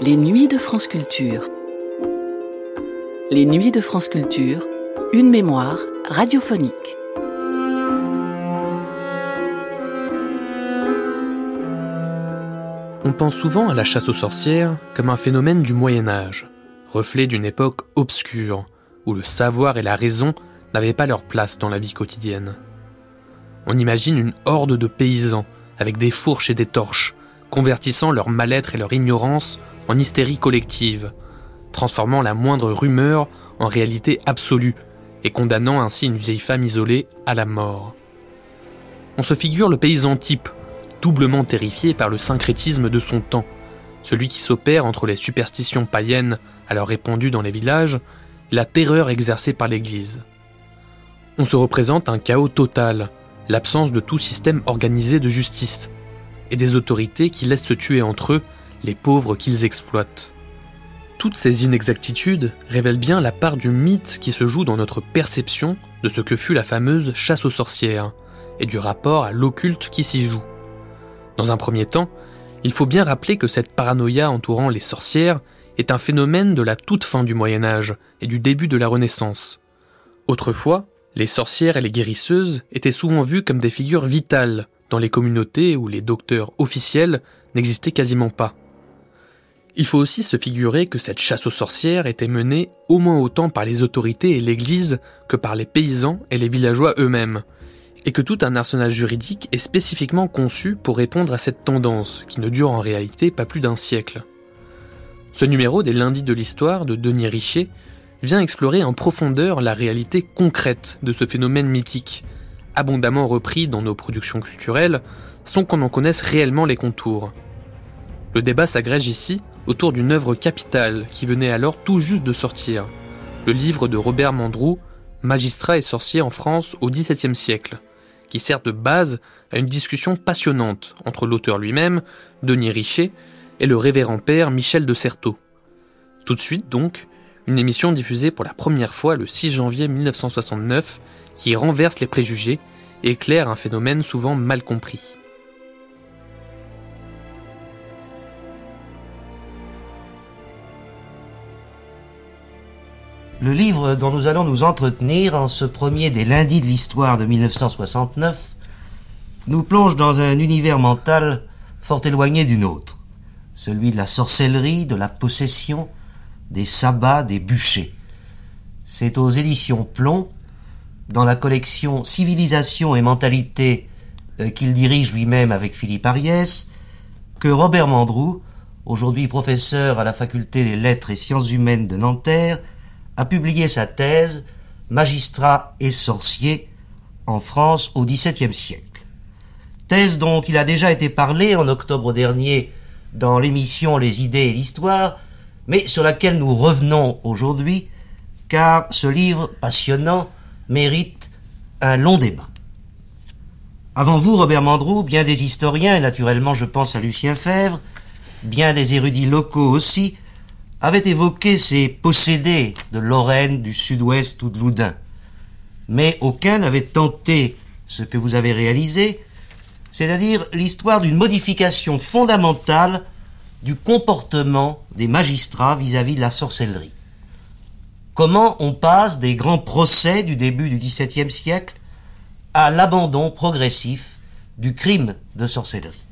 Les Nuits de France Culture. Les Nuits de France Culture, une mémoire radiophonique. On pense souvent à la chasse aux sorcières comme un phénomène du Moyen-Âge, reflet d'une époque obscure, où le savoir et la raison n'avaient pas leur place dans la vie quotidienne. On imagine une horde de paysans, avec des fourches et des torches, convertissant leur mal-être et leur ignorance en hystérie collective, transformant la moindre rumeur en réalité absolue et condamnant ainsi une vieille femme isolée à la mort. On se figure le paysan type, doublement terrifié par le syncrétisme de son temps, celui qui s'opère entre les superstitions païennes alors répandues dans les villages et la terreur exercée par l'Église. On se représente un chaos total, l'absence de tout système organisé de justice, et des autorités qui laissent se tuer entre eux les pauvres qu'ils exploitent. Toutes ces inexactitudes révèlent bien la part du mythe qui se joue dans notre perception de ce que fut la fameuse chasse aux sorcières, et du rapport à l'occulte qui s'y joue. Dans un premier temps, il faut bien rappeler que cette paranoïa entourant les sorcières est un phénomène de la toute fin du Moyen-Âge et du début de la Renaissance. Autrefois, les sorcières et les guérisseuses étaient souvent vues comme des figures vitales dans les communautés où les docteurs officiels n'existaient quasiment pas. Il faut aussi se figurer que cette chasse aux sorcières était menée au moins autant par les autorités et l'Église que par les paysans et les villageois eux-mêmes, et que tout un arsenal juridique est spécifiquement conçu pour répondre à cette tendance, qui ne dure en réalité pas plus d'un siècle. Ce numéro des Lundis de l'Histoire de Denis Richet vient explorer en profondeur la réalité concrète de ce phénomène mythique, abondamment repris dans nos productions culturelles, sans qu'on en connaisse réellement les contours. Le débat s'agrège ici autour d'une œuvre capitale qui venait alors tout juste de sortir, le livre de Robert Mandrou, Magistrats et sorciers en France au XVIIe siècle, qui sert de base à une discussion passionnante entre l'auteur lui-même, Denis Richet, et le révérend père Michel de Certeau. Tout de suite donc, une émission diffusée pour la première fois le 6 janvier 1969 qui renverse les préjugés et éclaire un phénomène souvent mal compris. Le livre dont nous allons nous entretenir en ce premier des Lundis de l'Histoire de 1969 nous plonge dans un univers mental fort éloigné du nôtre, celui de la sorcellerie, de la possession, des sabbats, des bûchers. C'est aux éditions Plomb, dans la collection Civilisation et mentalité qu'il dirige lui-même avec Philippe Ariès, que Robert Mandrou, aujourd'hui professeur à la faculté des lettres et sciences humaines de Nanterre, a publié sa thèse « Magistrats et sorciers en France au XVIIe siècle ». Thèse dont il a déjà été parlé en octobre dernier dans l'émission Les idées et l'histoire, mais sur laquelle nous revenons aujourd'hui, car ce livre passionnant mérite un long débat. Avant vous, Robert Mandrou, bien des historiens, et naturellement je pense à Lucien Febvre, bien des érudits locaux aussi, avaient évoqué ces possédés de Lorraine, du Sud-Ouest ou de Loudun. Mais aucun n'avait tenté ce que vous avez réalisé, c'est-à-dire l'histoire d'une modification fondamentale du comportement des magistrats vis-à-vis de la sorcellerie. Comment on passe des grands procès du début du XVIIe siècle à l'abandon progressif du crime de sorcellerie.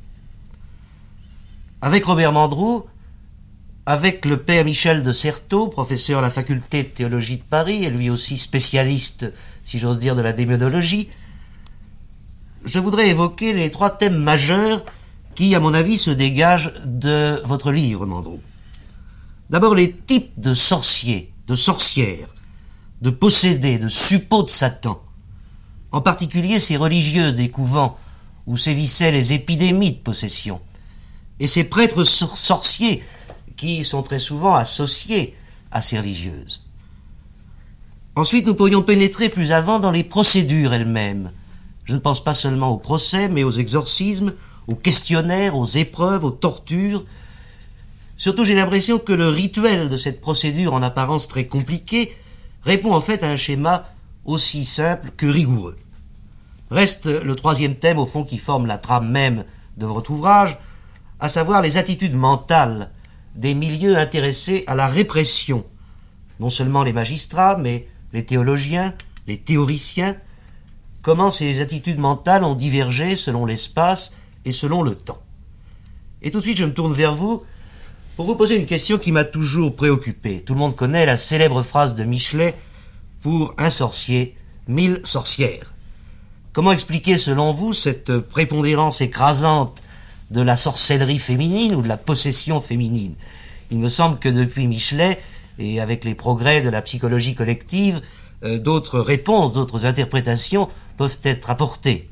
Avec Robert Mandrou, avec le père Michel de Certeau, professeur à la faculté de théologie de Paris, et lui aussi spécialiste, si j'ose dire, de la démonologie, je voudrais évoquer les trois thèmes majeurs qui, à mon avis, se dégagent de votre livre, Mandrou. D'abord, les types de sorciers, de sorcières, de possédés, de suppôts de Satan, en particulier ces religieuses des couvents où sévissaient les épidémies de possession, et ces prêtres sorciers qui sont très souvent associés à ces religieuses. Ensuite, nous pourrions pénétrer plus avant dans les procédures elles-mêmes. Je ne pense pas seulement aux procès, mais aux exorcismes, aux questionnaires, aux épreuves, aux tortures. Surtout, j'ai l'impression que le rituel de cette procédure, en apparence très compliquée, répond en fait à un schéma aussi simple que rigoureux. Reste le troisième thème, au fond, qui forme la trame même de votre ouvrage, à savoir les attitudes mentales des milieux intéressés à la répression. Non seulement les magistrats, mais les théologiens, les théoriciens. Comment ces attitudes mentales ont divergé selon l'espace et selon le temps. Et tout de suite, je me tourne vers vous pour vous poser une question qui m'a toujours préoccupé. Tout le monde connaît la célèbre phrase de Michelet pour un sorcier, 1000 sorcières. Comment expliquer, selon vous, cette prépondérance écrasante de la sorcellerie féminine ou de la possession féminine? Il me semble que depuis Michelet, et avec les progrès de la psychologie collective, d'autres réponses, d'autres interprétations peuvent être apportées.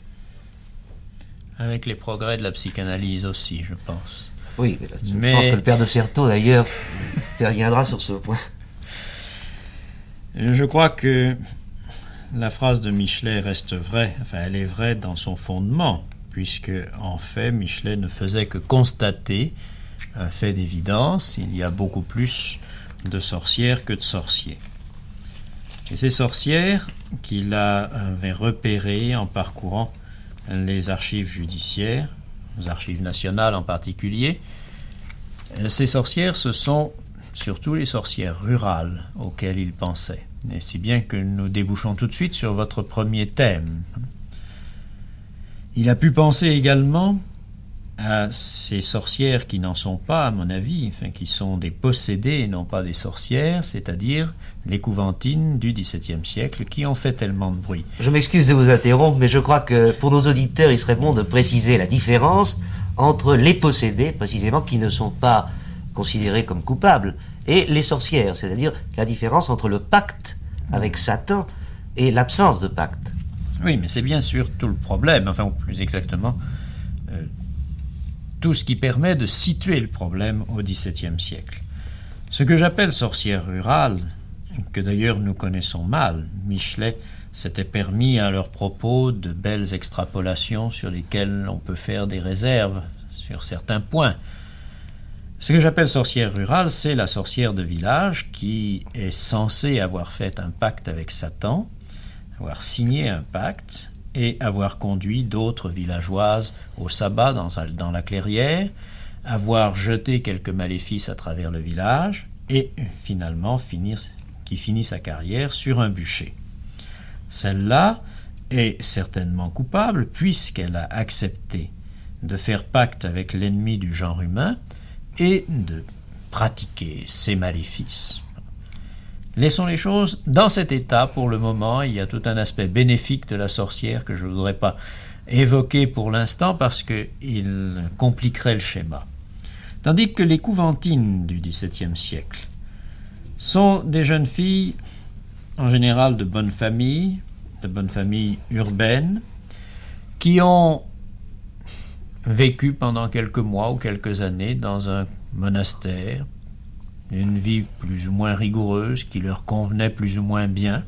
Avec les progrès de la psychanalyse aussi, je pense. Oui, mais je pense que le père de Certeau, d'ailleurs, reviendra sur ce point. Je crois que la phrase de Michelet reste vraie, enfin elle est vraie dans son fondement, puisque en fait Michelet ne faisait que constater un fait d'évidence, il y a beaucoup plus de sorcières que de sorciers. Et ces sorcières qu'il avait repérées en parcourant les archives judiciaires, les archives nationales en particulier, ces sorcières, ce sont surtout les sorcières rurales auxquelles il pensait. Et si bien que nous débouchons tout de suite sur votre premier thème. Il a pu penser également à ces sorcières qui n'en sont pas, à mon avis, enfin, qui sont des possédées et non pas des sorcières, c'est-à-dire les couventines du XVIIe siècle qui ont fait tellement de bruit. Je m'excuse de vous interrompre, mais je crois que pour nos auditeurs, il serait bon de préciser la différence entre les possédés, précisément, qui ne sont pas considérés comme coupables, et les sorcières, c'est-à-dire la différence entre le pacte avec Satan et l'absence de pacte. Oui, mais c'est bien sûr tout le problème, enfin, ou plus exactement, tout ce qui permet de situer le problème au XVIIe siècle. Ce que j'appelle sorcières rurales, que d'ailleurs nous connaissons mal, Michelet s'était permis à leur propos de belles extrapolations sur lesquelles on peut faire des réserves sur certains points. Ce que j'appelle sorcière rurale, c'est la sorcière de village qui est censée avoir fait un pacte avec Satan, avoir signé un pacte et avoir conduit d'autres villageoises au sabbat dans la clairière, avoir jeté quelques maléfices à travers le village et finalement qui finit sa carrière sur un bûcher. Celle-là est certainement coupable puisqu'elle a accepté de faire pacte avec l'ennemi du genre humain et de pratiquer ses maléfices. Laissons les choses dans cet état pour le moment. Il y a tout un aspect bénéfique de la sorcière que je ne voudrais pas évoquer pour l'instant parce qu'il compliquerait le schéma. Tandis que les couventines du XVIIe siècle sont des jeunes filles, en général de bonne famille urbaine, qui ont vécu pendant quelques mois ou quelques années dans un monastère, une vie plus ou moins rigoureuse qui leur convenait plus ou moins bien,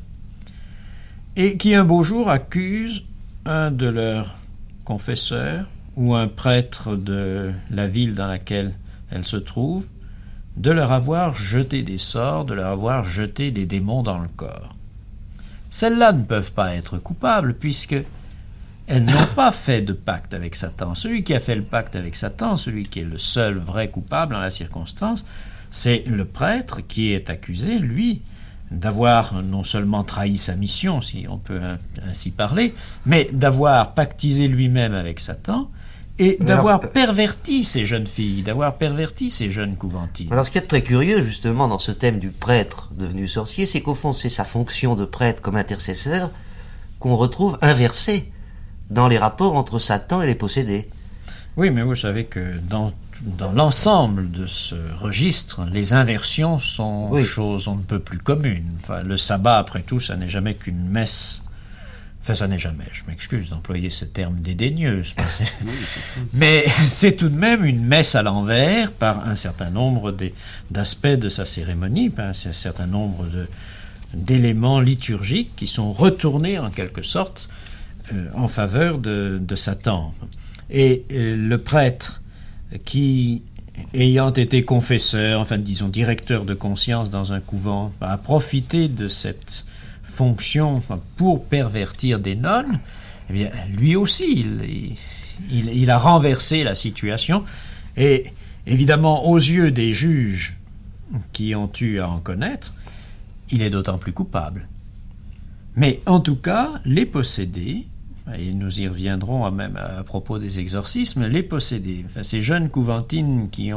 et qui un beau jour accusent un de leurs confesseurs ou un prêtre de la ville dans laquelle elles se trouvent de leur avoir jeté des sorts, de leur avoir jeté des démons dans le corps. Celles-là ne peuvent pas être coupables puisque elles n'ont pas fait de pacte avec Satan. Celui qui a fait le pacte avec Satan, celui qui est le seul vrai coupable en la circonstance, c'est le prêtre qui est accusé, lui, d'avoir non seulement trahi sa mission, si on peut ainsi parler, mais d'avoir pactisé lui-même avec Satan et d'avoir perverti ces jeunes filles, d'avoir perverti ces jeunes couventines. Alors ce qui est très curieux justement dans ce thème du prêtre devenu sorcier, c'est qu'au fond c'est sa fonction de prêtre comme intercesseur qu'on retrouve inversée dans les rapports entre Satan et les possédés. Oui, mais vous savez que dans l'ensemble de ce registre, les inversions sont choses on ne peut plus communes. Enfin, le sabbat, après tout, ça n'est jamais qu'une messe. Enfin, ça n'est jamais, je m'excuse d'employer ce terme dédaigneux, mais c'est tout de même une messe à l'envers par un certain nombre d'aspects de sa cérémonie, par un certain nombre d'éléments liturgiques qui sont retournés en quelque sorte en faveur de Satan. Et le prêtre qui, ayant été confesseur, enfin disons directeur de conscience dans un couvent, a profité de cette fonction pour pervertir des nonnes, eh bien, lui aussi, il a renversé la situation et Évidemment, aux yeux des juges qui ont eu à en connaître, il est d'autant plus coupable. Mais en tout cas, les possédés, et nous y reviendrons même à propos des exorcismes, les possédés, ces jeunes couventines qui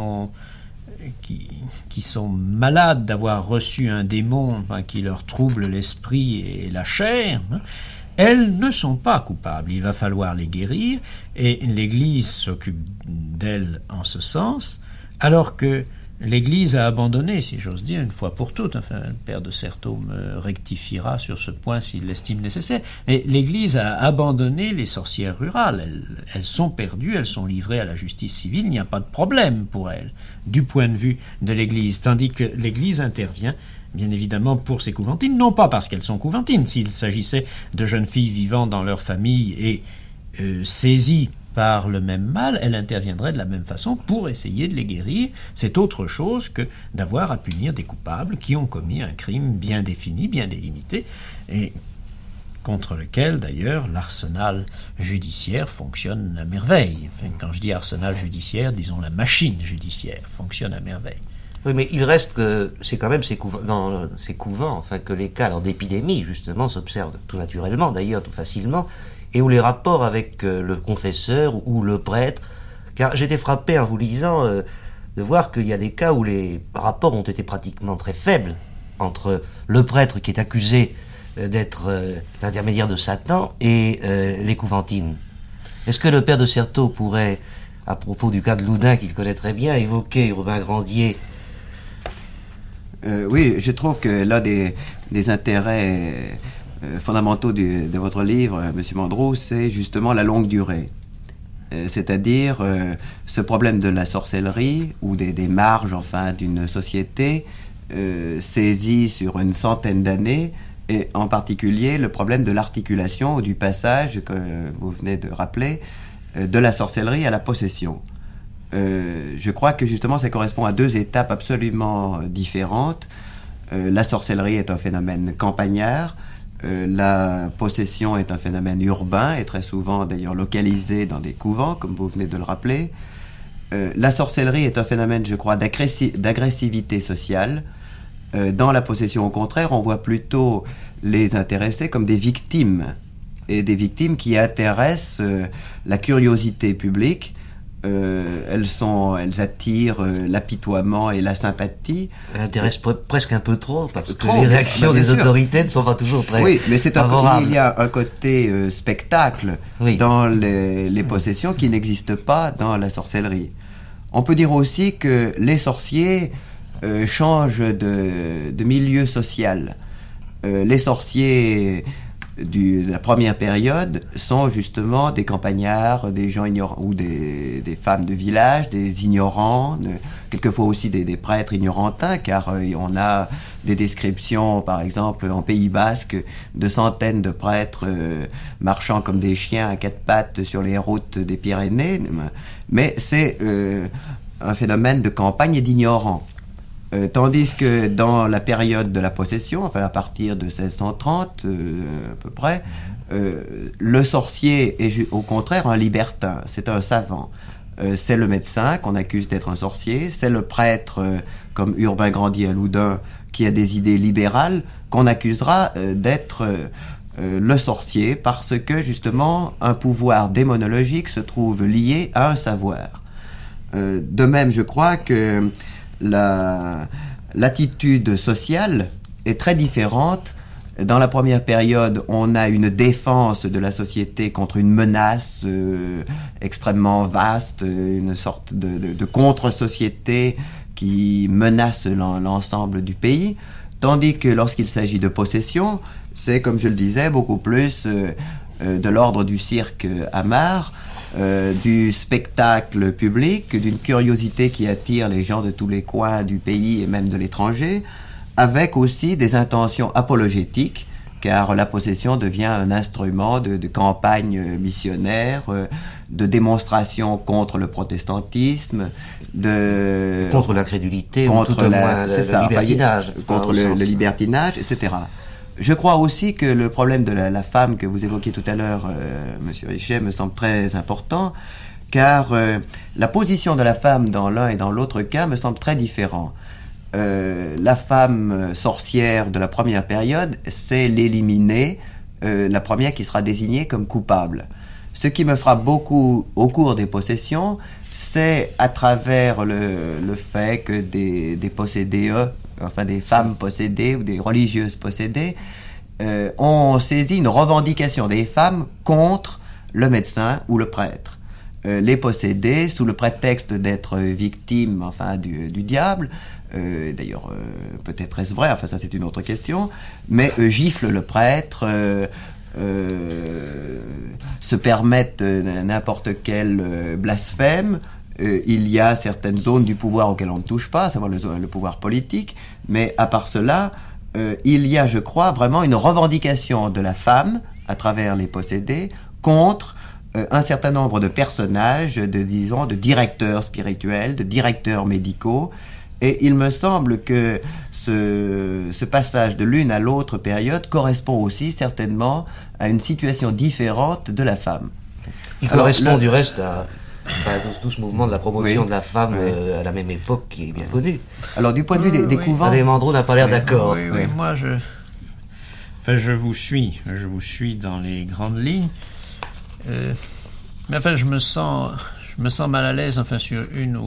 sont malades d'avoir reçu un démon qui leur trouble l'esprit et la chair, elles ne sont pas coupables. Il va falloir les guérir, et l'Église s'occupe d'elles en ce sens, alors que l'Église a abandonné, si j'ose dire, une fois pour toutes, le père de Certeau me rectifiera sur ce point s'il l'estime nécessaire, mais l'Église a abandonné les sorcières rurales. Elles sont perdues, elles sont livrées à la justice civile, il n'y a pas de problème pour elles, du point de vue de l'Église, tandis que l'Église intervient, bien évidemment, pour ces couventines, non pas parce qu'elles sont couventines, s'il s'agissait de jeunes filles vivant dans leur famille et saisies par le même mal, elle interviendrait de la même façon pour essayer de les guérir. C'est autre chose que d'avoir à punir des coupables qui ont commis un crime bien défini, bien délimité, et contre lequel, d'ailleurs, l'arsenal judiciaire fonctionne à merveille. Enfin, quand je dis arsenal judiciaire, disons la machine judiciaire fonctionne à merveille. Oui, mais il reste que c'est quand même dans ces couvents, que les cas d'épidémie, justement, s'observent tout naturellement, d'ailleurs, tout facilement, et où les rapports avec le confesseur ou le prêtre, car j'étais frappé en vous lisant de voir qu'il y a des cas où les rapports ont été pratiquement très faibles entre le prêtre qui est accusé d'être l'intermédiaire de Satan et les couventines. Est-ce que le père de Certeau pourrait, à propos du cas de Loudun qu'il connaît très bien, évoquer Urbain Grandier? Oui, je trouve que l'un des intérêts fondamentaux de votre livre, M. Mandrou, c'est justement la longue durée. C'est-à-dire ce problème de la sorcellerie ou des marges d'une société saisie sur une centaine d'années, et en particulier le problème de l'articulation ou du passage que vous venez de rappeler de la sorcellerie à la possession. Je crois que justement ça correspond à deux étapes absolument différentes. La sorcellerie est un phénomène campagnard, la possession est un phénomène urbain et très souvent d'ailleurs localisé dans des couvents, comme vous venez de le rappeler. La sorcellerie est un phénomène, je crois, d'agressivité sociale. Dans la possession, au contraire, on voit plutôt les intéressés comme des victimes, et des victimes qui intéressent la curiosité publique. Elles attirent l'apitoiement et la sympathie. Elles intéressent presque un peu trop, parce que les réactions des autorités ne sont pas toujours très favorables. Oui, mais il y a un côté spectacle dans les possessions qui n'existe pas dans la sorcellerie. On peut dire aussi que les sorciers changent de milieu social. Les sorciers de la première période sont justement des campagnards, des gens ignorants, ou des femmes de village, des ignorants, quelquefois aussi des prêtres ignorantins, car on a des descriptions, par exemple, en Pays Basque, de centaines de prêtres marchant comme des chiens à quatre pattes sur les routes des Pyrénées, mais c'est un phénomène de campagne et d'ignorants. Tandis que dans la période de la possession, à partir de 1630 à peu près, le sorcier est au contraire un libertin, c'est un savant. C'est le médecin qu'on accuse d'être un sorcier, c'est le prêtre comme Urbain Grandier à Loudun qui a des idées libérales qu'on accusera d'être le sorcier parce que justement un pouvoir démonologique se trouve lié à un savoir. De même, je crois que l'attitude sociale est très différente. Dans la première période, on a une défense de la société contre une menace extrêmement vaste, une sorte de contre-société qui menace l'ensemble du pays, tandis que lorsqu'il s'agit de possession, c'est, comme je le disais, beaucoup plus de l'ordre du cirque Hamar, du spectacle public, d'une curiosité qui attire les gens de tous les coins du pays et même de l'étranger, avec aussi des intentions apologétiques, car la possession devient un instrument de campagne missionnaire, de démonstration contre le protestantisme, contre l'incrédulité, contre le libertinage. Contre le libertinage, etc. Je crois aussi que le problème de la femme que vous évoquiez tout à l'heure, Monsieur Richet, me semble très important, car la position de la femme dans l'un et dans l'autre cas me semble très différente. La femme sorcière de la première période, c'est l'éliminée, la première qui sera désignée comme coupable. Ce qui me frappe beaucoup au cours des possessions, c'est à travers le fait que des possédées, enfin des femmes possédées ou des religieuses possédées, ont saisi une revendication des femmes contre le médecin ou le prêtre. Les possédés, sous le prétexte d'être victimes, enfin, du diable, d'ailleurs, peut-être est-ce vrai, enfin ça c'est une autre question, mais giflent le prêtre, se permettent n'importe quel blasphème. Il y a certaines zones du pouvoir auxquelles on ne touche pas, à savoir le pouvoir politique, mais à part cela, il y a, je crois, vraiment une revendication de la femme, à travers les possédés, contre un certain nombre de personnages, de directeurs spirituels, de directeurs médicaux. Et il me semble que ce passage de l'une à l'autre période correspond aussi certainement à une situation différente de la femme. Il correspond du reste à tout ce mouvement de la promotion de la femme à la même époque qui est bien connu. Alors du point de vue des couvents... Alain Mandrou n'a pas l'air d'accord. Oui, moi je vous suis dans les grandes lignes. Mais enfin je me sens mal à l'aise sur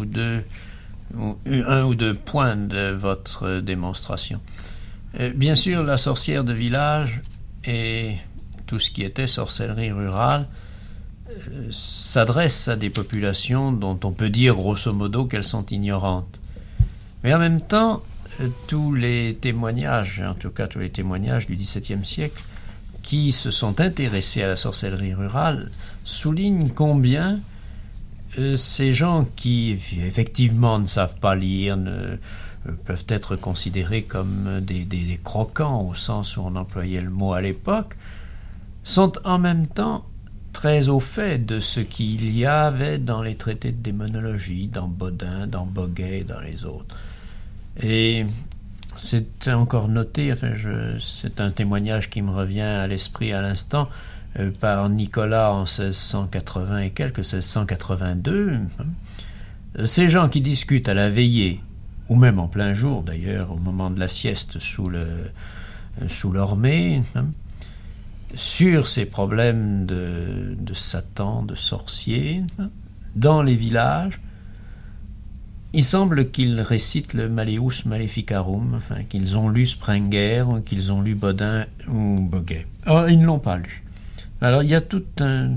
un ou deux points de votre démonstration. Bien sûr, la sorcière de village et tout ce qui était sorcellerie rurale s'adresse à des populations dont on peut dire grosso modo qu'elles sont ignorantes. Mais en même temps, tous les témoignages, en tout cas tous les témoignages du XVIIe siècle, qui se sont intéressés à la sorcellerie rurale, soulignent combien ces gens qui effectivement ne savent pas lire peuvent être considérés comme des croquants au sens où on employait le mot à l'époque, sont en même temps très au fait de ce qu'il y avait dans les traités de démonologie, dans Bodin, dans Boguet, dans les autres. Et c'est encore noté, c'est un témoignage qui me revient à l'esprit à l'instant, par Nicolas en 1680 et quelques, 1682. Ces gens qui discutent à la veillée, ou même en plein jour d'ailleurs, au moment de la sieste sous l'ormée, sur ces problèmes de Satan, de sorciers, dans les villages, il semble qu'ils récitent le Malleus Maleficarum, qu'ils ont lu Sprenger, ou qu'ils ont lu Bodin ou Boguet. Or, ils ne l'ont pas lu. Alors, il y a tout un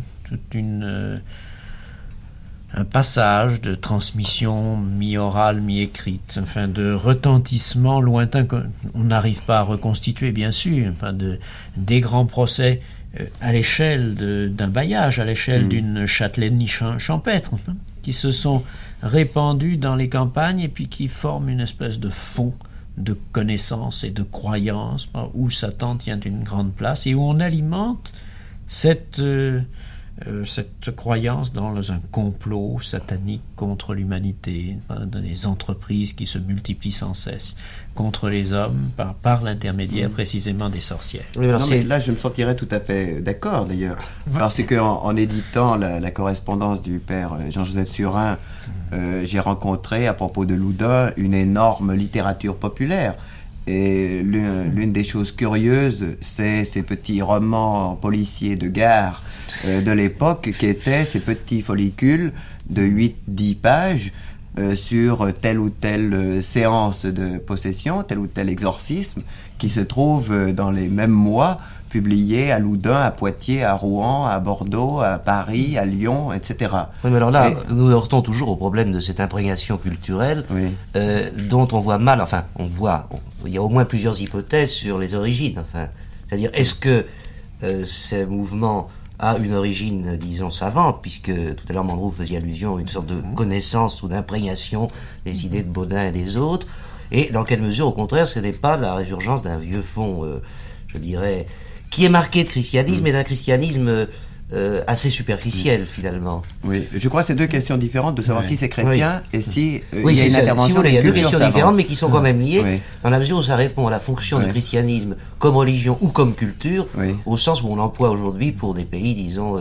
passage de transmission mi-orale, mi-écrite, de retentissement lointain qu'on n'arrive pas à reconstituer, bien sûr, des grands procès à l'échelle d'un bailliage, à l'échelle d'une châtellenie champêtre, qui se sont répandus dans les campagnes et puis qui forment une espèce de fond de connaissances et de croyances où Satan tient une grande place et où on alimente cette croyance dans un complot satanique contre l'humanité, des entreprises qui se multiplient sans cesse contre les hommes par l'intermédiaire précisément des sorcières. Oui, mais là je me sentirais tout à fait d'accord d'ailleurs, parce qu'en éditant la correspondance du père Jean-Joseph Surin, j'ai rencontré à propos de Loudun une énorme littérature populaire. Et l'une des choses curieuses, c'est ces petits romans policiers de gare de l'époque, qui étaient ces petits follicules de 8-10 pages sur telle ou telle séance de possession, tel ou tel exorcisme, qui se trouve dans les mêmes mois, publiés à Loudun, à Poitiers, à Rouen, à Bordeaux, à Paris, à Lyon, etc. Oui, mais alors là, nous heurtons toujours au problème de cette imprégnation culturelle, dont on voit mal, il y a au moins plusieurs hypothèses sur les origines. C'est-à-dire, est-ce que ces mouvements a une origine, disons, savante, puisque tout à l'heure Mandrou faisait allusion à une sorte de connaissance ou d'imprégnation des idées de Bodin et des autres, et dans quelle mesure, au contraire, ce n'est pas la résurgence d'un vieux fond, je dirais, qui est marqué de christianisme, et d'un christianisme assez superficiel, finalement. Oui, je crois que c'est deux questions différentes, de savoir si c'est chrétien et si il y a une intervention. Si vous voulez, il y a deux questions différentes, mais qui sont quand même liées, dans la mesure où ça répond à la fonction du christianisme comme religion ou comme culture, au sens où on l'emploie aujourd'hui pour des pays, disons,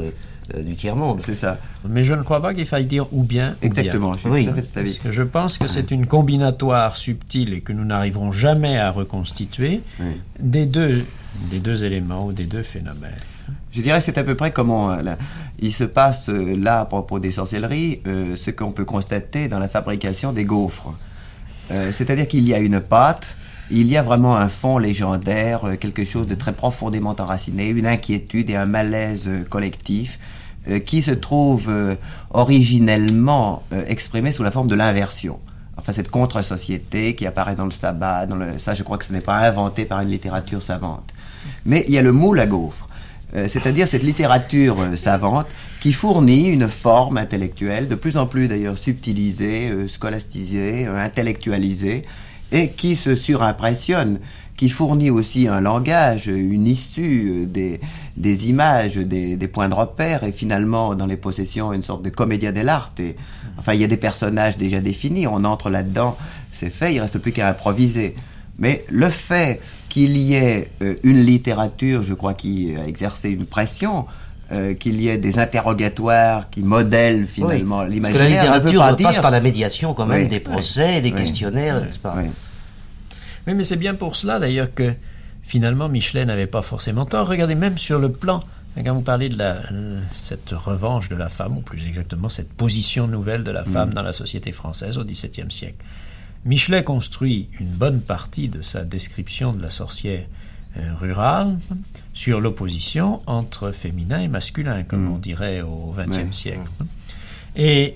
du tiers-monde. C'est ça. Mais je ne crois pas qu'il faille dire ou bien. Exactement, je suis tout à fait de cet avis. Parce que je pense que c'est une combinatoire subtile et que nous n'arriverons jamais à reconstituer des deux éléments ou des deux phénomènes. Je dirais que c'est à peu près comment il se passe là, à propos des sorcelleries, ce qu'on peut constater dans la fabrication des gaufres. C'est-à-dire qu'il y a une pâte, il y a vraiment un fond légendaire, quelque chose de très profondément enraciné, une inquiétude et un malaise collectif qui se trouve originellement exprimé sous la forme de l'inversion. Enfin, cette contre-société qui apparaît dans le sabbat, ça je crois que ce n'est pas inventé par une littérature savante. Mais il y a le moule à gaufre. C'est-à-dire cette littérature savante qui fournit une forme intellectuelle, de plus en plus d'ailleurs subtilisée, scolastisée, intellectualisée, et qui se surimpressionne, qui fournit aussi un langage, une issue, des images, des points de repère, et finalement dans les possessions une sorte de commedia dell'arte. Enfin, il y a des personnages déjà définis, on entre là-dedans, c'est fait, il ne reste plus qu'à improviser. Mais le fait qu'il y ait une littérature, je crois, qui a exercé une pression, qu'il y ait des interrogatoires qui modèlent finalement l'imaginaire. Parce que la littérature passe par la médiation quand même, des procès, des questionnaires, n'est-ce pas ? Oui, mais c'est bien pour cela d'ailleurs que finalement Michelet n'avait pas forcément tort. Regardez, même sur le plan, quand vous parlez de cette revanche de la femme, ou plus exactement cette position nouvelle de la femme dans la société française au XVIIe siècle, Michelet construit une bonne partie de sa description de la sorcière rurale sur l'opposition entre féminin et masculin, comme on dirait au XXe siècle. Et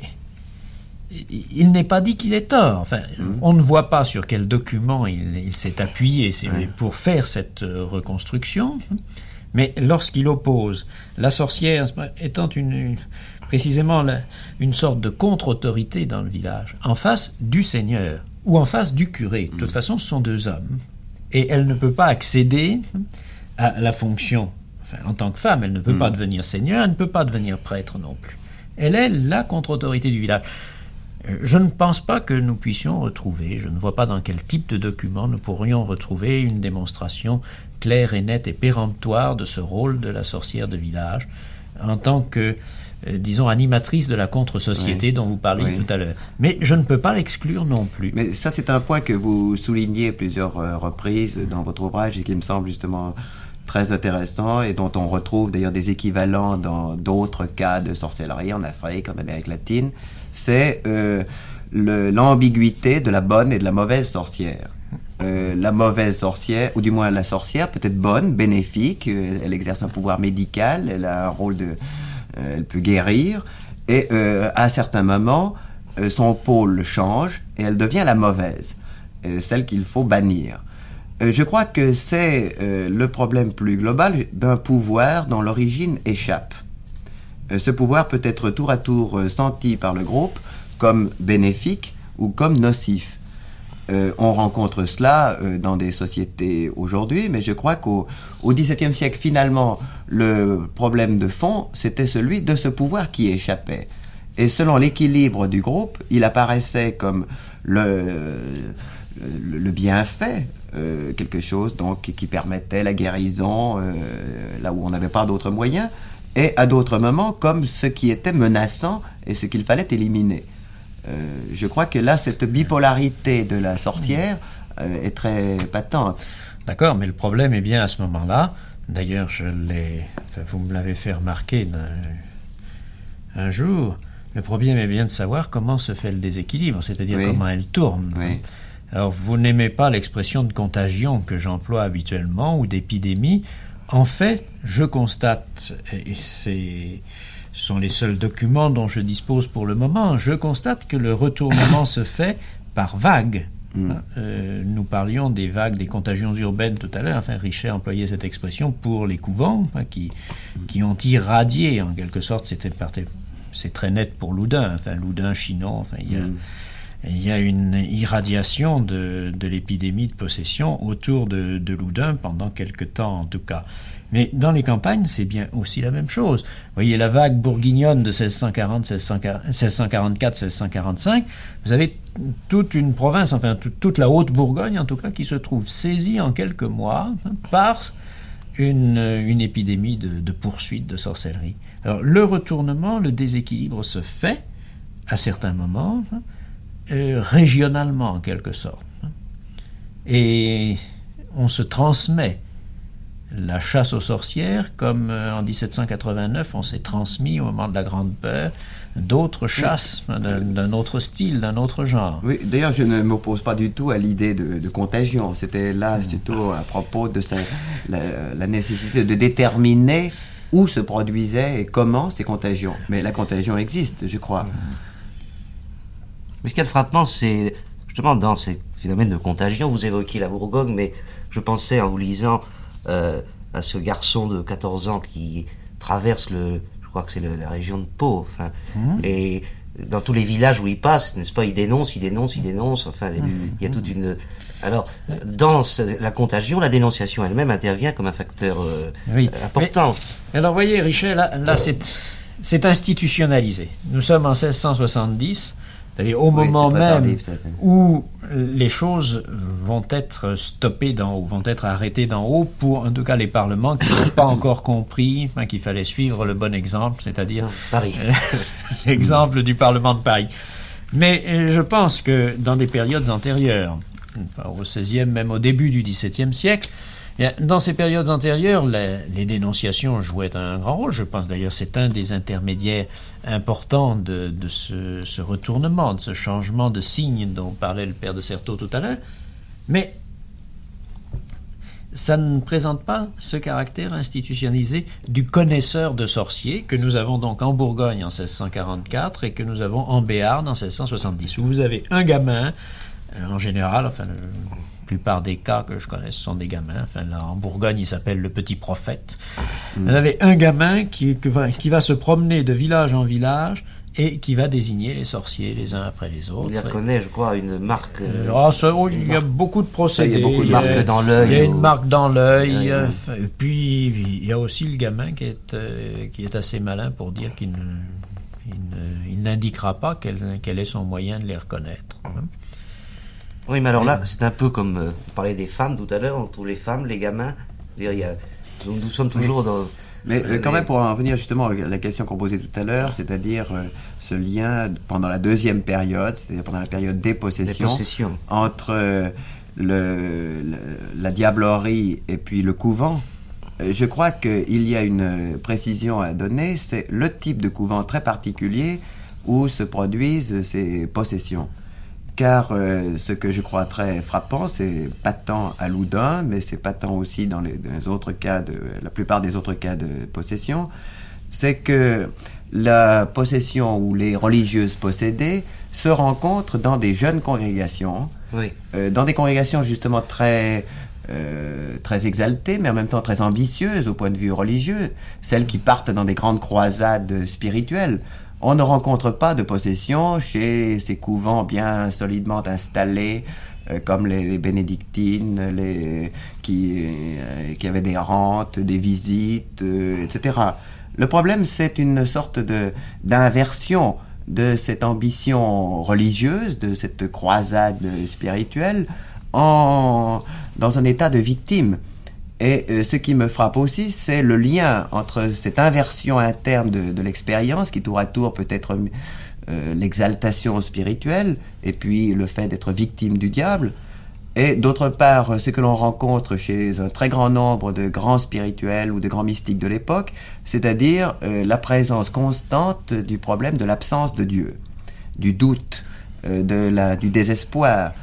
il n'est pas dit qu'il est tort. Enfin, on ne voit pas sur quel document il s'est appuyé pour faire cette reconstruction, mais lorsqu'il oppose la sorcière étant précisément une sorte de contre-autorité dans le village, en face du seigneur, ou en face du curé. De toute façon, ce sont deux hommes. Et elle ne peut pas accéder à la fonction. Enfin, en tant que femme, elle ne peut pas devenir seigneur, elle ne peut pas devenir prêtre non plus. Elle est la contre-autorité du village. Je ne pense pas que nous puissions retrouver, je ne vois pas dans quel type de document nous pourrions retrouver une démonstration claire et nette et péremptoire de ce rôle de la sorcière de village en tant que disons, animatrice de la contre-société dont vous parliez tout à l'heure. Mais je ne peux pas l'exclure non plus. Mais ça, c'est un point que vous soulignez plusieurs reprises dans votre ouvrage et qui me semble justement très intéressant et dont on retrouve d'ailleurs des équivalents dans d'autres cas de sorcellerie en Afrique, en Amérique latine. C'est l'ambiguïté de la bonne et de la mauvaise sorcière. La mauvaise sorcière, ou du moins la sorcière, peut être bonne, bénéfique, elle exerce un pouvoir médical, elle a un rôle elle peut guérir, et à un certain moment, son pôle change et elle devient la mauvaise, celle qu'il faut bannir. Je crois que c'est le problème plus global d'un pouvoir dont l'origine échappe. Ce pouvoir peut être tour à tour senti par le groupe comme bénéfique ou comme nocif. On rencontre cela dans des sociétés aujourd'hui, mais je crois qu'au XVIIe siècle, finalement, le problème de fond, c'était celui de ce pouvoir qui échappait. Et selon l'équilibre du groupe, il apparaissait comme le bienfait, quelque chose donc qui permettait la guérison là où on n'avait pas d'autres moyens, et à d'autres moments comme ce qui était menaçant et ce qu'il fallait éliminer. Je crois que là, cette bipolarité de la sorcière est très patente. D'accord, mais le problème est bien à ce moment-là. D'ailleurs, vous me l'avez fait remarquer un jour. Le problème est bien de savoir comment se fait le déséquilibre, c'est-à-dire comment elle tourne. Oui. Alors, vous n'aimez pas l'expression de contagion que j'emploie habituellement ou d'épidémie. En fait, je constate, et ce sont les seuls documents dont je dispose pour le moment, je constate que le retournement se fait par vagues. Nous parlions des vagues, des contagions urbaines tout à l'heure. Enfin, Richet employait cette expression pour les couvents qui ont irradié, en quelque sorte, c'est très net pour Loudun, enfin Loudun, Chinon, enfin il y a une irradiation de l'épidémie de possession autour de Loudun pendant quelque temps en tout cas. Mais dans les campagnes, c'est bien aussi la même chose. Vous voyez la vague bourguignonne de 1644-1645, vous avez toute une province, enfin toute la Haute-Bourgogne en tout cas, qui se trouve saisie en quelques mois par une épidémie de poursuite de sorcellerie. Alors, le retournement, le déséquilibre se fait, à certains moments, régionalement, en quelque sorte. Et on se transmet la chasse aux sorcières, comme en 1789, on s'est transmis au moment de la Grande Peur d'autres chasses d'un autre style, d'un autre genre. Oui, d'ailleurs, je ne m'oppose pas du tout à l'idée de contagion. C'était là surtout à propos de la nécessité de déterminer où se produisaient et comment ces contagions. Mais la contagion existe, je crois. Mais ce qui est frappant, c'est justement dans ces phénomènes de contagion, vous évoquiez la Bourgogne, mais je pensais en vous lisant à ce garçon de 14 ans qui traverse je crois que c'est la région de Pau, enfin, et dans tous les villages où il passe, n'est-ce pas, il dénonce, enfin, il y a toute une... Alors, dans la contagion, la dénonciation elle-même intervient comme un facteur important. Mais, alors, voyez, Richet, là c'est institutionnalisé. Nous sommes en 1670, c'est-à-dire au moment même tardif, où les choses vont être stoppées d'en haut, vont être arrêtées d'en haut pour, en tout cas, les parlements qui n'ont pas encore compris qu'il fallait suivre le bon exemple, c'est-à-dire Paris. L'exemple du Parlement de Paris. Mais je pense que dans des périodes antérieures, au XVIe, même au début du XVIIe siècle, dans ces périodes antérieures, les dénonciations jouaient un grand rôle. Je pense d'ailleurs que c'est un des intermédiaires importants de ce retournement, de ce changement de signe dont parlait le père de Certeau tout à l'heure. Mais ça ne présente pas ce caractère institutionnalisé du connaisseur de sorciers que nous avons donc en Bourgogne en 1644 et que nous avons en Béarn en 1670, où vous avez un gamin, en général, enfin... La plupart des cas que je connais, ce sont des gamins. Enfin, là, en Bourgogne, il s'appelle le petit prophète. Vous avez un gamin qui va se promener de village en village et qui va désigner les sorciers les uns après les autres. Il y connaît, je crois, une marque... il y a beaucoup de procédés. Il y a beaucoup de marques dans l'œil. Il y a une marque dans l'œil. Et puis, il y a aussi le gamin qui est assez malin pour dire qu'il n'indiquera pas quel est son moyen de les reconnaître. Oui, mais alors là, c'est un peu comme on parlait des femmes tout à l'heure, entre les femmes, les gamins. Nous sommes toujours dans... Mais quand même, pour en venir justement à la question qu'on posait tout à l'heure, c'est-à-dire ce lien pendant la deuxième période, c'est-à-dire pendant la période des possessions. Entre la diablerie et puis le couvent, je crois qu'il y a une précision à donner, c'est le type de couvent très particulier où se produisent ces possessions. Car ce que je crois très frappant, c'est patent à Loudun, mais c'est patent aussi dans les autres cas la plupart des autres cas de possession, c'est que la possession ou les religieuses possédées se rencontrent dans des jeunes congrégations, dans des congrégations justement très exaltées, mais en même temps très ambitieuses au point de vue religieux, celles qui partent dans des grandes croisades spirituelles. On ne rencontre pas de possession chez ces couvents bien solidement installés, comme les bénédictines, qui avaient des rentes, des visites, etc. Le problème, c'est une sorte d'inversion de cette ambition religieuse, de cette croisade spirituelle, dans un état de victime. Et ce qui me frappe aussi, c'est le lien entre cette inversion interne de l'expérience, qui tour à tour peut être l'exaltation spirituelle, et puis le fait d'être victime du diable, et d'autre part, ce que l'on rencontre chez un très grand nombre de grands spirituels ou de grands mystiques de l'époque, c'est-à-dire la présence constante du problème de l'absence de Dieu, du doute, du désespoir.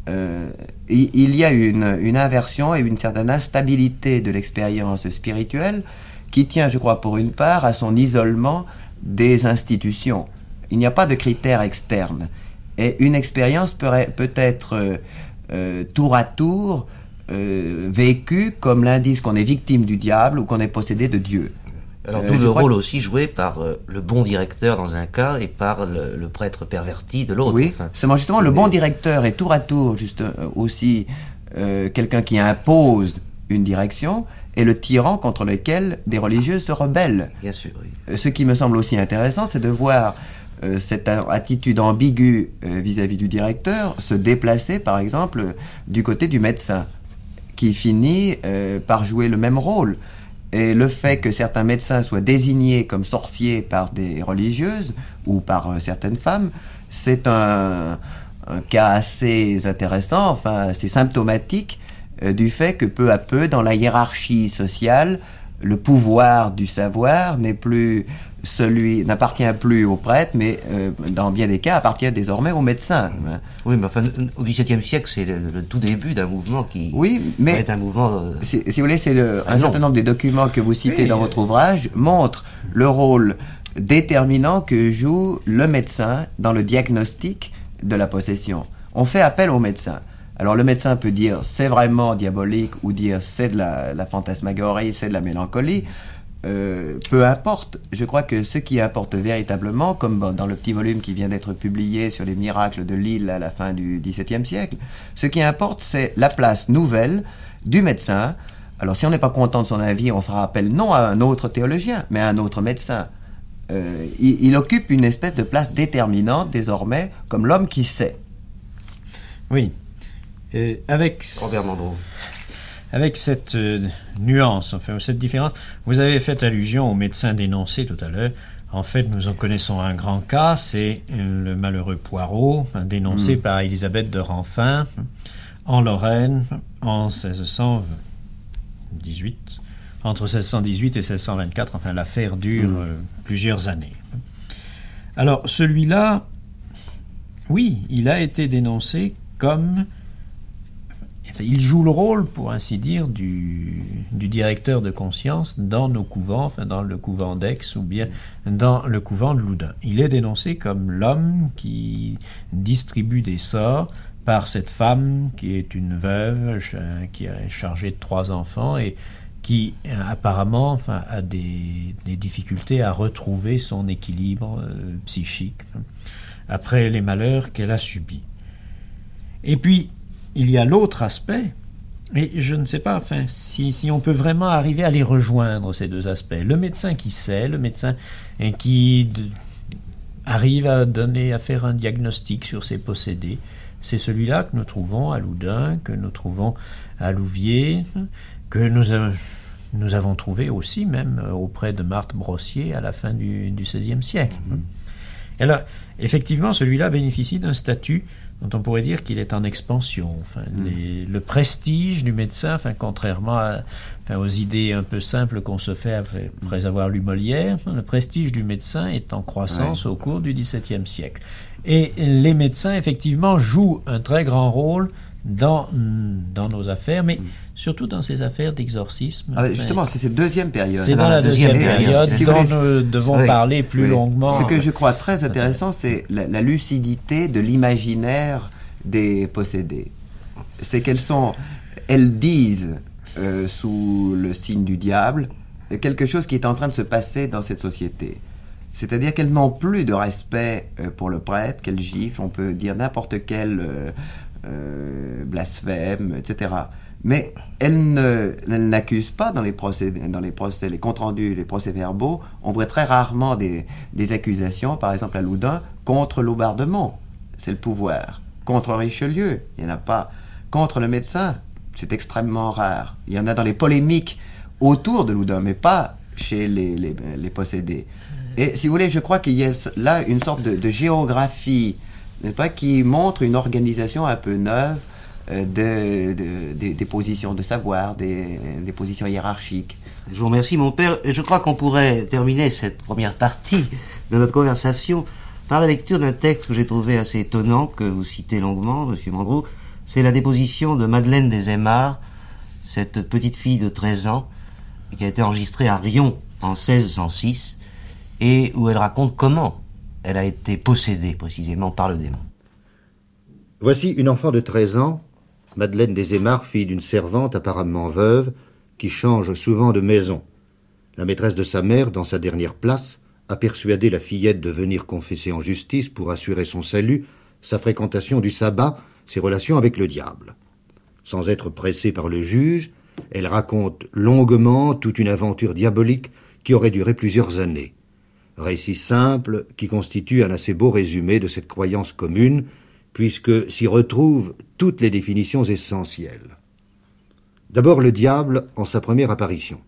Il y a une inversion et une certaine instabilité de l'expérience spirituelle qui tient, je crois, pour une part à son isolement des institutions. Il n'y a pas de critères externes. Et une expérience peut être tour à tour vécue comme l'indice qu'on est victime du diable ou qu'on est possédé de Dieu. Alors d'où le rôle aussi joué par le bon directeur dans un cas et par le prêtre perverti de l'autre. Oui, c'est justement le bon directeur est tour à tour aussi quelqu'un qui impose une direction et le tyran contre lequel des religieux se rebellent. Bien sûr, oui. Ce qui me semble aussi intéressant, c'est de voir cette attitude ambiguë vis-à-vis du directeur se déplacer, par exemple, du côté du médecin, qui finit par jouer le même rôle. Et le fait que certains médecins soient désignés comme sorciers par des religieuses ou par certaines femmes, c'est un cas assez intéressant, enfin assez symptomatique du fait que peu à peu, dans la hiérarchie sociale, le pouvoir du savoir n'appartient plus aux prêtres, mais dans bien des cas appartient désormais aux médecins. Oui, mais enfin, au XVIIe siècle, c'est le tout début d'un mouvement qui est un mouvement... si vous voulez, c'est un certain nombre des documents que vous citez dans votre ouvrage montrent le rôle déterminant que joue le médecin dans le diagnostic de la possession. On fait appel au médecin. Alors le médecin peut dire c'est vraiment diabolique ou dire c'est de la fantasmagorie, c'est de la mélancolie. Peu importe. Je crois que ce qui importe véritablement, comme dans le petit volume qui vient d'être publié sur les miracles de Lille à la fin du XVIIe siècle, ce qui importe, c'est la place nouvelle du médecin. Alors si on n'est pas content de son avis, on fera appel non à un autre théologien, mais à un autre médecin. Il occupe une espèce de place déterminante désormais, comme l'homme qui sait. Oui. Avec Robert Mandreau. Avec cette nuance, enfin cette différence, vous avez fait allusion au médecin dénoncé tout à l'heure. En fait, nous en connaissons un grand cas, c'est le malheureux Poirot, dénoncé par Élisabeth de Ranfin en Lorraine en 1618. Entre 1618 et 1624, enfin l'affaire dure plusieurs années. Alors celui-là, oui, il a été dénoncé comme... Il joue le rôle, pour ainsi dire, du directeur de conscience dans nos couvents, enfin dans le couvent d'Aix ou bien dans le couvent de Loudun. Il est dénoncé comme l'homme qui distribue des sorts par cette femme qui est une veuve, qui est chargée de 3 enfants et qui apparemment a des difficultés à retrouver son équilibre psychique après les malheurs qu'elle a subis. Et puis, il y a l'autre aspect, et je ne sais pas si on peut vraiment arriver à les rejoindre, ces deux aspects. Le médecin qui sait, le médecin qui arrive à faire un diagnostic sur ses possédés, c'est celui-là que nous trouvons à Loudun, que nous trouvons à Louviers, que nous avons trouvé aussi même auprès de Marthe Brossier à la fin du XVIe siècle. Alors, effectivement, celui-là bénéficie d'un statut dont on pourrait dire qu'il est en expansion. Le prestige du médecin, contrairement aux idées un peu simples qu'on se fait après avoir lu Molière, le prestige du médecin est en croissance au cours du XVIIe siècle. Et les médecins, effectivement, jouent un très grand rôle dans nos affaires, mais surtout dans ces affaires d'exorcisme. Justement, c'est cette deuxième période. C'est dans la deuxième période dont nous devons parler plus longuement. Ce que je crois très intéressant, c'est la lucidité de l'imaginaire des possédés. C'est elles disent, sous le signe du diable, quelque chose qui est en train de se passer dans cette société. C'est-à-dire qu'elles n'ont plus de respect pour le prêtre, qu'elles giflent, on peut dire n'importe quel blasphème, etc. Mais elles n'accusent pas dans les procès, les comptes rendus, les procès-verbaux. On voit très rarement des accusations, par exemple à Loudun, contre Laubardemont, c'est le pouvoir. Contre Richelieu, il n'y en a pas. Contre le médecin, c'est extrêmement rare. Il y en a dans les polémiques autour de Loudun, mais pas chez les possédés. Et si vous voulez, je crois qu'il y a là une sorte de géographie, n'est-ce pas, qui montre une organisation un peu neuve des positions de savoir, des positions hiérarchiques. Je vous remercie, mon père. Je crois qu'on pourrait terminer cette première partie de notre conversation par la lecture d'un texte que j'ai trouvé assez étonnant, que vous citez longuement, monsieur Mandreau. C'est la déposition de Madeleine des Aymars, cette petite fille de 13 ans, qui a été enregistrée à Riom en 1606, et où elle raconte comment elle a été possédée précisément par le démon. Voici une enfant de 13 ans, Madeleine des Aymars, fille d'une servante apparemment veuve, qui change souvent de maison. La maîtresse de sa mère, dans sa dernière place, a persuadé la fillette de venir confesser en justice pour assurer son salut, sa fréquentation du sabbat, ses relations avec le diable. Sans être pressée par le juge, elle raconte longuement toute une aventure diabolique qui aurait duré plusieurs années. Récit simple qui constitue un assez beau résumé de cette croyance commune, puisque s'y retrouvent toutes les définitions essentielles. D'abord le diable en sa première apparition.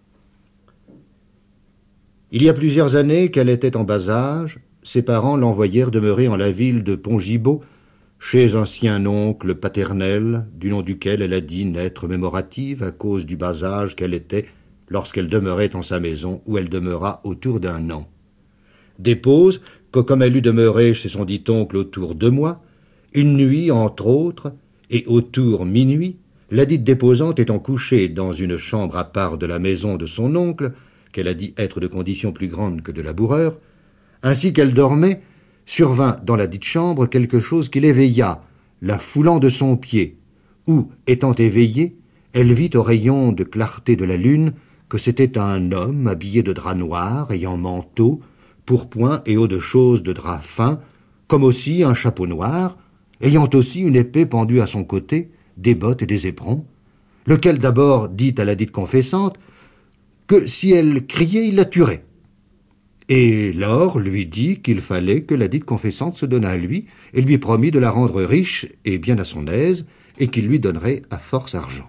Il y a plusieurs années qu'elle était en bas âge, ses parents l'envoyèrent demeurer en la ville de Pongibot, chez un sien oncle paternel, du nom duquel elle a dit n'être mémorative à cause du bas âge qu'elle était lorsqu'elle demeurait en sa maison, où elle demeura autour d'un an. Dépose que comme elle eût demeuré chez son dit oncle autour 2 mois, une nuit, entre autres, et autour minuit, la dite déposante étant couchée dans une chambre à part de la maison de son oncle, qu'elle a dit être de condition plus grande que de laboureur, ainsi qu'elle dormait, survint dans la dite chambre quelque chose qui l'éveilla, la foulant de son pied, où, étant éveillée, elle vit au rayon de clarté de la lune que c'était un homme habillé de drap noir, ayant manteau, pourpoint et haut de chose de drap fin, comme aussi un chapeau noir, ayant aussi une épée pendue à son côté, des bottes et des éperons, lequel d'abord dit à la dite confessante que si elle criait, il la tuerait. Et l'or lui dit qu'il fallait que la dite confessante se donnât à lui, et lui promit de la rendre riche et bien à son aise, et qu'il lui donnerait à force argent.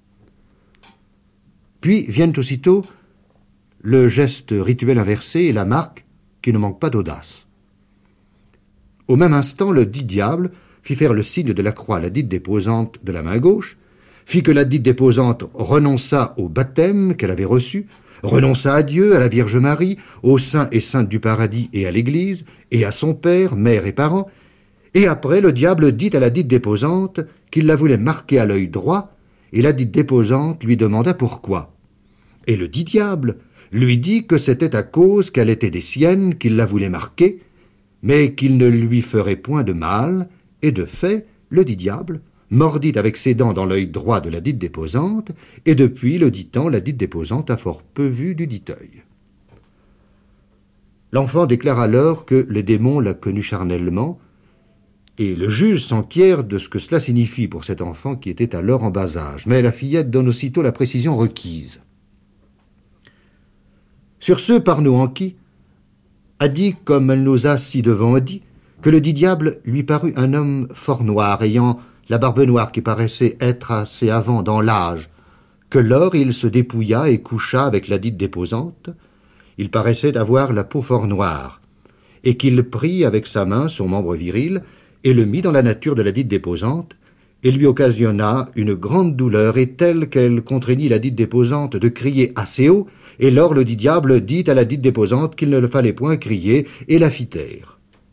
Puis viennent aussitôt le geste rituel inversé et la marque qui ne manque pas d'audace. Au même instant, le dit diable fit faire le signe de la croix à la dite déposante de la main gauche, fit que la dite déposante renonça au baptême qu'elle avait reçu, renonça à Dieu, à la Vierge Marie, aux saints et saintes du paradis et à l'Église, et à son père, mère et parents, et après le diable dit à la dite déposante qu'il la voulait marquer à l'œil droit, et la dite déposante lui demanda pourquoi. Et le dit diable lui dit que c'était à cause qu'elle était des siennes qu'il la voulait marquer, mais qu'il ne lui ferait point de mal, et de fait, le dit diable mordit avec ses dents dans l'œil droit de la dite déposante, et depuis le dit temps, la dite déposante a fort peu vu du dit œil. L'enfant déclare alors que le démon l'a connu charnellement, et le juge s'enquiert de ce que cela signifie pour cet enfant qui était alors en bas âge, mais la fillette donne aussitôt la précision requise. Sur ce, par nous enquis, a dit, comme elle nous a ci devant dit, que le dit diable lui parut un homme fort noir, ayant la barbe noire qui paraissait être assez avant dans l'âge, que lors il se dépouilla et coucha avec la dite déposante, il paraissait avoir la peau fort noire, et qu'il prit avec sa main son membre viril et le mit dans la nature de la dite déposante, et lui occasionna une grande douleur, et telle qu'elle contraignit la dite déposante de crier assez haut, et lors le dit diable dit à la dite déposante qu'il ne le fallait point crier, et la fit taire.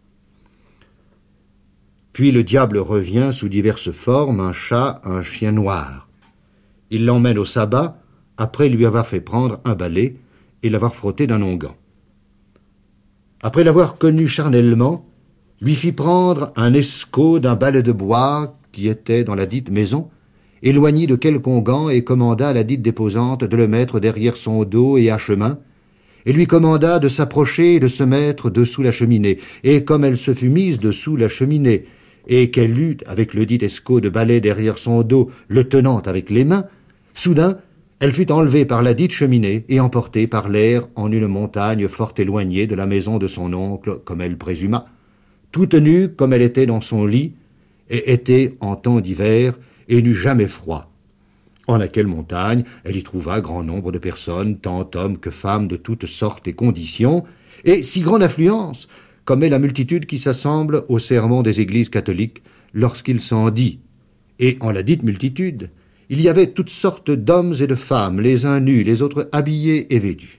Puis le diable revient sous diverses formes, un chat, un chien noir. Il l'emmène au sabbat, après lui avoir fait prendre un balai et l'avoir frotté d'un onguent. Après l'avoir connu charnellement, lui fit prendre un escaut d'un balai de bois qui était dans la dite maison, éloigné de quelque onguent, et commanda à la dite déposante de le mettre derrière son dos et à chemin, et lui commanda de s'approcher et de se mettre dessous la cheminée. Et comme elle se fut mise dessous la cheminée, et qu'elle eut, avec le dit escaut de balai derrière son dos, le tenant avec les mains, soudain, elle fut enlevée par la dite cheminée et emportée par l'air en une montagne fort éloignée de la maison de son oncle, comme elle présuma, toute nue comme elle était dans son lit, et était en temps d'hiver, et n'eut jamais froid. En laquelle montagne, elle y trouva grand nombre de personnes, tant hommes que femmes de toutes sortes et conditions, et si grande affluence, comme est la multitude qui s'assemble au sermon des églises catholiques lorsqu'il s'en dit. Et en la dite multitude, il y avait toutes sortes d'hommes et de femmes, les uns nus, les autres habillés et vêtus.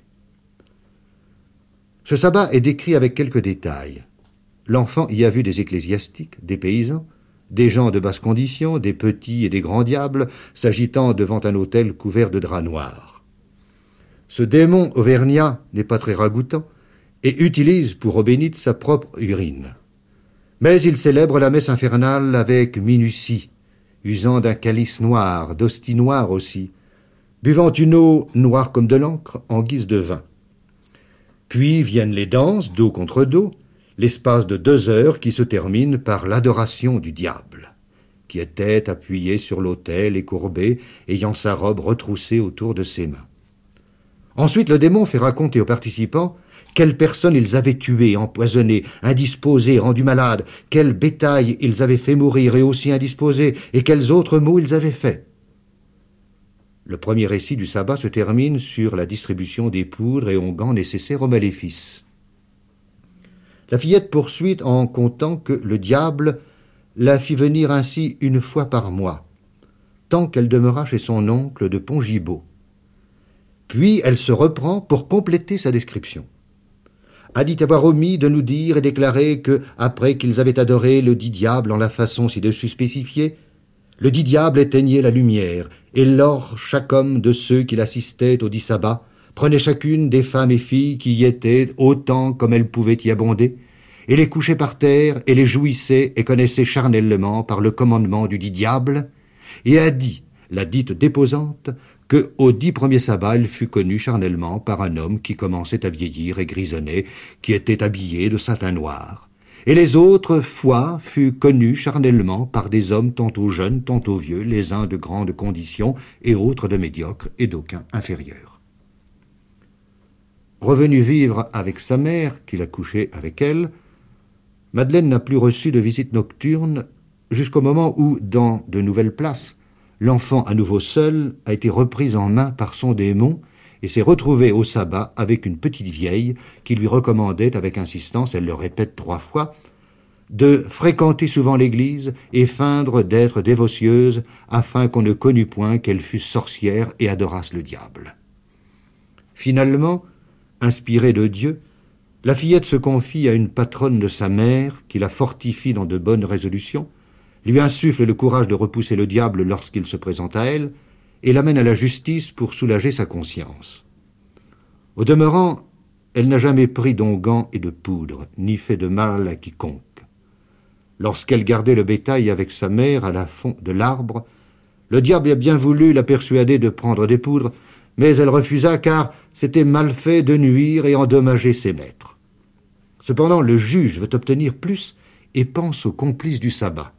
Ce sabbat est décrit avec quelques détails. L'enfant y a vu des ecclésiastiques, des paysans, des gens de basse condition, des petits et des grands diables, s'agitant devant un autel couvert de drap noir. Ce démon auvergnat n'est pas très ragoûtant, et utilise pour eau bénite sa propre urine. Mais il célèbre la messe infernale avec minutie, usant d'un calice noir, d'hostie noire aussi, buvant une eau noire comme de l'encre en guise de vin. Puis viennent les danses, dos contre dos, l'espace de 2 heures qui se termine par l'adoration du diable, qui était appuyé sur l'autel et courbé, ayant sa robe retroussée autour de ses mains. Ensuite, le démon fait raconter aux participants quelles personnes ils avaient tuées, empoisonnées, indisposées, rendues malades, quel bétail ils avaient fait mourir et aussi indisposés, et quels autres maux ils avaient faits. Le premier récit du sabbat se termine sur la distribution des poudres et onguents nécessaires au maléfice. La fillette poursuit en contant que le diable la fit venir ainsi une fois par mois, tant qu'elle demeura chez son oncle de Pongibot. Puis elle se reprend pour compléter sa description. A dit avoir omis de nous dire et déclarer que, après qu'ils avaient adoré le dit diable en la façon ci-dessus spécifiée, le dit diable éteignait la lumière, et lors chaque homme de ceux qui l'assistaient au dit sabbat prenait chacune des femmes et filles qui y étaient autant comme elles pouvaient y abonder, et les couchait par terre, et les jouissait et connaissait charnellement par le commandement du dit diable, et a dit, la dite déposante, que au dit premier sabbat elle fut connue charnellement par un homme qui commençait à vieillir et grisonnait, qui était habillé de satin noir. Et les autres fois fut connue charnellement par des hommes tantôt jeunes, tantôt vieux, les uns de grande condition et autres de médiocres et d'aucun inférieur. Revenue vivre avec sa mère, qui l'a couchée avec elle, Madeleine n'a plus reçu de visite nocturne jusqu'au moment où, dans de nouvelles places, l'enfant à nouveau seul a été repris en main par son démon et s'est retrouvé au sabbat avec une petite vieille qui lui recommandait avec insistance, elle le répète 3 fois, de fréquenter souvent l'église et feindre d'être dévotieuse afin qu'on ne connût point qu'elle fût sorcière et adorasse le diable. Finalement, inspirée de Dieu, la fillette se confie à une patronne de sa mère qui la fortifie dans de bonnes résolutions, lui insuffle le courage de repousser le diable lorsqu'il se présente à elle, et l'amène à la justice pour soulager sa conscience. Au demeurant, elle n'a jamais pris d'onguents et de poudre, ni fait de mal à quiconque. Lorsqu'elle gardait le bétail avec sa mère à la fond de l'arbre, le diable a bien voulu la persuader de prendre des poudres, mais elle refusa car c'était mal fait de nuire et endommager ses maîtres. Cependant, le juge veut obtenir plus et pense aux complices du sabbat.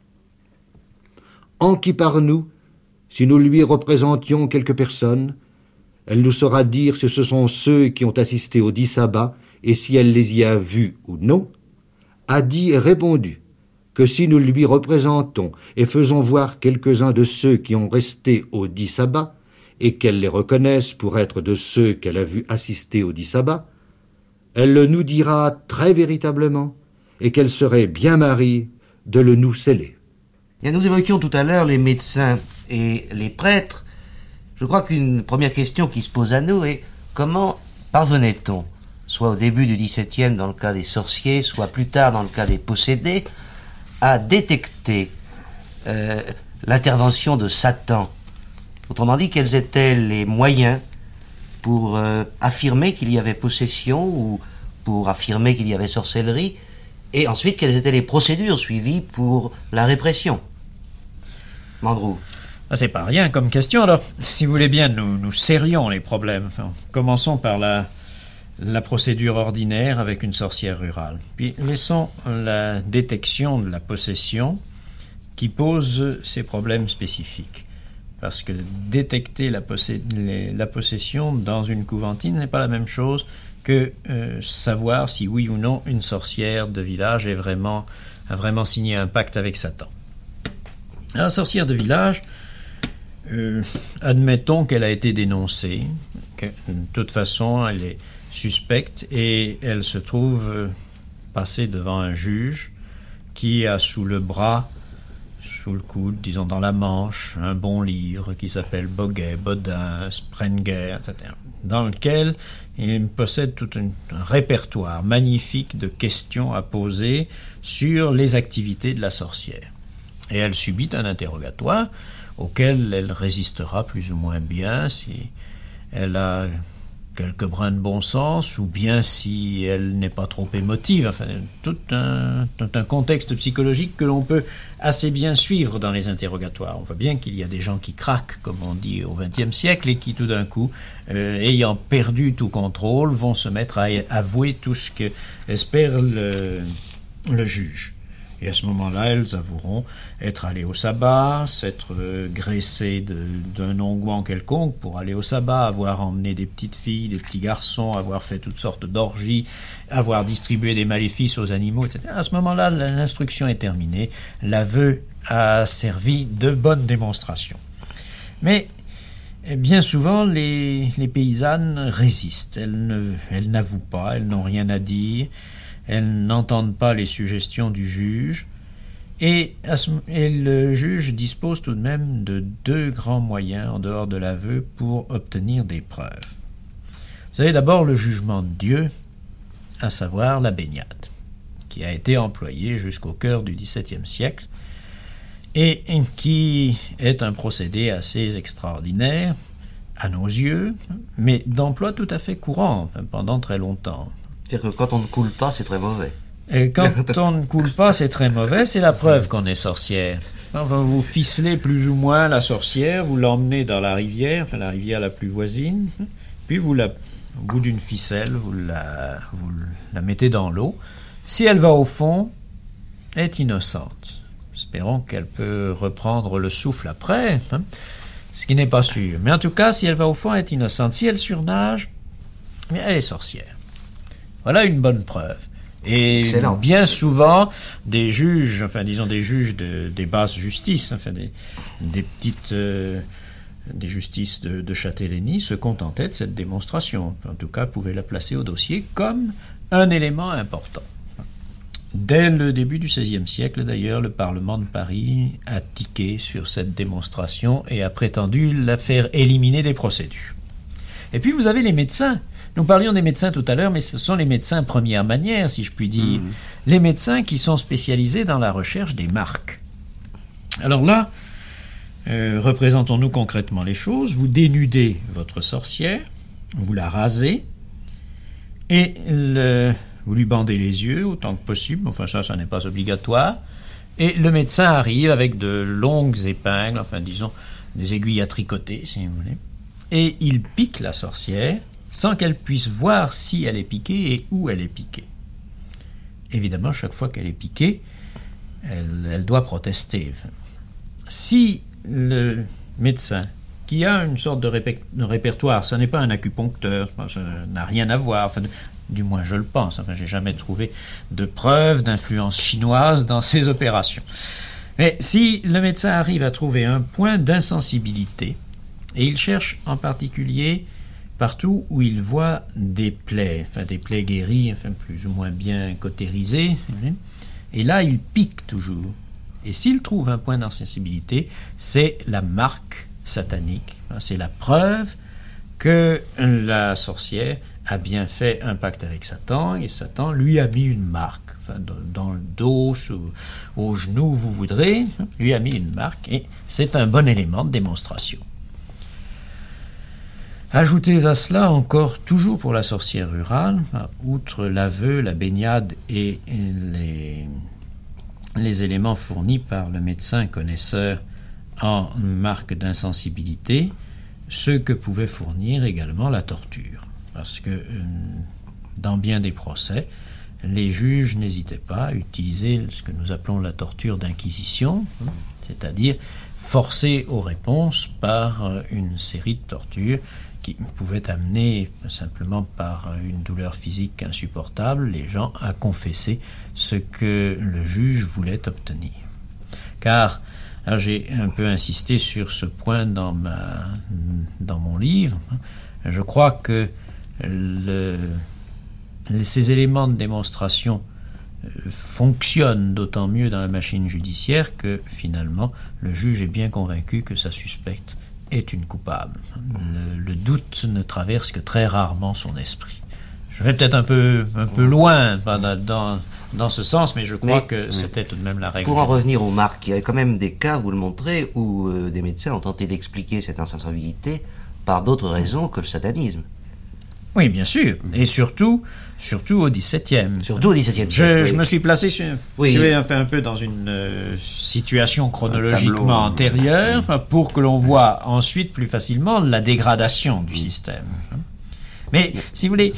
En qui par nous, si nous lui représentions quelques personnes, elle nous saura dire si ce sont ceux qui ont assisté au dit sabbat et si elle les y a vus ou non, a dit et répondu que si nous lui représentons et faisons voir quelques-uns de ceux qui ont resté au dit sabbat et qu'elle les reconnaisse pour être de ceux qu'elle a vus assister au dit sabbat, elle le nous dira très véritablement et qu'elle serait bien marie de le nous sceller. Et nous évoquions tout à l'heure les médecins et les prêtres. Je crois qu'une première question qui se pose à nous est comment parvenait-on, soit au début du XVIIe dans le cas des sorciers, soit plus tard dans le cas des possédés, à détecter l'intervention de Satan. Autrement dit, quels étaient les moyens pour affirmer qu'il y avait possession ou pour affirmer qu'il y avait sorcellerie, et ensuite quelles étaient les procédures suivies pour la répression. Mandrou. C'est pas rien comme question. Alors, si vous voulez bien, nous serrions les problèmes. Enfin, commençons par la procédure ordinaire avec une sorcière rurale. Puis laissons la détection de la possession qui pose ces problèmes spécifiques. Parce que détecter la possession dans une couventine n'est pas la même chose que savoir si oui ou non une sorcière de village a vraiment signé un pacte avec Satan. La sorcière de village, admettons qu'elle a été dénoncée, que de toute façon elle est suspecte et elle se trouve passée devant un juge qui a sous le bras, sous le coude, disons dans la manche, un bon livre qui s'appelle Boguet, Bodin, Sprenger, etc., dans lequel il possède tout un répertoire magnifique de questions à poser sur les activités de la sorcière. Et elle subit un interrogatoire auquel elle résistera plus ou moins bien si elle a quelques brins de bon sens ou bien si elle n'est pas trop émotive. Enfin, tout un contexte psychologique que l'on peut assez bien suivre dans les interrogatoires. On voit bien qu'il y a des gens qui craquent, comme on dit au XXe siècle, et qui tout d'un coup, ayant perdu tout contrôle, vont se mettre à avouer tout ce que espère le juge. Et à ce moment-là, elles avoueront être allées au sabbat, s'être graissées d'un onguent quelconque pour aller au sabbat, avoir emmené des petites filles, des petits garçons, avoir fait toutes sortes d'orgies, avoir distribué des maléfices aux animaux, etc. À ce moment-là, l'instruction est terminée. L'aveu a servi de bonne démonstration. Mais Et bien souvent, les paysannes résistent. Elles n'avouent pas, elles n'ont rien à dire, elles n'entendent pas les suggestions du juge. Et le juge dispose tout de même de 2 grands moyens en dehors de l'aveu pour obtenir des preuves. Vous avez d'abord le jugement de Dieu, à savoir la baignade, qui a été employée jusqu'au cœur du XVIIe siècle et qui est un procédé assez extraordinaire à nos yeux, mais d'emploi tout à fait courant, pendant très longtemps. C'est-à-dire que quand on ne coule pas, c'est très mauvais. Et quand on ne coule pas, c'est très mauvais, c'est la preuve qu'on est sorcière. Enfin, vous ficelez plus ou moins la sorcière, vous l'emmenez dans la rivière, la rivière la plus voisine, puis au bout d'une ficelle, vous la mettez dans l'eau. Si elle va au fond, elle est innocente. Espérons qu'elle peut reprendre le souffle après, ce qui n'est pas sûr. Mais en tout cas, si elle va au fond, elle est innocente. Si elle surnage, elle est sorcière. Voilà une bonne preuve. Et excellent. Bien souvent, des juges, des basses justices, des justices de Châtellenie se contentaient de cette démonstration. En tout cas, pouvaient la placer au dossier comme un élément important. Dès le début du XVIe siècle, d'ailleurs, le Parlement de Paris a tiqué sur cette démonstration et a prétendu la faire éliminer des procédures. Et puis vous avez les médecins. Nous parlions des médecins tout à l'heure, mais ce sont les médecins première manière, si je puis dire. Les médecins qui sont spécialisés dans la recherche des marques. Alors là, représentons-nous concrètement les choses. Vous dénudez votre sorcière, vous la rasez, et vous lui bandez les yeux autant que possible. Enfin, ça n'est pas obligatoire. Et le médecin arrive avec de longues épingles, disons, des aiguilles à tricoter, si vous voulez. Et il pique la sorcière, sans qu'elle puisse voir si elle est piquée et où elle est piquée. Évidemment, chaque fois qu'elle est piquée, elle doit protester. Si le médecin, qui a une sorte de répertoire, ce n'est pas un acupuncteur, ça n'a rien à voir, du moins je le pense, j'ai jamais trouvé de preuve d'influence chinoise dans ces opérations. Mais si le médecin arrive à trouver un point d'insensibilité, et il cherche en particulier partout où il voit des plaies guéries, plus ou moins bien cautérisées, et là il pique toujours. Et s'il trouve un point d'insensibilité, c'est la marque satanique, c'est la preuve que la sorcière a bien fait un pacte avec Satan, et Satan lui a mis une marque, dans le dos, au genou, vous voudrez, lui a mis une marque, et c'est un bon élément de démonstration. Ajoutez à cela encore, toujours pour la sorcière rurale, outre l'aveu, la baignade et les éléments fournis par le médecin connaisseur en marque d'insensibilité, ce que pouvait fournir également la torture. Parce que dans bien des procès, les juges n'hésitaient pas à utiliser ce que nous appelons la torture d'inquisition, c'est-à-dire forcer aux réponses par une série de tortures qui pouvaient amener, simplement par une douleur physique insupportable, les gens à confesser ce que le juge voulait obtenir. Car, là, j'ai un peu insisté sur ce point dans mon livre, je crois que ces éléments de démonstration fonctionnent d'autant mieux dans la machine judiciaire que, finalement, le juge est bien convaincu que sa suspecte est une coupable. Le doute ne traverse que très rarement son esprit. Je vais peut-être un peu loin dans ce sens, mais je crois que c'était tout de même la règle. Pour en revenir aux marques, il y a quand même des cas, vous le montrez, où des médecins ont tenté d'expliquer cette insensibilité par d'autres raisons que le satanisme. Oui, bien sûr. Et surtout au XVIIe. Surtout au XVIIe siècle. Je me suis placé un peu dans une situation chronologiquement antérieure pour que l'on voit ensuite plus facilement la dégradation du système. Mais, si vous voulez,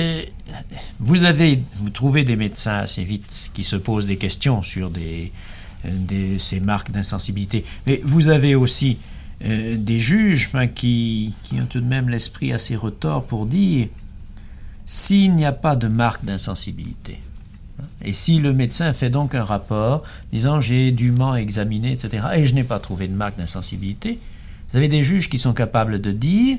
vous trouvez des médecins assez vite qui se posent des questions sur ces marques d'insensibilité. Mais vous avez aussi des juges qui ont tout de même l'esprit assez retors pour dire s'il n'y a pas de marque d'insensibilité, et si le médecin fait donc un rapport disant j'ai dûment examiné, etc., et je n'ai pas trouvé de marque d'insensibilité, Vous avez des juges qui sont capables de dire,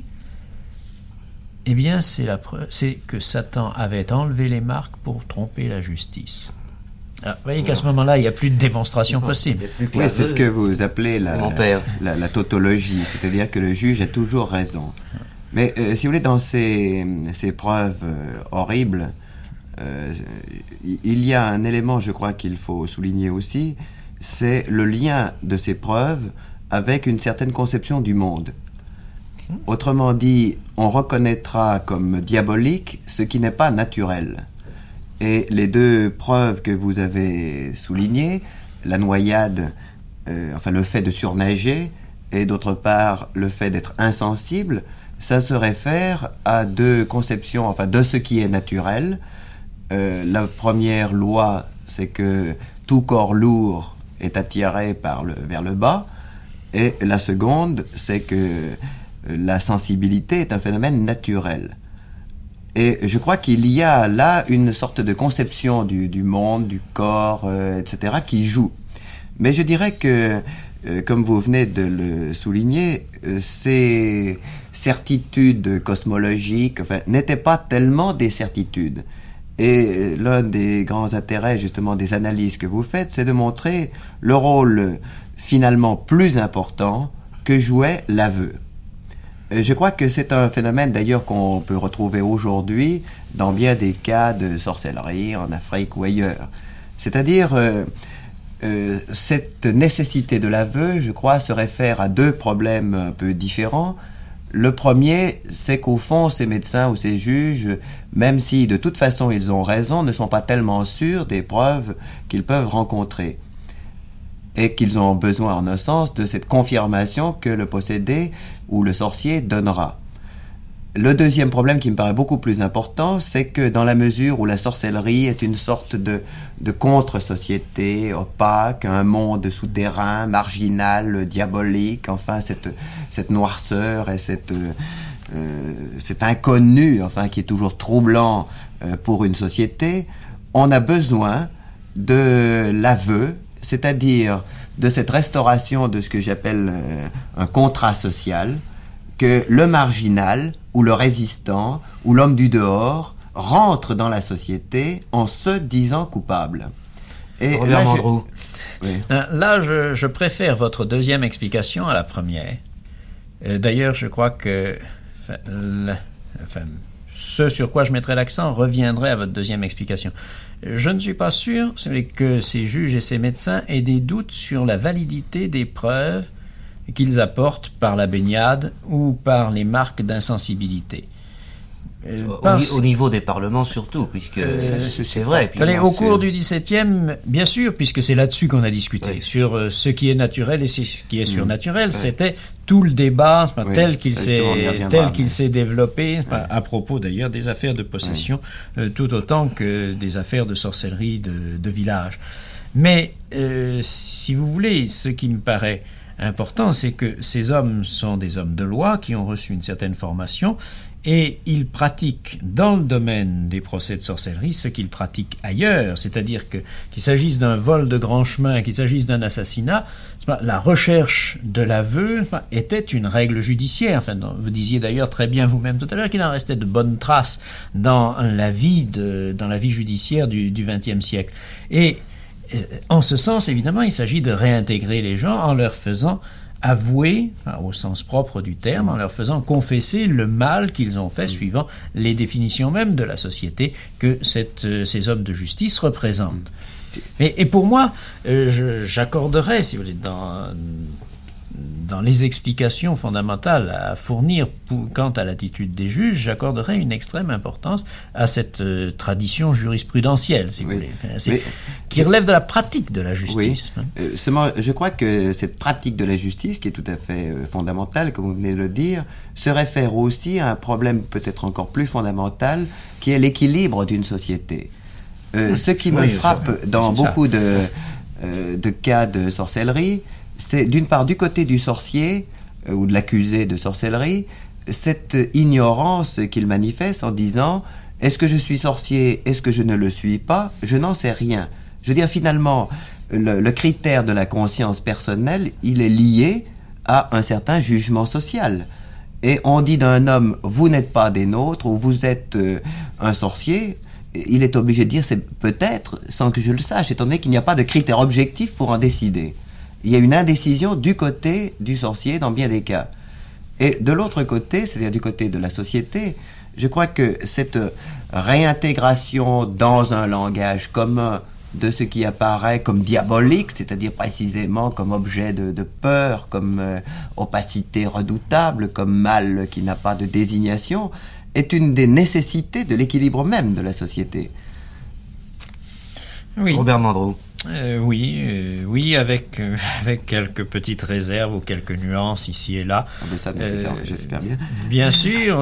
eh bien, c'est que Satan avait enlevé les marques pour tromper la justice. Alors, vous voyez qu'à ce moment-là, il n'y a plus de démonstration possible. Oui, c'est ce que vous appelez la tautologie, c'est-à-dire que le juge a toujours raison. Mais si vous voulez, dans ces preuves horribles, il y a un élément, je crois, qu'il faut souligner aussi, c'est le lien de ces preuves avec une certaine conception du monde. Autrement dit, on reconnaîtra comme diabolique ce qui n'est pas naturel. Et les deux preuves que vous avez soulignées, la noyade, le fait de surnager, et d'autre part le fait d'être insensible, ça se réfère à deux conceptions, de ce qui est naturel. La première loi, c'est que tout corps lourd est attiré vers le bas, et la seconde, c'est que la sensibilité est un phénomène naturel. Et je crois qu'il y a là une sorte de conception du monde, du corps, etc., qui joue. Mais je dirais que, comme vous venez de le souligner, ces certitudes cosmologiques n'étaient pas tellement des certitudes. Et l'un des grands intérêts, justement, des analyses que vous faites, c'est de montrer le rôle finalement plus important que jouait l'aveu. Je crois que c'est un phénomène d'ailleurs qu'on peut retrouver aujourd'hui dans bien des cas de sorcellerie en Afrique ou ailleurs. C'est-à-dire, cette nécessité de l'aveu, je crois, se réfère à deux problèmes un peu différents. Le premier, c'est qu'au fond, ces médecins ou ces juges, même si de toute façon ils ont raison, ne sont pas tellement sûrs des preuves qu'ils peuvent rencontrer. Et qu'ils ont besoin, en un sens, de cette confirmation que le possédé ou le sorcier donnera. Le deuxième problème qui me paraît beaucoup plus important, c'est que dans la mesure où la sorcellerie est une sorte de contre-société opaque, un monde souterrain, marginal, diabolique, cette noirceur et cet inconnu, qui est toujours troublant pour une société, on a besoin de l'aveu, c'est-à-dire de cette restauration de ce que j'appelle un contrat social, que le marginal ou le résistant ou l'homme du dehors rentre dans la société en se disant coupable. Et Robert Mandrou. Là, je préfère votre deuxième explication à la première. D'ailleurs, je crois que ce sur quoi je mettrai l'accent reviendrait à votre deuxième explication. Je ne suis pas sûr que ces juges et ces médecins aient des doutes sur la validité des preuves qu'ils apportent par la baignade ou par les marques d'insensibilité. Au niveau des parlements surtout, puisque c'est vrai. Au cours du XVIIe, bien sûr, puisque c'est là-dessus qu'on a discuté, sur ce qui est naturel et ce qui est surnaturel, c'était tout le débat tel qu'il s'est développé, à propos d'ailleurs des affaires de possession, tout autant que des affaires de sorcellerie de village. Mais, si vous voulez, ce qui me paraît important, c'est que ces hommes sont des hommes de loi qui ont reçu une certaine formation et ils pratiquent dans le domaine des procès de sorcellerie ce qu'ils pratiquent ailleurs, c'est-à-dire qu'il s'agisse d'un vol de grand chemin, qu'il s'agisse d'un assassinat, la recherche de l'aveu était une règle judiciaire. Vous disiez d'ailleurs très bien vous-même tout à l'heure qu'il en restait de bonnes traces dans la vie judiciaire du XXe siècle. Et en ce sens, évidemment, il s'agit de réintégrer les gens en leur faisant avouer, au sens propre du terme, en leur faisant confesser le mal qu'ils ont fait suivant les définitions même de la société que ces hommes de justice représentent. Et pour moi, j'accorderais, si vous voulez, dans les explications fondamentales à fournir quant à l'attitude des juges, j'accorderais une extrême importance à cette tradition jurisprudentielle, si vous voulez, qui relève de la pratique de la justice. Seulement, je crois que cette pratique de la justice, qui est tout à fait fondamentale, comme vous venez de le dire, se réfère aussi à un problème peut-être encore plus fondamental, qui est l'équilibre d'une société. Ce qui me frappe dans beaucoup de cas de sorcellerie, c'est d'une part du côté du sorcier ou de l'accusé de sorcellerie, cette ignorance qu'il manifeste en disant « Est-ce que je suis sorcier? Est-ce que je ne le suis pas? Je n'en sais rien. » Je veux dire, finalement, le critère de la conscience personnelle, il est lié à un certain jugement social. Et on dit d'un homme, vous n'êtes pas des nôtres, ou vous êtes un sorcier, il est obligé de dire c'est peut-être, sans que je le sache, étant donné qu'il n'y a pas de critères objectifs pour en décider. Il y a une indécision du côté du sorcier dans bien des cas. Et de l'autre côté, c'est-à-dire du côté de la société, je crois que cette réintégration dans un langage commun de ce qui apparaît comme diabolique, c'est-à-dire précisément comme objet de peur, comme opacité redoutable, comme mal qui n'a pas de désignation, est une des nécessités de l'équilibre même de la société. Oui. Robert Mandrou. Oui, avec quelques petites réserves ou quelques nuances ici et là. Ah ben ça, nécessaire, j'espère bien. Bien sûr,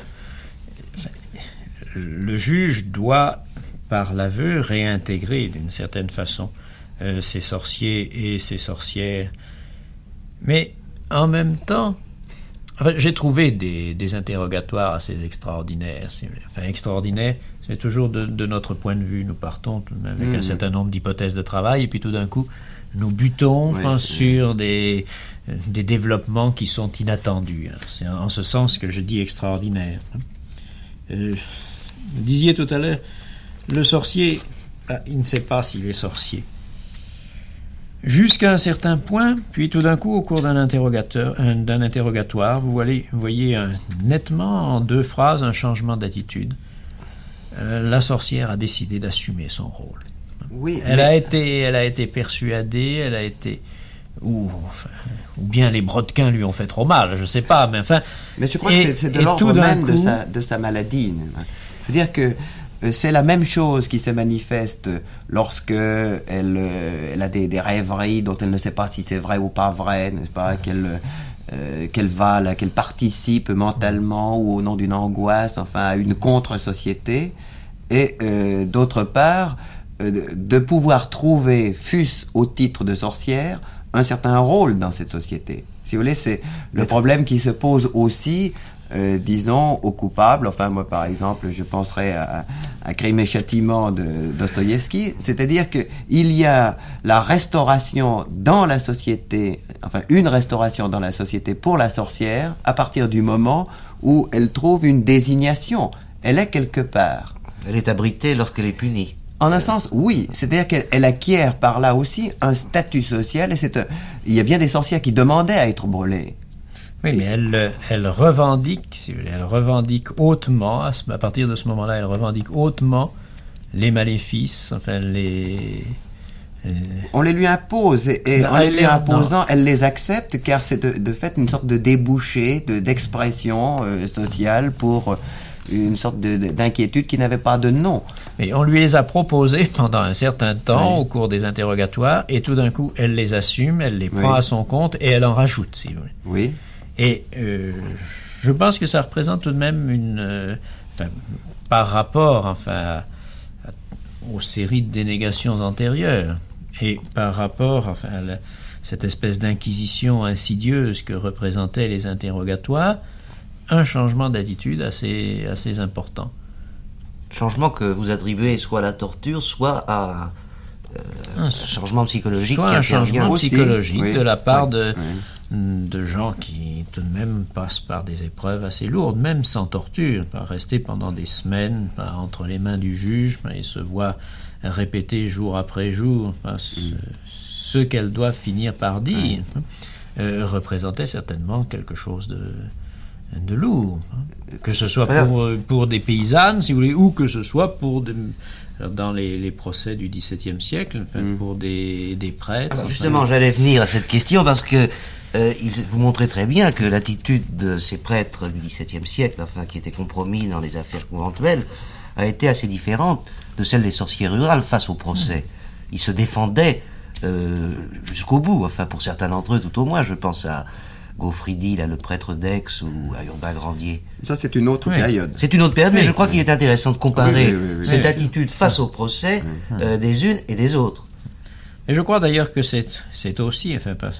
le juge doit, par l'aveu, réintégrer d'une certaine façon ces sorciers et ces sorcières. Mais en même temps, j'ai trouvé des interrogatoires assez extraordinaires. Extraordinaires, c'est toujours de notre point de vue. Nous partons tout de même avec un certain nombre d'hypothèses de travail, et puis tout d'un coup, nous butons sur des développements qui sont inattendus. C'est en ce sens que je dis extraordinaire. Vous disiez tout à l'heure, le sorcier, il ne sait pas s'il est sorcier. Jusqu'à un certain point, puis tout d'un coup, au cours d'un interrogatoire, vous voyez nettement, en 2 phrases, un changement d'attitude. La sorcière a décidé d'assumer son rôle. Oui, elle a été persuadée, ou bien les brodequins lui ont fait trop mal, je ne sais pas, mais enfin... Mais je crois que c'est de l'ordre même de sa maladie. Je veux dire que c'est la même chose qui se manifeste lorsque elle a des rêveries dont elle ne sait pas si c'est vrai ou pas vrai, n'est-ce pas, qu'elle participe mentalement ou au nom d'une angoisse, enfin, à une contre-société, et d'autre part, de pouvoir trouver, fût-ce au titre de sorcière, un certain rôle dans cette société. Si vous voulez, c'est le problème qui se pose aussi, disons, aux coupables. Enfin, moi, par exemple, je penserais à Crime et Châtiment de Dostoïevski, c'est-à-dire qu'il y a la restauration dans la société, enfin, une restauration dans la société pour la sorcière, à partir du moment où elle trouve une désignation. Elle est quelque part. Elle est abritée lorsqu'elle est punie. En un sens, oui. C'est-à-dire qu'elle acquiert par là aussi un statut social. Et il y a bien des sorcières qui demandaient à être brûlées. Oui, mais elle revendique, si vous voulez, elle revendique hautement, à partir de ce moment-là, elle revendique hautement les maléfices, enfin on les lui impose, et en les lui imposant, elle les accepte, car c'est de fait une sorte de débouché, d'expression sociale pour une sorte d'inquiétude qui n'avait pas de nom. Et on lui les a proposées pendant un certain temps, au cours des interrogatoires, et tout d'un coup, elle les assume, elle les prend à son compte, et elle en rajoute, si vous voulez. Oui. Et je pense que ça représente tout de même par rapport aux séries de dénégations antérieures et par rapport à cette espèce d'inquisition insidieuse que représentaient les interrogatoires, un changement d'attitude assez important. Changement que vous attribuez soit à la torture, soit à un changement psychologique. Soit un changement psychologique de la part de de gens qui tout de même passent par des épreuves assez lourdes, même sans torture, rester pendant des semaines entre les mains du juge et se voient répéter jour après jour ce qu'elles doivent finir par dire, représentait certainement quelque chose de lourd, que ce soit pour des paysannes, si vous voulez, ou que ce soit dans les procès du XVIIe siècle, pour des prêtres. Alors justement, j'allais venir à cette question parce que vous montrez très bien que l'attitude de ces prêtres du XVIIe siècle, qui étaient compromis dans les affaires conventuelles, a été assez différente de celle des sorciers rurales face au procès. Ils se défendaient jusqu'au bout, pour certains d'entre eux tout au moins. Je pense à Gaufridi, le prêtre d'Aix, ou à Urbain Grandier. Ça, c'est une autre période. C'est une autre période, mais je crois qu'il est intéressant de comparer cette attitude face au procès des unes et des autres. Et je crois d'ailleurs que c'est aussi,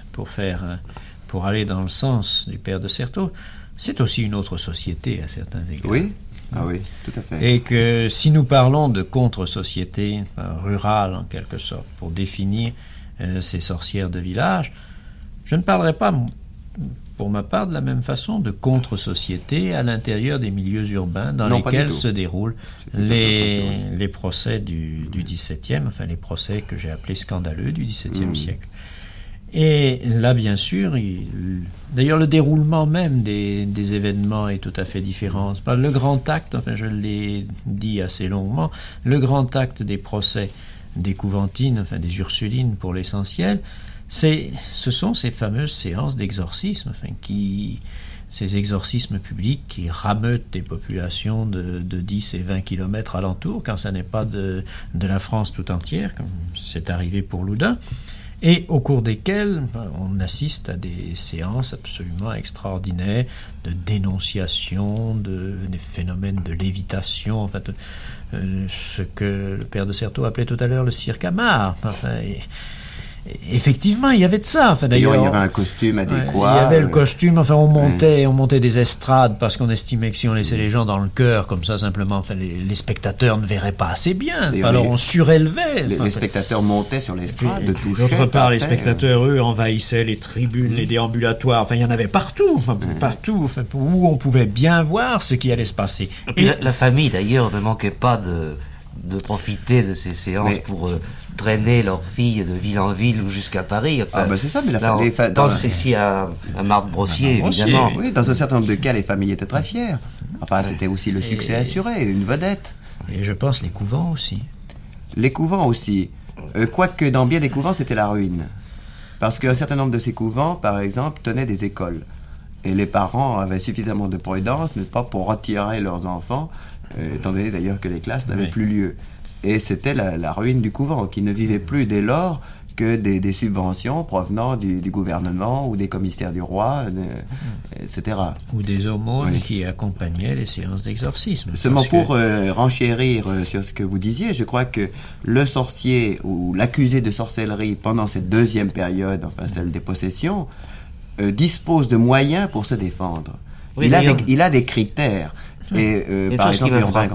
pour aller dans le sens du père de Certeau, c'est aussi une autre société à certains égards. Oui, oui, tout à fait. Et que si nous parlons de contre-société rurale, en quelque sorte, pour définir ces sorcières de village, je ne parlerai pas pour ma part, de la même façon, de contre-société à l'intérieur des milieux urbains dans lesquels se déroulent les procès du XVIIe, enfin les procès que j'ai appelés scandaleux du XVIIe siècle. Et là, bien sûr, d'ailleurs, le déroulement même des événements est tout à fait différent. Le grand acte, enfin, je l'ai dit assez longuement, le grand acte des procès des Couventines, enfin des Ursulines pour l'essentiel, ce sont ces fameuses séances d'exorcisme, enfin, ces exorcismes publics qui rameutent des populations de 10 et 20 kilomètres alentour, quand ça n'est pas de la France tout entière, comme c'est arrivé pour Loudun, et au cours desquelles on assiste à des séances absolument extraordinaires de dénonciation, des phénomènes de lévitation, en fait, ce que le père de Certeau appelait tout à l'heure le cirque Amar. Enfin, effectivement, il y avait de ça. Enfin, d'ailleurs, il y avait un costume adéquat. Il y avait le costume. Enfin, on montait des estrades parce qu'on estimait que si on laissait les gens dans le chœur, comme ça, simplement, enfin, les spectateurs ne verraient pas assez bien. Alors, on surélevait. Les spectateurs montaient sur l'estrade, touchaient. D'autre part, les spectateurs, eux, envahissaient les tribunes, les déambulatoires. Enfin, il y en avait partout. Partout. Enfin, où on pouvait bien voir ce qui allait se passer. Et puis, la famille, d'ailleurs, ne manquait pas de profiter de ces séances pour traîner leurs filles de ville en ville ou jusqu'à Paris. Enfin, c'est ça, mais pense ici à Marthe-Brossier, évidemment. Oui, dans un certain nombre de cas, les familles étaient très fières. Enfin, c'était aussi le succès assuré, une vedette. Et je pense les couvents aussi. Les couvents aussi. Quoique dans bien des couvents, c'était la ruine. Parce qu'un certain nombre de ces couvents, par exemple, tenaient des écoles. Et les parents avaient suffisamment de prudence, n'est-ce pas, pour retirer leurs enfants, étant donné d'ailleurs que les classes n'avaient plus lieu. Et c'était la ruine du couvent, qui ne vivait plus dès lors que des subventions provenant du gouvernement ou des commissaires du roi, etc. Ou des aumônes qui accompagnaient les séances d'exorcisme. Seulement pour renchérir sur ce que vous disiez, je crois que le sorcier ou l'accusé de sorcellerie pendant cette deuxième période, enfin celle des possessions, dispose de moyens pour se défendre. Oui, il a des critères. Et par exemple,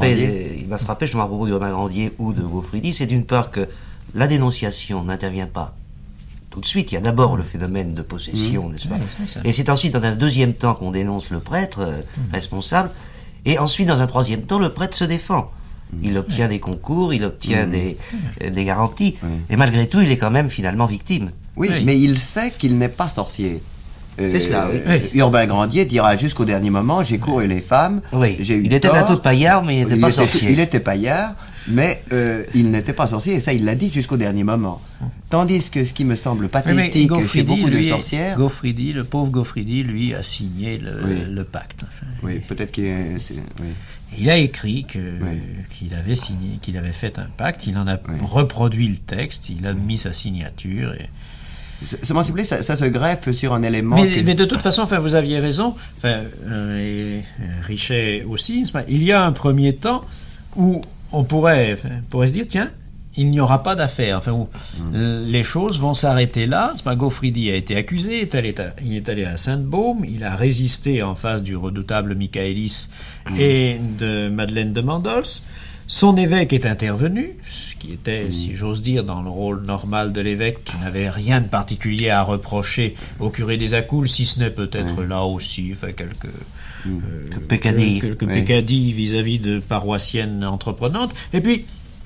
il m'a frappé, je me rappelle d'Urbain Grandier ou de Gaufridi, c'est d'une part que la dénonciation n'intervient pas tout de suite. Il y a d'abord le phénomène de possession, n'est-ce pas? Et c'est ensuite, dans un deuxième temps, qu'on dénonce le prêtre responsable. Et ensuite, dans un troisième temps, le prêtre se défend. Il obtient des concours, il obtient des garanties. Et malgré tout, il est quand même finalement victime. Oui, mais il sait qu'il n'est pas sorcier. C'est cela, oui. Urbain Grandier dira jusqu'au dernier moment, j'ai couru les femmes, j'ai eu il était un peu paillard, mais il n'était pas sorcier. Il était paillard, mais il n'était pas sorcier, et ça, il l'a dit jusqu'au dernier moment. Tandis que ce qui me semble pathétique chez beaucoup de sorcières... Le pauvre Gaufridi, lui, a signé le pacte. Enfin, oui, peut-être qu'il... Il a écrit qu'il avait signé, qu'il avait fait un pacte, il en a reproduit le texte, il a mis sa signature et... Seulement, s'il vous plaît, ça se greffe sur un élément... Mais de toute façon, enfin, vous aviez raison, et Richet aussi, il y a un premier temps où on pourrait se dire, tiens, il n'y aura pas d'affaire, enfin, où les choses vont s'arrêter là. Gaufridi a été accusé, il est allé à Sainte-Baume, il a résisté en face du redoutable Michaelis et de Madeleine de Mandols. Son évêque est intervenu, ce qui était, si j'ose dire, dans le rôle normal de l'évêque, qui n'avait rien de particulier à reprocher au curé des Accoules, si ce n'est peut-être là aussi, enfin, quelques pécadilles vis-à-vis de paroissiennes entreprenantes. Et puis,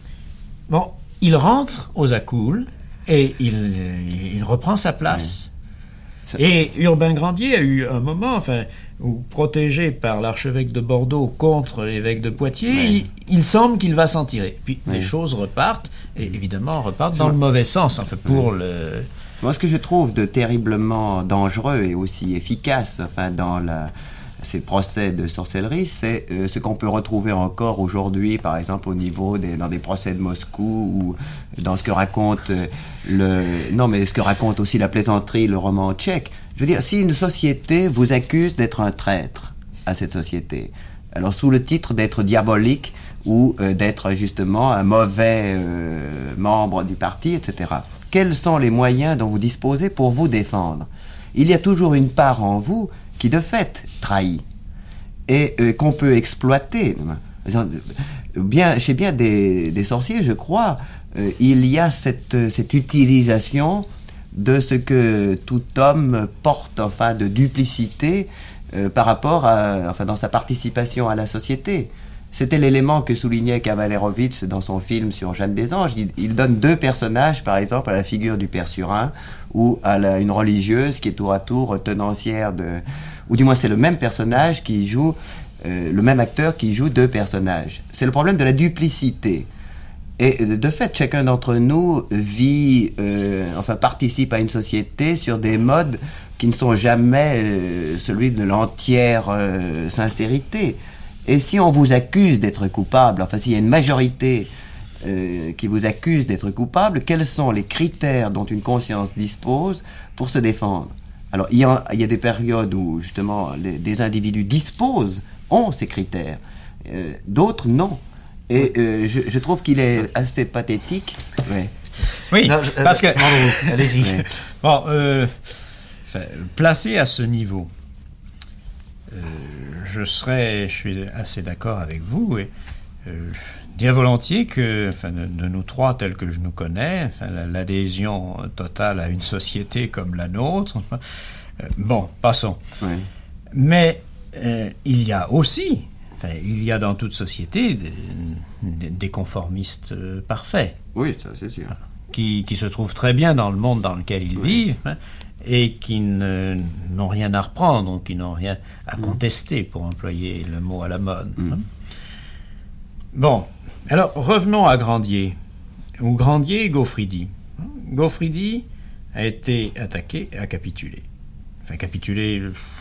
il rentre aux Accoules et il reprend sa place. Et Urbain Grandier a eu un moment, où, protégé par l'archevêque de Bordeaux contre l'évêque de Poitiers, il semble qu'il va s'en tirer. Puis les choses repartent, et évidemment repartent dans le mauvais sens, pour le... Moi, ce que je trouve de terriblement dangereux et aussi efficace, dans ces procès de sorcellerie, c'est ce qu'on peut retrouver encore aujourd'hui, par exemple au niveau dans des procès de Moscou ou dans ce que raconte ce que raconte aussi la plaisanterie, le roman tchèque. Je veux dire, si une société vous accuse d'être un traître à cette société, alors sous le titre d'être diabolique ou d'être justement un mauvais membre du parti, etc., quels sont les moyens dont vous disposez pour vous défendre? Il y a toujours une part en vous qui de fait trahit et qu'on peut exploiter. Chez bien des sorciers, je crois, il y a cette utilisation de ce que tout homme porte, enfin, de duplicité par rapport à, enfin, dans sa participation à la société. C'était l'élément que soulignait Kavallerovitz dans son film sur Jeanne des Anges. Il donne 2 personnages, par exemple, à la figure du Père Surin ou à une religieuse qui est tour à tour tenancière de... Ou du moins, c'est le même personnage qui joue, le même acteur qui joue 2 personnages. C'est le problème de la duplicité. Et de fait, chacun d'entre nous vit, enfin, participe à une société sur des modes qui ne sont jamais celui de l'entière sincérité. Et si on vous accuse d'être coupable, enfin s'il y a une majorité qui vous accuse d'être coupable, quels sont les critères dont une conscience dispose pour se défendre? Alors il y a des périodes où justement des individus ont ces critères, d'autres non. Et je trouve qu'il est assez pathétique. Ouais. Oui, Non, parce que... allez-y. Ouais. Bon, placé à ce niveau, je suis assez d'accord avec vous et je dirais volontiers que, enfin, de nous trois tels que je nous connais, enfin, l'adhésion totale à une société comme la nôtre, enfin, bon, passons. Ouais. Mais il y a aussi, enfin, il y a dans toute société des conformistes parfaits. Oui, ça c'est sûr. Qui se trouvent très bien dans le monde dans lequel ils vivent, hein, et qui n'ont rien à reprendre, qui n'ont rien à contester, pour employer le mot à la mode. Hein. Bon, alors revenons à Grandier, ou Grandier et Gaufridi. Gaufridi a été attaqué et a capitulé. Enfin, capituler,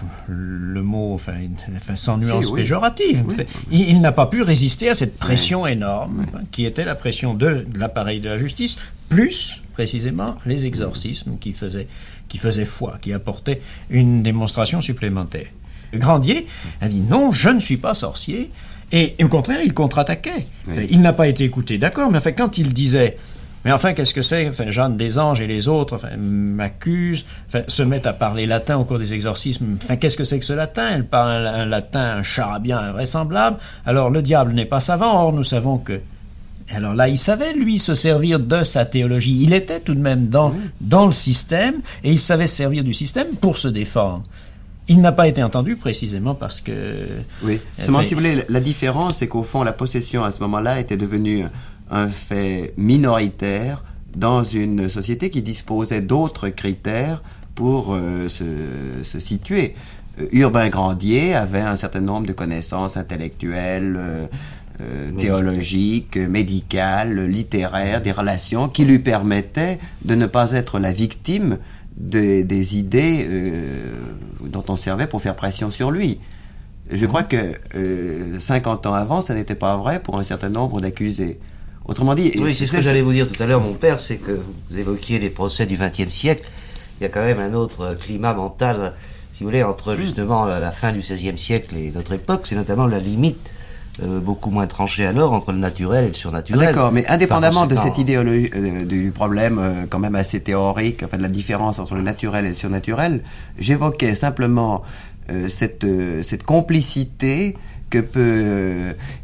le mot, enfin, sans nuance péjorative. Oui. Il n'a pas pu résister à cette pression énorme, qui était la pression de l'appareil de la justice, plus précisément les exorcismes qui faisaient foi, qui apportaient une démonstration supplémentaire. Grandier a dit non, je ne suis pas sorcier, et au contraire, il contre-attaquait. Enfin, il n'a pas été écouté, d'accord, mais enfin, quand il disait mais enfin, qu'est-ce que c'est? Enfin, Jeanne des Anges et les autres, enfin, m'accusent, enfin, se mettent à parler latin au cours des exorcismes. Enfin, qu'est-ce que c'est que ce latin? Elle parle un latin, un charabien invraisemblable. Alors, le diable n'est pas savant. Or, nous savons que... Alors là, il savait, lui, se servir de sa théologie. Il était tout de même dans le système, et il savait se servir du système pour se défendre. Il n'a pas été entendu précisément parce que... Oui, seulement, si vous voulez, la différence, c'est qu'au fond, la possession, à ce moment-là, était devenue un fait minoritaire dans une société qui disposait d'autres critères pour se situer. Urbain Grandier avait un certain nombre de connaissances intellectuelles, théologiques, médicales, littéraires, des relations qui lui permettaient de ne pas être la victime des idées dont on servait pour faire pression sur lui. Je crois que 50 ans avant, ça n'était pas vrai pour un certain nombre d'accusés. Autrement dit... Oui, c'est ce que j'allais vous dire tout à l'heure, mon père, c'est que vous évoquiez des procès du XXe siècle. Il y a quand même un autre climat mental, si vous voulez, entre justement la fin du XVIe siècle et notre époque. C'est notamment la limite beaucoup moins tranchée alors entre le naturel et le surnaturel. D'accord, mais indépendamment de cette idéologie, du problème quand même assez théorique, enfin de la différence entre le naturel et le surnaturel, j'évoquais simplement cette complicité que peut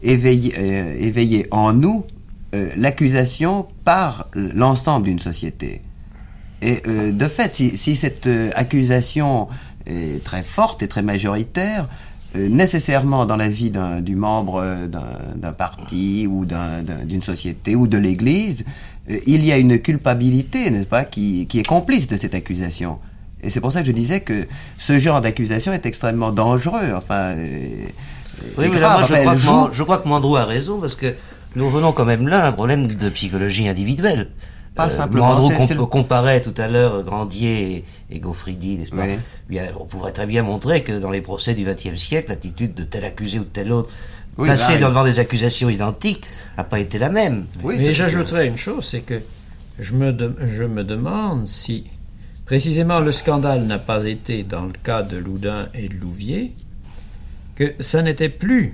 éveiller en nous l'accusation par l'ensemble d'une société. Et de fait, si cette accusation est très forte et très majoritaire, nécessairement dans la vie du membre d'un parti ou d'une société ou de l'Église, il y a une culpabilité, n'est-ce pas, qui est complice de cette accusation. Et c'est pour ça que je disais que ce genre d'accusation est extrêmement dangereux. Enfin, oui, mais là, moi, je crois que Mandrou a raison, parce que nous venons quand même là à un problème de psychologie individuelle. Pas simplement. Mandrou comparait tout à l'heure Grandier et Gaufridi, n'est-ce pas? Oui. Bien, on pourrait très bien montrer que dans les procès du XXe siècle, l'attitude de tel accusé ou de tel autre, placé devant des accusations identiques, n'a pas été la même. Oui, mais j'ajouterais une chose, c'est que je me demande si précisément le scandale n'a pas été, dans le cas de Loudun et de Louviers, que ça n'était plus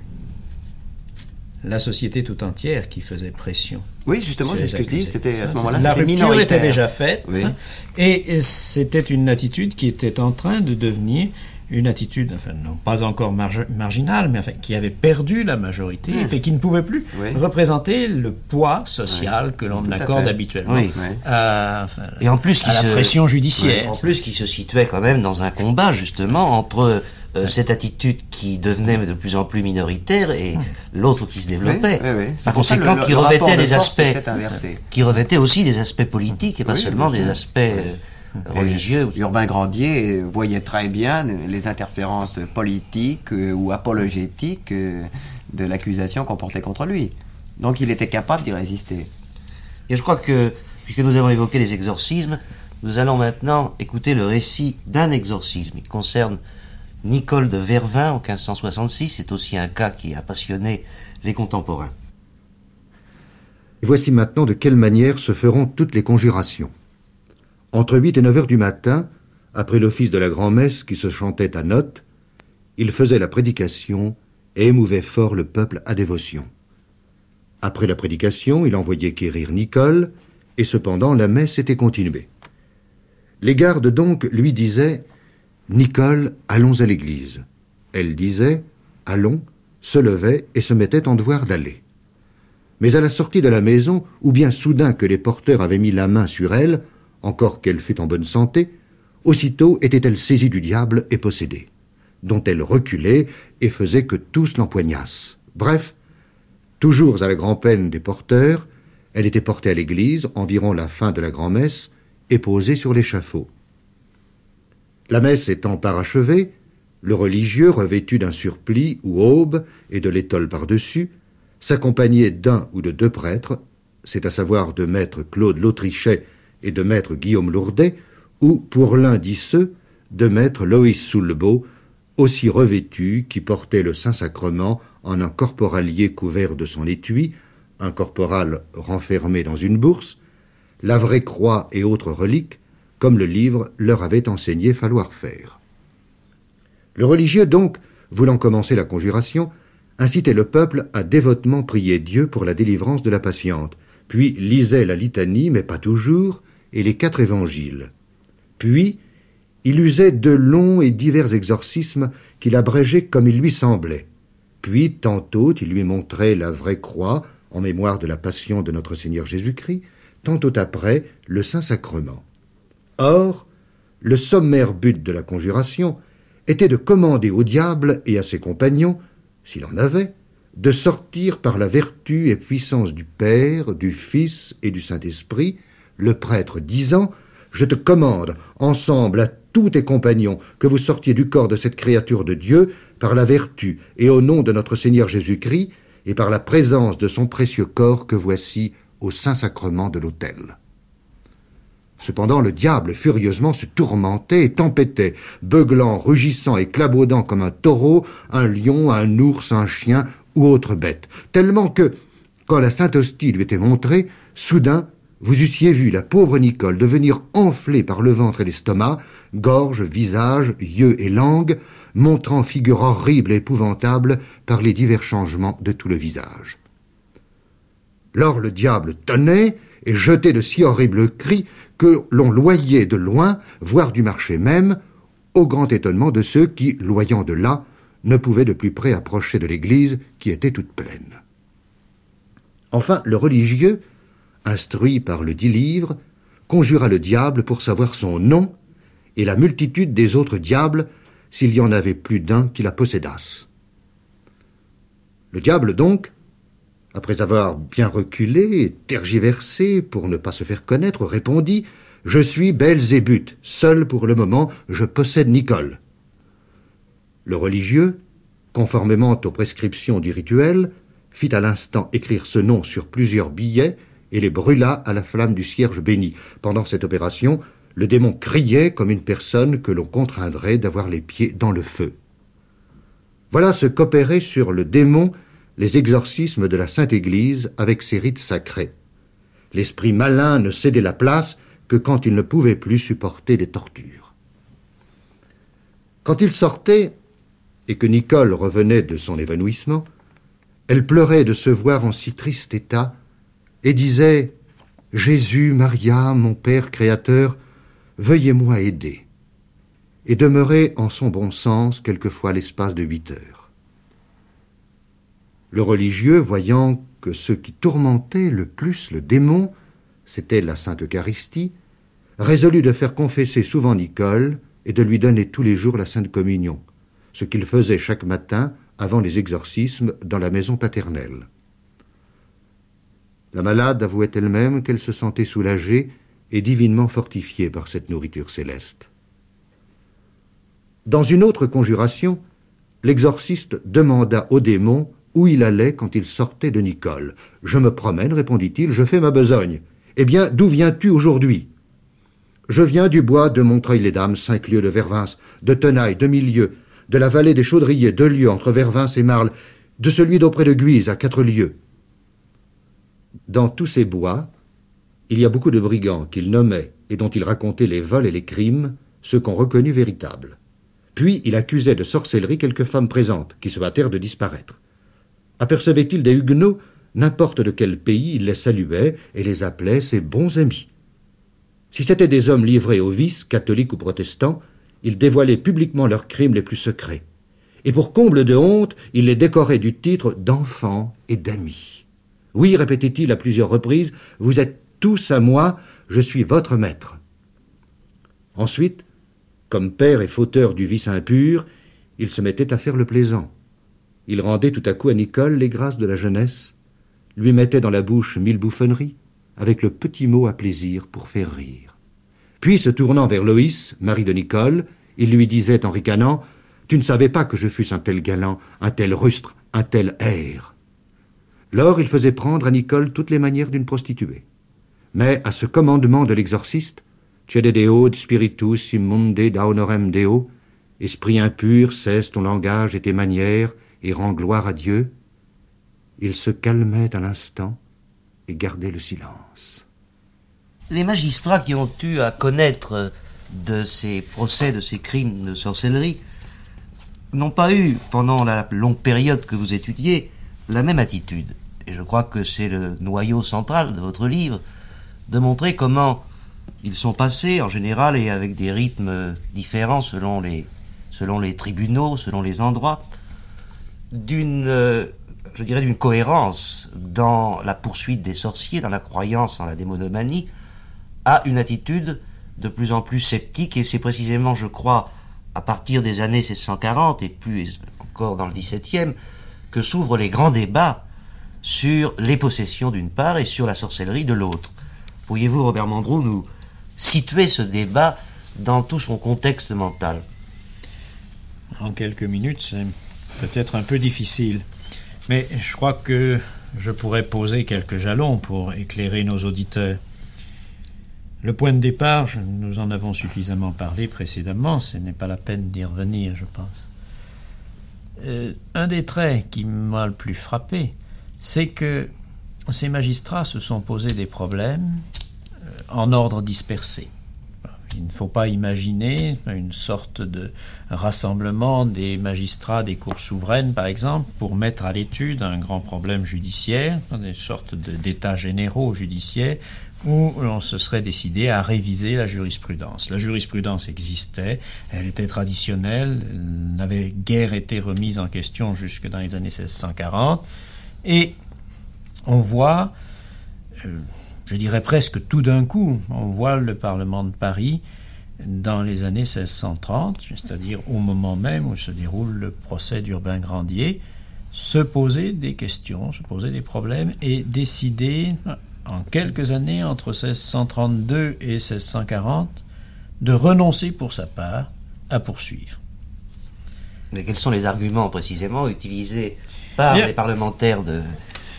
la société tout entière qui faisait pression. Oui, justement, c'est ce que je dis. C'était à ce moment-là, la c'était rupture minoritaire. était déjà faite, Oui. hein, et c'était une attitude qui était en train de devenir une attitude, non pas encore marginale, mais qui avait perdu la majorité, et qui ne pouvait plus représenter le poids social que l'on accorde habituellement et en plus, à la pression judiciaire. En plus, qui se situait quand même dans un combat, justement, entre cette attitude qui devenait de plus en plus minoritaire et l'autre qui se développait. Par conséquent, qui revêtait aussi des aspects politiques et pas seulement des aspects religieux. Urbain Grandier voyait très bien les interférences politiques ou apologétiques de l'accusation qu'on portait contre lui. Donc il était capable d'y résister. Et je crois que, puisque nous avons évoqué les exorcismes, nous allons maintenant écouter le récit d'un exorcisme. Il concerne Nicole de Vervins en 1566. C'est aussi un cas qui a passionné les contemporains. Et voici maintenant de quelle manière se feront toutes les conjurations. Entre 8 et 9 heures du matin, après l'office de la grand-messe qui se chantait à notes, il faisait la prédication et émouvait fort le peuple à dévotion. Après la prédication, il envoyait quérir Nicole, et cependant la messe était continuée. Les gardes donc lui disaient « Nicole, allons à l'église ». Elle disait « Allons », se levait et se mettait en devoir d'aller. Mais à la sortie de la maison, ou bien soudain que les porteurs avaient mis la main sur elle, encore qu'elle fût en bonne santé, aussitôt était-elle saisie du diable et possédée, dont elle reculait et faisait que tous l'empoignassent. Bref, toujours à la grand-peine des porteurs, elle était portée à l'église, environ la fin de la grand-messe, et posée sur l'échafaud. La messe étant parachevée, le religieux, revêtu d'un surplis ou aube et de l'étole par-dessus, s'accompagnait d'un ou de deux prêtres, c'est à savoir de maître Claude l'Autrichet et de maître Guillaume Lourdet, ou, pour l'un d'iceux, de maître Loïs Soulbeau, aussi revêtu, qui portait le Saint-Sacrement en un corporalier couvert de son étui, un corporal renfermé dans une bourse, la vraie croix et autres reliques, comme le livre leur avait enseigné falloir faire. Le religieux, donc, voulant commencer la conjuration, incitait le peuple à dévotement prier Dieu pour la délivrance de la patiente, puis lisait la litanie, mais pas toujours, et les 4 évangiles. Puis, il usait de longs et divers exorcismes qu'il abrégeait comme il lui semblait. Puis, tantôt, il lui montrait la vraie croix, en mémoire de la passion de notre Seigneur Jésus-Christ, tantôt après, le Saint-Sacrement. Or, le sommaire but de la conjuration était de commander au diable et à ses compagnons, s'il en avait, de sortir par la vertu et puissance du Père, du Fils et du Saint-Esprit, le prêtre disant « Je te commande, ensemble à tous tes compagnons, que vous sortiez du corps de cette créature de Dieu par la vertu et au nom de notre Seigneur Jésus-Christ et par la présence de son précieux corps que voici au Saint-Sacrement de l'autel. » Cependant, le diable furieusement se tourmentait et tempêtait, beuglant, rugissant et clabaudant comme un taureau, un lion, un ours, un chien ou autre bête, tellement que, quand la Sainte Hostie lui était montrée, soudain, vous eussiez vu la pauvre Nicole devenir enflée par le ventre et l'estomac, gorge, visage, yeux et langue, montrant figure horrible et épouvantable par les divers changements de tout le visage. Lors le diable tonnait et jetait de si horribles cris que l'on loyait de loin, voire du marché même, au grand étonnement de ceux qui, loyant de là, ne pouvaient de plus près approcher de l'église qui était toute pleine. Enfin, le religieux, instruit par le dit livre, conjura le diable pour savoir son nom et la multitude des autres diables, s'il y en avait plus d'un qui la possédassent. Le diable donc, après avoir bien reculé et tergiversé pour ne pas se faire connaître, répondit « Je suis Belzébuth, seul pour le moment, je possède Nicole. » Le religieux, conformément aux prescriptions du rituel, fit à l'instant écrire ce nom sur plusieurs billets et les brûla à la flamme du cierge béni. Pendant cette opération, le démon criait comme une personne que l'on contraindrait d'avoir les pieds dans le feu. Voilà ce qu'opéraient sur le démon les exorcismes de la Sainte Église avec ses rites sacrés. L'esprit malin ne cédait la place que quand il ne pouvait plus supporter les tortures. Quand il sortait, et que Nicole revenait de son évanouissement, elle pleurait de se voir en si triste état, et disait « Jésus, Maria, mon Père Créateur, veuillez-moi aider. » et demeurait en son bon sens quelquefois l'espace de 8 heures. Le religieux, voyant que ce qui tourmentait le plus le démon, c'était la Sainte Eucharistie, résolut de faire confesser souvent Nicole et de lui donner tous les jours la Sainte Communion, ce qu'il faisait chaque matin avant les exorcismes dans la maison paternelle. La malade avouait elle-même qu'elle se sentait soulagée et divinement fortifiée par cette nourriture céleste. Dans une autre conjuration, l'exorciste demanda au démon où il allait quand il sortait de Nicole. « Je me promène, répondit-il, je fais ma besogne. Eh bien, d'où viens-tu aujourd'hui ? » « Je viens du bois de Montreuil-les-Dames, 5 lieues de Vervins, de Tenaille, 2000 lieues, de la vallée des Chaudriers, 2 lieues entre Vervins et Marle, de celui d'auprès de Guise, à 4 lieues. » Dans tous ces bois, il y a beaucoup de brigands qu'il nommait et dont il racontait les vols et les crimes, ceux qu'on reconnut véritables. Puis il accusait de sorcellerie quelques femmes présentes, qui se hâtèrent de disparaître. Apercevait-il des huguenots, n'importe de quel pays, il les saluait et les appelait ses bons amis. Si c'étaient des hommes livrés au vice, catholiques ou protestants, il dévoilait publiquement leurs crimes les plus secrets. Et pour comble de honte, il les décorait du titre d'enfants et d'amis. « Oui, répétait-il à plusieurs reprises, vous êtes tous à moi, je suis votre maître. » Ensuite, comme père et fauteur du vice impur, il se mettait à faire le plaisant. Il rendait tout à coup à Nicole les grâces de la jeunesse, lui mettait dans la bouche 1000 bouffonneries, avec le petit mot à plaisir pour faire rire. Puis, se tournant vers Loïs, mari de Nicole, il lui disait en ricanant « Tu ne savais pas que je fusse un tel galant, un tel rustre, un tel air. » Lors, il faisait prendre à Nicole toutes les manières d'une prostituée. Mais à ce commandement de l'exorciste, « Cede Deo et spiritus immunde da honorem Deo » « Esprit impur, cesse ton langage et tes manières, et rends gloire à Dieu », il se calmait un instant et gardait le silence. Les magistrats qui ont eu à connaître de ces procès, de ces crimes de sorcellerie, n'ont pas eu, pendant la longue période que vous étudiez, la même attitude. Et je crois que c'est le noyau central de votre livre, de montrer comment ils sont passés, en général, et avec des rythmes différents selon les tribunaux, selon les endroits, d'une cohérence dans la poursuite des sorciers, dans la croyance en la démonomanie, à une attitude de plus en plus sceptique, et c'est précisément, je crois, à partir des années 1640, et plus encore dans le XVIIe, que s'ouvrent les grands débats sur les possessions d'une part et sur la sorcellerie de l'autre. Pourriez-vous, Robert Mandrou, nous situer ce débat dans tout son contexte mental ? En quelques minutes, c'est peut-être un peu difficile, mais je crois que je pourrais poser quelques jalons pour éclairer nos auditeurs. Le point de départ, nous en avons suffisamment parlé précédemment, ce n'est pas la peine d'y revenir, je pense. Un des traits qui m'a le plus frappé, c'est que ces magistrats se sont posés des problèmes en ordre dispersé. Il ne faut pas imaginer une sorte de rassemblement des magistrats des cours souveraines, par exemple, pour mettre à l'étude un grand problème judiciaire, des sortes d'états généraux judiciaires, où on se serait décidé à réviser la jurisprudence. La jurisprudence existait, elle était traditionnelle, elle n'avait guère été remise en question jusque dans les années 1640, et on voit, je dirais presque tout d'un coup, on voit le Parlement de Paris dans les années 1630, c'est-à-dire au moment même où se déroule le procès d'Urbain Grandier, se poser des questions, se poser des problèmes et décider en quelques années, entre 1632 et 1640, de renoncer pour sa part à poursuivre. Mais quels sont les arguments précisément utilisés par les parlementaires parisiens ?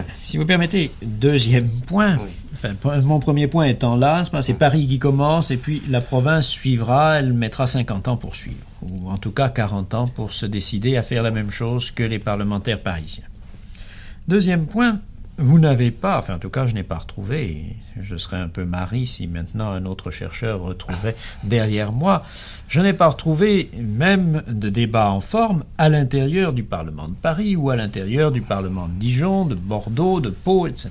Si vous permettez, deuxième point, oui. Enfin, mon premier point étant là, c'est Paris qui commence et puis la province suivra, elle mettra 50 ans pour suivre, ou en tout cas 40 ans pour se décider à faire la même chose que les parlementaires parisiens. Deuxième point, vous n'avez pas, enfin en tout cas je n'ai pas retrouvé, et je serais un peu marri si maintenant un autre chercheur retrouvait derrière moi, je n'ai pas retrouvé même de débat en forme à l'intérieur du Parlement de Paris ou à l'intérieur du Parlement de Dijon, de Bordeaux, de Pau, etc.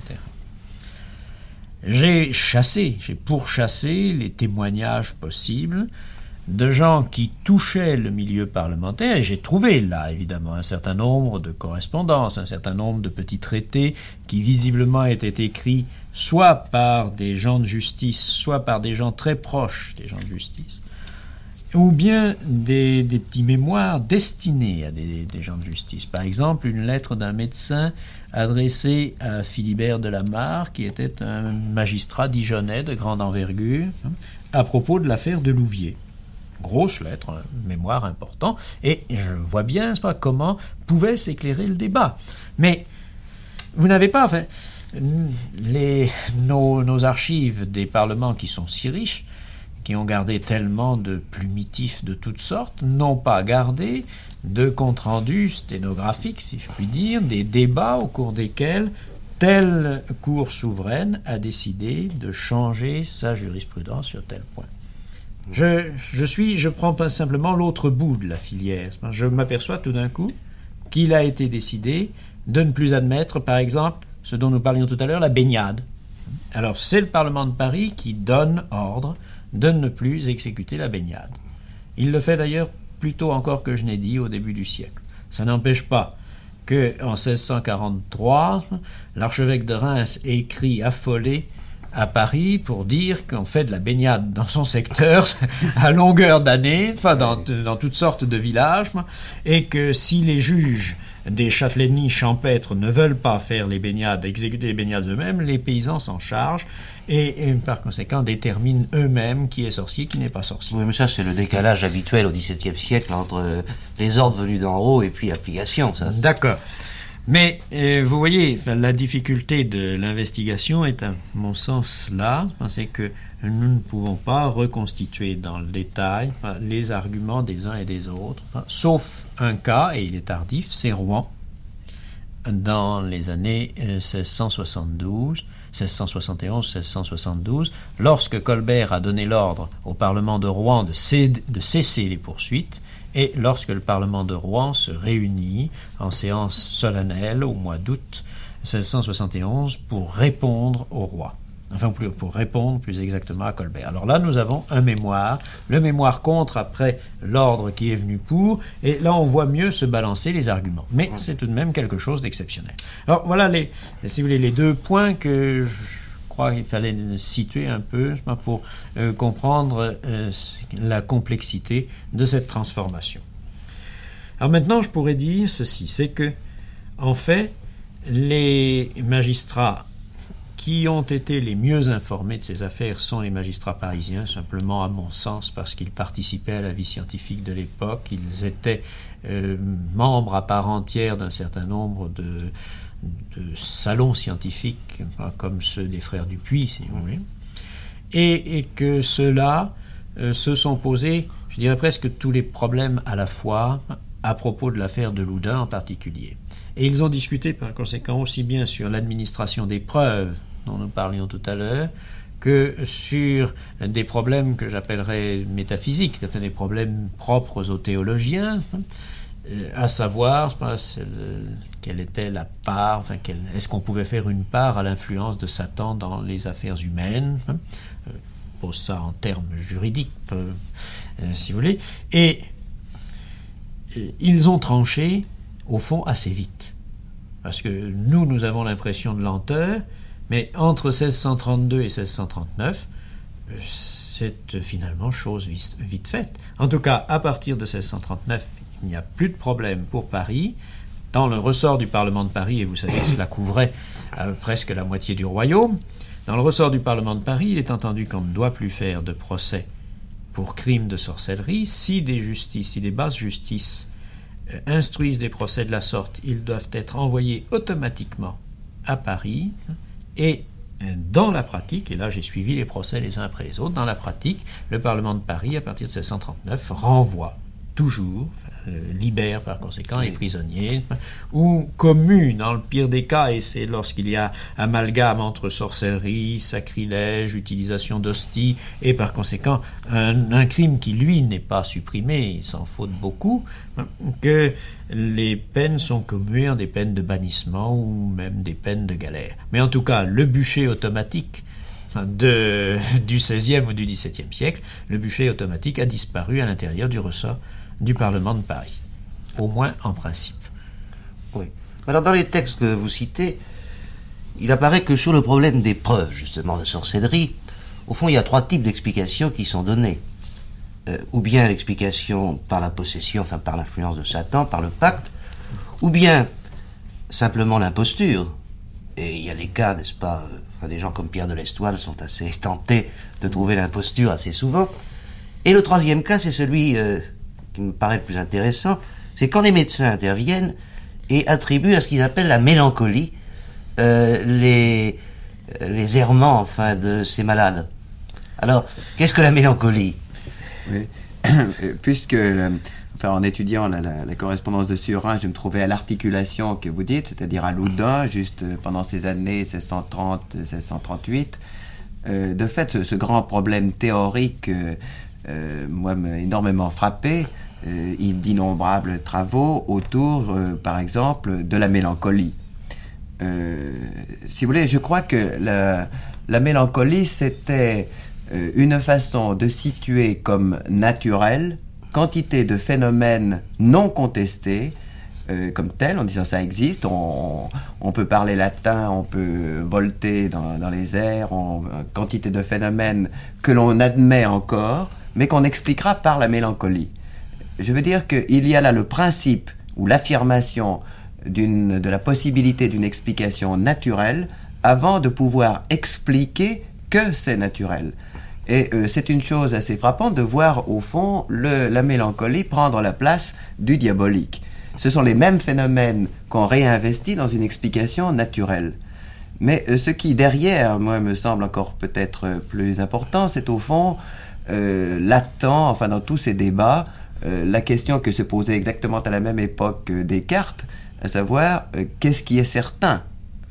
J'ai pourchassé les témoignages possibles de gens qui touchaient le milieu parlementaire, et j'ai trouvé là, évidemment, un certain nombre de correspondances, un certain nombre de petits traités qui visiblement étaient écrits soit par des gens de justice, soit par des gens très proches des gens de justice, ou bien des petits mémoires destinés à des gens de justice. Par exemple, une lettre d'un médecin adressée à Philibert de la Mare, qui était un magistrat dijonnais de grande envergure, à propos de l'affaire de Louviers. Grosse lettre, un mémoire important, et je vois bien comment pouvait s'éclairer le débat. Mais vous n'avez pas... Enfin, nos archives des parlements qui sont si riches, qui ont gardé tellement de plumitifs de toutes sortes, n'ont pas gardé de compte-rendu sténographique, si je puis dire, des débats au cours desquels telle cour souveraine a décidé de changer sa jurisprudence sur tel point. Je prends pas simplement l'autre bout de la filière. Je m'aperçois tout d'un coup qu'il a été décidé de ne plus admettre, par exemple, ce dont nous parlions tout à l'heure, la baignade. Alors, c'est le Parlement de Paris qui donne ordre de ne plus exécuter la baignade. Il le fait d'ailleurs plus tôt encore que je n'ai dit au début du siècle. Ça n'empêche pas qu'en 1643, l'archevêque de Reims écrit affolé à Paris pour dire qu'on fait de la baignade dans son secteur à longueur d'année, enfin dans toutes sortes de villages, et que si les juges des châtellenies champêtres ne veulent pas faire les baignades, exécuter les baignades eux-mêmes, les paysans s'en chargent et par conséquent déterminent eux-mêmes qui est sorcier, qui n'est pas sorcier. Oui, mais ça c'est le décalage habituel au XVIIe siècle entre les ordres venus d'en haut et puis l'application. Ça. D'accord. Mais vous voyez, la difficulté de l'investigation est à mon sens là, c'est que nous ne pouvons pas reconstituer dans le détail les arguments des uns et des autres, sauf un cas, et il est tardif, c'est Rouen, dans les années 1671, 1672, lorsque Colbert a donné l'ordre au Parlement de Rouen de cesser les poursuites, et lorsque le Parlement de Rouen se réunit en séance solennelle au mois d'août 1671 pour répondre au roi. Enfin, pour répondre plus exactement à Colbert. Alors là, nous avons un mémoire, le mémoire contre après l'ordre qui est venu pour, et là on voit mieux se balancer les arguments. Mais c'est tout de même quelque chose d'exceptionnel. Alors voilà si vous voulez, les deux points que je crois qu'il fallait situer un peu pour comprendre la complexité de cette transformation. Alors maintenant, je pourrais dire ceci, c'est que, en fait, les magistrats qui ont été les mieux informés de ces affaires sont les magistrats parisiens, simplement à mon sens, parce qu'ils participaient à la vie scientifique de l'époque, ils étaient membres à part entière d'un certain nombre de salons scientifiques, comme ceux des frères Dupuis, si vous voulez, et que ceux-là se sont posés, je dirais presque tous les problèmes à la fois, à propos de l'affaire de Loudun en particulier. Et ils ont discuté par conséquent aussi bien sur l'administration des preuves, dont nous parlions tout à l'heure, que sur des problèmes que j'appellerais métaphysiques, enfin des problèmes propres aux théologiens, à savoir quelle était la part, est-ce qu'on pouvait faire une part à l'influence de Satan dans les affaires humaines, pose ça en termes juridiques, si vous voulez, et ils ont tranché au fond assez vite, parce que nous avons l'impression de lenteur, mais entre 1632 et 1639, c'est finalement chose vite faite. En tout cas, à partir de 1639, il n'y a plus de problème pour Paris. Dans le ressort du Parlement de Paris, et vous savez que cela couvrait presque la moitié du royaume, dans le ressort du Parlement de Paris, il est entendu qu'on ne doit plus faire de procès pour crimes de sorcellerie. Si des basses justices instruisent des procès de la sorte, ils doivent être envoyés automatiquement à Paris. Et dans la pratique, et là j'ai suivi les procès les uns après les autres, dans la pratique, le Parlement de Paris, à partir de 1639, renvoie toujours, libère par conséquent les prisonniers, ou commue dans le pire des cas, et c'est lorsqu'il y a amalgame entre sorcellerie, sacrilège, utilisation d'hosties, et par conséquent un crime qui lui n'est pas supprimé, il s'en faut beaucoup, que les peines sont commuées en des peines de bannissement ou même des peines de galère. Mais en tout cas, le bûcher automatique du XVIe ou du XVIIe siècle, le bûcher automatique a disparu à l'intérieur du ressort du Parlement de Paris. Au moins en principe. Oui. Alors dans les textes que vous citez, il apparaît que sur le problème des preuves, justement, de sorcellerie, au fond, il y a 3 types d'explications qui sont données. Ou bien l'explication par la possession, enfin par l'influence de Satan, par le pacte, ou bien simplement l'imposture. Et il y a des cas, n'est-ce pas, des gens comme Pierre de l'Estoile sont assez tentés de trouver l'imposture assez souvent. Et le 3e cas, c'est celui qui me paraît le plus intéressant, c'est quand les médecins interviennent et attribuent à ce qu'ils appellent la mélancolie les errements, enfin, de ces malades. Alors, qu'est-ce que la mélancolie ? Oui. Puisque, en étudiant la correspondance de Surin, je me trouvais à l'articulation que vous dites, c'est-à-dire à Loudun, juste pendant ces années 1630-1638. De fait, ce grand problème théorique, moi, m'a énormément frappé. D'innombrables travaux autour, par exemple, de la mélancolie. Si vous voulez, je crois que la mélancolie, c'était une façon de situer comme naturelle quantité de phénomènes non contestés comme tels, en disant ça existe, on peut parler latin, on peut volter dans les airs, quantité de phénomènes que l'on admet encore, mais qu'on expliquera par la mélancolie. Je veux dire qu'il y a là le principe ou l'affirmation de la possibilité d'une explication naturelle avant de pouvoir expliquer que c'est naturel. Et c'est une chose assez frappante de voir au fond la mélancolie prendre la place du diabolique. Ce sont les mêmes phénomènes qu'on réinvestit dans une explication naturelle. Mais ce qui derrière, moi, me semble encore peut-être plus important, c'est au fond latent, enfin dans tous ces débats, la question que se posait exactement à la même époque Descartes, à savoir qu'est-ce qui est certain,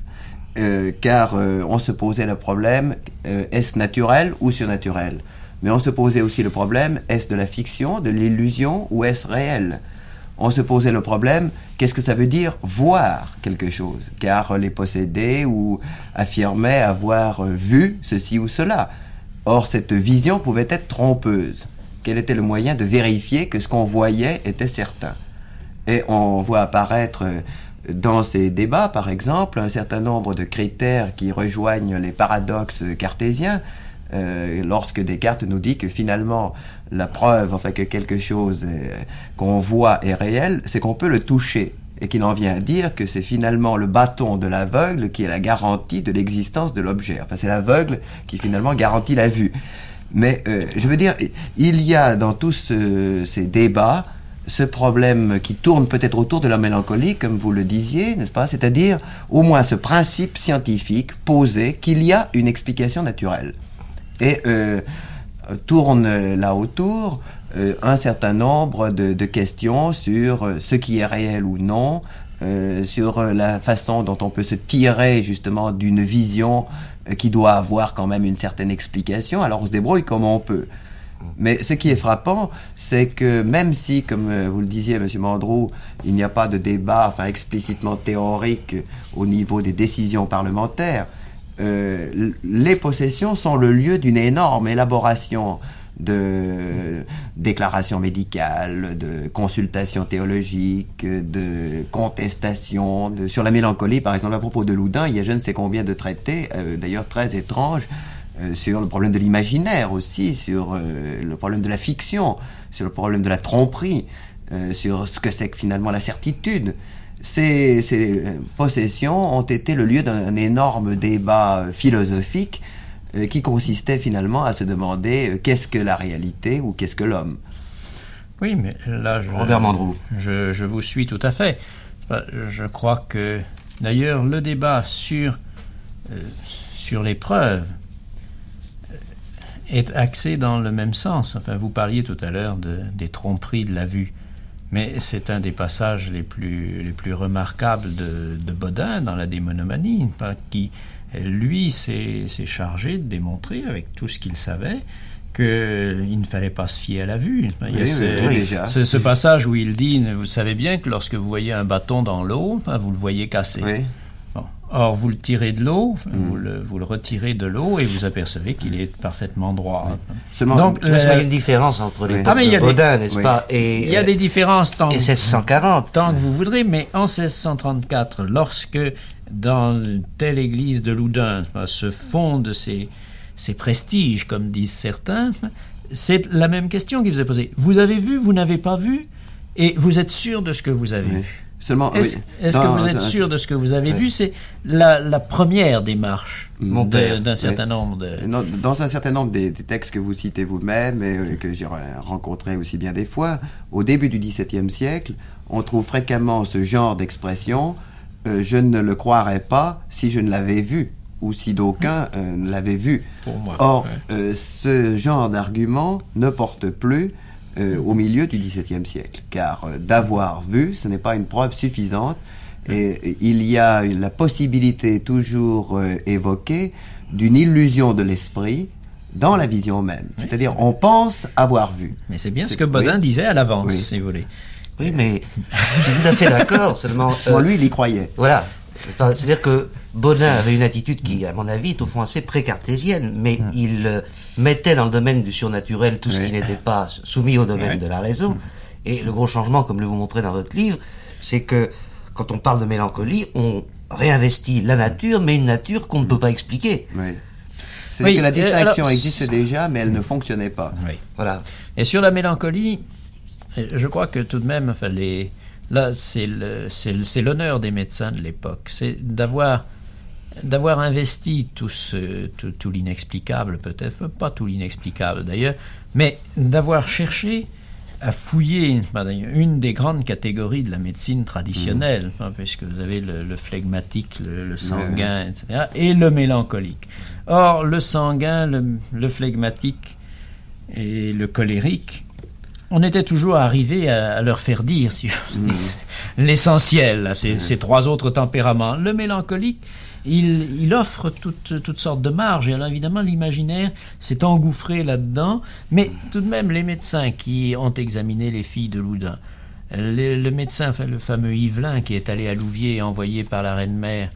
car on se posait le problème, est-ce naturel ou surnaturel? Mais on se posait aussi le problème, est-ce de la fiction, de l'illusion ou est-ce réel? On se posait le problème, qu'est-ce que ça veut dire voir quelque chose? Car les possédés ou affirmaient avoir vu ceci ou cela. Or, cette vision pouvait être trompeuse. Quel était le moyen de vérifier que ce qu'on voyait était certain? Et on voit apparaître dans ces débats, par exemple, un certain nombre de critères qui rejoignent les paradoxes cartésiens, lorsque Descartes nous dit que finalement, la preuve, enfin que quelque chose qu'on voit est réel, c'est qu'on peut le toucher. Et qu'il en vient à dire que c'est finalement le bâton de l'aveugle qui est la garantie de l'existence de l'objet. Enfin, c'est l'aveugle qui finalement garantit la vue. Mais je veux dire, il y a dans tous ces débats ce problème qui tourne peut-être autour de la mélancolie, comme vous le disiez, n'est-ce pas? C'est-à-dire au moins ce principe scientifique posé qu'il y a une explication naturelle. Et tourne là autour un certain nombre de questions sur ce qui est réel ou non, sur la façon dont on peut se tirer justement d'une vision qui doit avoir quand même une certaine explication. Alors on se débrouille comme on peut. Mais ce qui est frappant, c'est que même si, comme vous le disiez, M. Mandrou, il n'y a pas de débat explicitement théorique au niveau des décisions parlementaires, les possessions sont le lieu d'une énorme élaboration de déclarations médicales, de consultations théologiques, de contestations. Sur la mélancolie, par exemple, à propos de Loudun, il y a je ne sais combien de traités, d'ailleurs très étranges, sur le problème de l'imaginaire aussi, sur le problème de la fiction, sur le problème de la tromperie, sur ce que c'est que finalement la certitude. Ces possessions ont été le lieu d'un énorme débat philosophique qui consistait finalement à se demander qu'est-ce que la réalité ou qu'est-ce que l'homme. Oui, mais là, Robert Mandrou. Je vous suis tout à fait. Je crois que, d'ailleurs, le débat sur les preuves est axé dans le même sens. Enfin, vous parliez tout à l'heure des tromperies de la vue. Mais c'est un des passages les plus remarquables de Bodin dans la démonomanie, qui, lui, s'est chargé de démontrer, avec tout ce qu'il savait, qu'il ne fallait pas se fier à la vue. Il y a ce passage où il dit, vous savez bien que lorsque vous voyez un bâton dans l'eau, vous le voyez casser. Oui. Bon. Or, vous le tirez de l'eau, vous le retirez de l'eau et vous apercevez qu'il est parfaitement droit. Seulement, donc, il y a une différence entre les de Bodin, n'est-ce pas, et il y a des différences et 1640. Tant que vous voudrez, mais en 1634, lorsque dans telle église de Loudun se fondent ces prestiges, comme disent certains, c'est la même question qui vous est posée. Vous avez vu, vous n'avez pas vu, et vous êtes sûr de ce que vous avez vu. Seulement, est-ce que vous êtes sûr de ce que vous avez vu? C'est la première démarche d'un certain nombre de... Dans un certain nombre des textes que vous citez vous-même et que j'ai rencontrés aussi bien des fois, au début du XVIIe siècle, on trouve fréquemment ce genre d'expression « je ne le croirais pas si je ne l'avais vu » ou si d'aucuns l'avaient vu. Pour moi, Or, ce genre d'argument ne porte plus au milieu du XVIIe siècle, car d'avoir vu, ce n'est pas une preuve suffisante, et il y a la possibilité toujours évoquée d'une illusion de l'esprit dans la vision même. C'est-à-dire, on pense avoir vu. Mais c'est bien ce que Bodin disait à l'avance, si vous voulez. Oui, mais je suis tout à fait d'accord, seulement... lui, il y croyait. Voilà. C'est-à-dire que Bodin avait une attitude qui, à mon avis, est au fond assez pré-cartésienne, mais il mettait dans le domaine du surnaturel tout ce qui n'était pas soumis au domaine de la raison. Et le gros changement, comme le vous montrez dans votre livre, c'est que quand on parle de mélancolie, on réinvestit la nature, mais une nature qu'on ne peut pas expliquer. C'est que la distinction existe déjà, mais elle ne fonctionnait pas. Voilà. Et sur la mélancolie, je crois que tout de même, enfin, là, c'est l'honneur des médecins de l'époque, c'est d'avoir investi tout l'inexplicable, peut-être, pas tout l'inexplicable d'ailleurs, mais d'avoir cherché à fouiller une des grandes catégories de la médecine traditionnelle, puisque vous avez le phlegmatique, le sanguin, etc., et le mélancolique. Or, le sanguin, le phlegmatique et le colérique, on était toujours arrivé à leur faire dire, si j'ose dire, l'essentiel, ces trois autres tempéraments. Le mélancolique, il offre toutes sortes de marges, et alors évidemment l'imaginaire s'est engouffré là-dedans, mais tout de même les médecins qui ont examiné les filles de Loudun, le médecin, le fameux Yvelin qui est allé à Louviers envoyé par la reine-mère,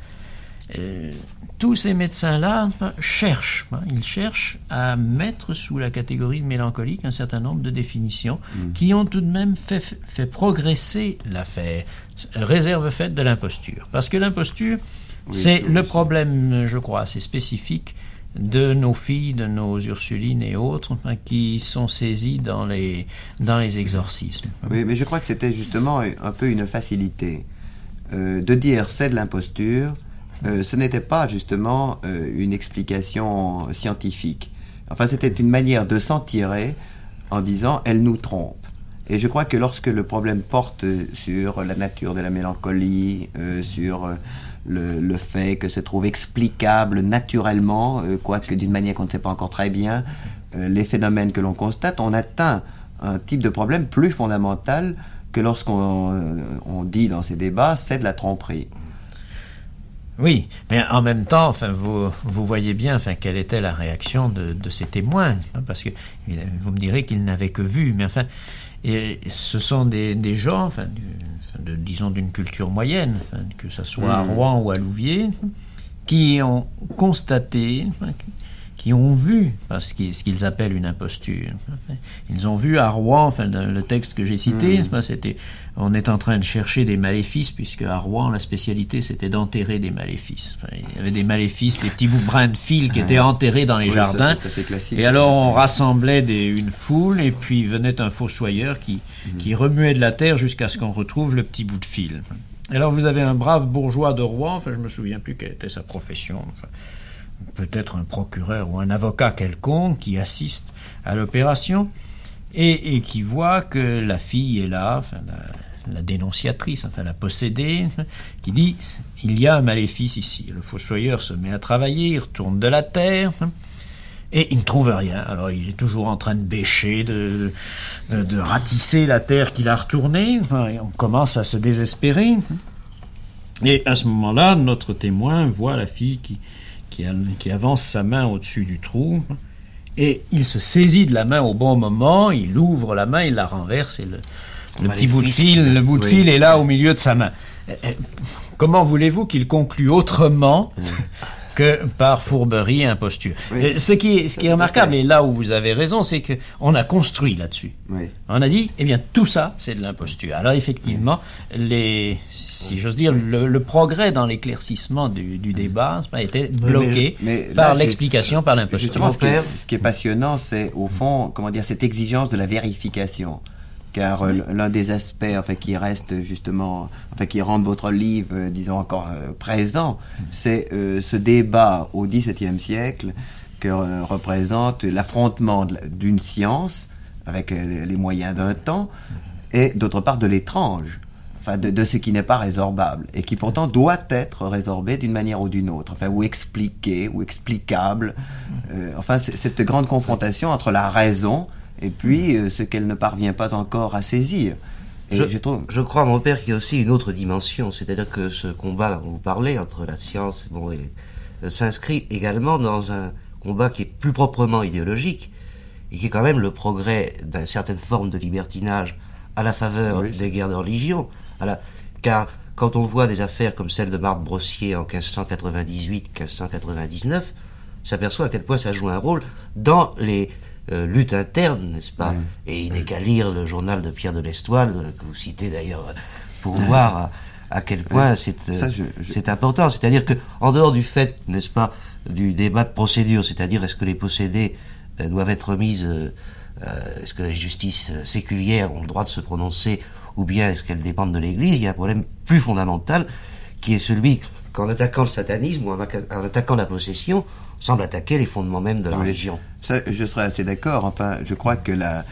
tous ces médecins-là cherchent à mettre sous la catégorie de mélancolique un certain nombre de définitions qui ont tout de même fait progresser l'affaire. Réserve faite de l'imposture. Parce que l'imposture, c'est le problème, je crois, assez spécifique de nos filles, de nos Ursulines et autres, qui sont saisies dans les exorcismes. Oui, mais je crois que c'était justement un peu une facilité. De dire c'est de l'imposture, ce n'était pas justement une explication scientifique. Enfin, c'était une manière de s'en tirer en disant « elle nous trompe ». Et je crois que lorsque le problème porte sur la nature de la mélancolie, sur le fait que se trouve explicable naturellement, quoique d'une manière qu'on ne sait pas encore très bien, les phénomènes que l'on constate, on atteint un type de problème plus fondamental que lorsqu'on dit dans ces débats « c'est de la tromperie ». Oui, mais en même temps, enfin, vous voyez bien, enfin, quelle était la réaction de ces témoins, parce que vous me direz qu'ils n'avaient que vu, mais enfin, et ce sont des gens, enfin, disons d'une culture moyenne, enfin, que ce soit à Rouen ou à Louviers, qui ont constaté, qui ont vu ce qu'ils appellent une imposture. Ils ont vu à Rouen, enfin, le texte que j'ai cité, c'était, on est en train de chercher des maléfices, puisque à Rouen, la spécialité, c'était d'enterrer des maléfices. Enfin, il y avait des maléfices, des petits bouts brins de fil qui étaient enterrés dans les jardins. Ça, c'est classique. Et alors, on rassemblait une foule, et puis venait un fossoyeur qui remuait de la terre jusqu'à ce qu'on retrouve le petit bout de fil. Alors, vous avez un brave bourgeois de Rouen, enfin, je me souviens plus quelle était sa profession, enfin, peut-être un procureur ou un avocat quelconque qui assiste à l'opération et qui voit que la fille est là, enfin, la dénonciatrice, enfin la possédée, qui dit « il y a un maléfice ici ». Le fossoyeur se met à travailler, il retourne de la terre et il ne trouve rien. Alors il est toujours en train de bêcher, de ratisser la terre qu'il a retournée. Enfin, et on commence à se désespérer. Et à ce moment-là, notre témoin voit la fille qui avance sa main au-dessus du trou, et il se saisit de la main au bon moment, il ouvre la main, il la renverse, et le petit bout de fil, est là au milieu de sa main. comment voulez-vous qu'il conclue autrement que par fourberie et imposture? Oui. Ce qui est remarquable, et là où vous avez raison, c'est qu'on a construit là-dessus. Oui. On a dit, eh bien, tout ça, c'est de l'imposture. Alors effectivement, si j'ose dire, le progrès dans l'éclaircissement du débat était bloqué par l'explication, par l'imposture. Justement, ce qui est passionnant, c'est au fond, cette exigence de la vérification. Car l'un des aspects qui reste justement, qui rend votre livre, disons, encore présent, c'est ce débat au XVIIe siècle que représente l'affrontement d'une science avec les moyens d'un temps et d'autre part de l'étrange, de ce qui n'est pas résorbable et qui pourtant doit être résorbé d'une manière ou d'une autre, ou expliqué ou explicable. Cette grande confrontation entre la raison et puis ce qu'elle ne parvient pas encore à saisir. Et je crois, mon père, qu'il y a aussi une autre dimension, c'est-à-dire que ce combat dont vous parlez entre la science s'inscrit également dans un combat qui est plus proprement idéologique et qui est quand même le progrès d'une certaine forme de libertinage à la faveur des guerres de religion. Car quand on voit des affaires comme celle de Marthe Brossier en 1598-1599, on s'aperçoit à quel point ça joue un rôle dans les lutte interne, n'est-ce pas? Et il n'est qu'à lire le journal de Pierre de l'Estoile, que vous citez d'ailleurs, pour voir à quel point c'est important. C'est-à-dire que, en dehors du fait, n'est-ce pas, du débat de procédure, c'est-à-dire est-ce que les possédés doivent être remises, est-ce que les justices séculières ont le droit de se prononcer, ou bien est-ce qu'elles dépendent de l'Église, il y a un problème plus fondamental, qui est celui qu'en attaquant le satanisme ou en attaquant la possession, on semble attaquer les fondements même de la religion. Ça, je serais assez d'accord. Je crois que la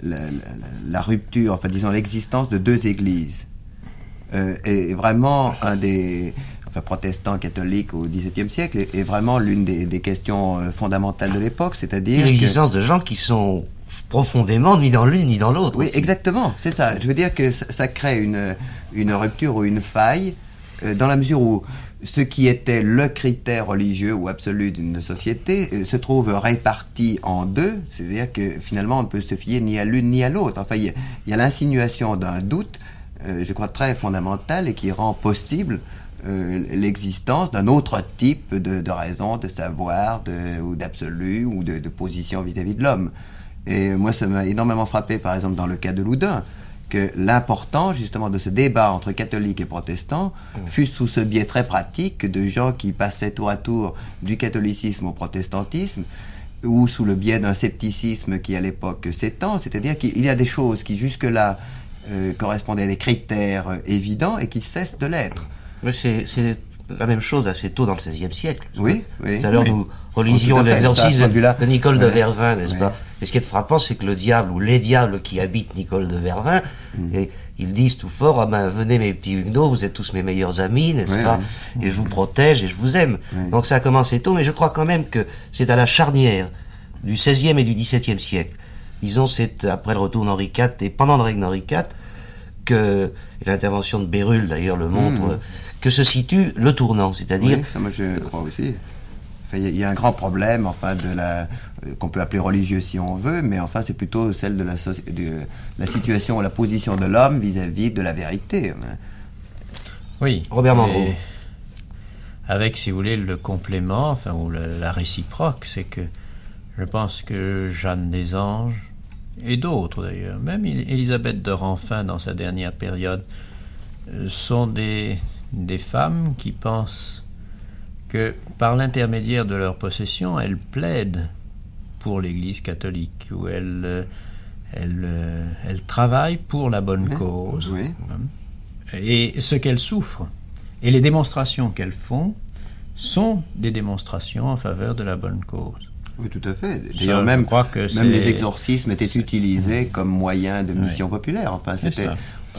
rupture, disons l'existence de deux églises est vraiment un des protestants catholiques au XVIIe siècle est vraiment l'une des questions fondamentales de l'époque, c'est-à-dire l'existence de gens qui sont profondément ni dans l'une ni dans l'autre. Oui, aussi. Exactement, c'est ça. Je veux dire que ça crée une rupture ou une faille dans la mesure où ce qui était le critère religieux ou absolu d'une société se trouve réparti en deux, c'est-à-dire que finalement on ne peut se fier ni à l'une ni à l'autre. Il y a l'insinuation d'un doute, je crois très fondamental et qui rend possible l'existence d'un autre type de raison, de savoir, ou d'absolu, ou de position vis-à-vis de l'homme. Et moi, ça m'a énormément frappé, par exemple, dans le cas de Loudun, que l'important, justement, de ce débat entre catholiques et protestants fut sous ce biais très pratique de gens qui passaient tour à tour du catholicisme au protestantisme, ou sous le biais d'un scepticisme qui, à l'époque, s'étend, c'est-à-dire qu'il y a des choses qui, jusque-là, correspondaient à des critères évidents et qui cessent de l'être. Mais c'est la même chose assez tôt dans le XVIe siècle. Oui. Tout à l'heure, nous relisions l'exorcisme de Nicole de Vervins, n'est-ce pas? Et ce qui est frappant, c'est que le diable, ou les diables qui habitent Nicole de Vervins, et ils disent tout fort, venez mes petits huguenots, vous êtes tous mes meilleurs amis, n'est-ce pas? Et je vous protège et je vous aime. Donc ça a commencé tôt, mais je crois quand même que c'est à la charnière du XVIe et du XVIIe siècle. Disons, c'est après le retour d'Henri IV et pendant le règne d'Henri IV que, et l'intervention de Bérulle d'ailleurs le montre, que se situe le tournant, c'est-à-dire... Oui, ça moi je crois aussi. Il y a un grand problème, qu'on peut appeler religieux si on veut, mais c'est plutôt celle de la situation, la position de l'homme vis-à-vis de la vérité. Oui. Robert Mandreau. Avec, si vous voulez, le complément, ou la réciproque, c'est que je pense que Jeanne des Anges, et d'autres d'ailleurs, même Élisabeth de Ranfin dans sa dernière période, sont des femmes qui pensent que par l'intermédiaire de leur possession, elles plaident pour l'Église catholique, où elles travaillent pour la bonne cause. Oui. Et ce qu'elles souffrent, et les démonstrations qu'elles font, sont des démonstrations en faveur de la bonne cause. Oui, tout à fait. D'ailleurs, même les exorcismes étaient utilisés comme moyen de mission populaire. C'était...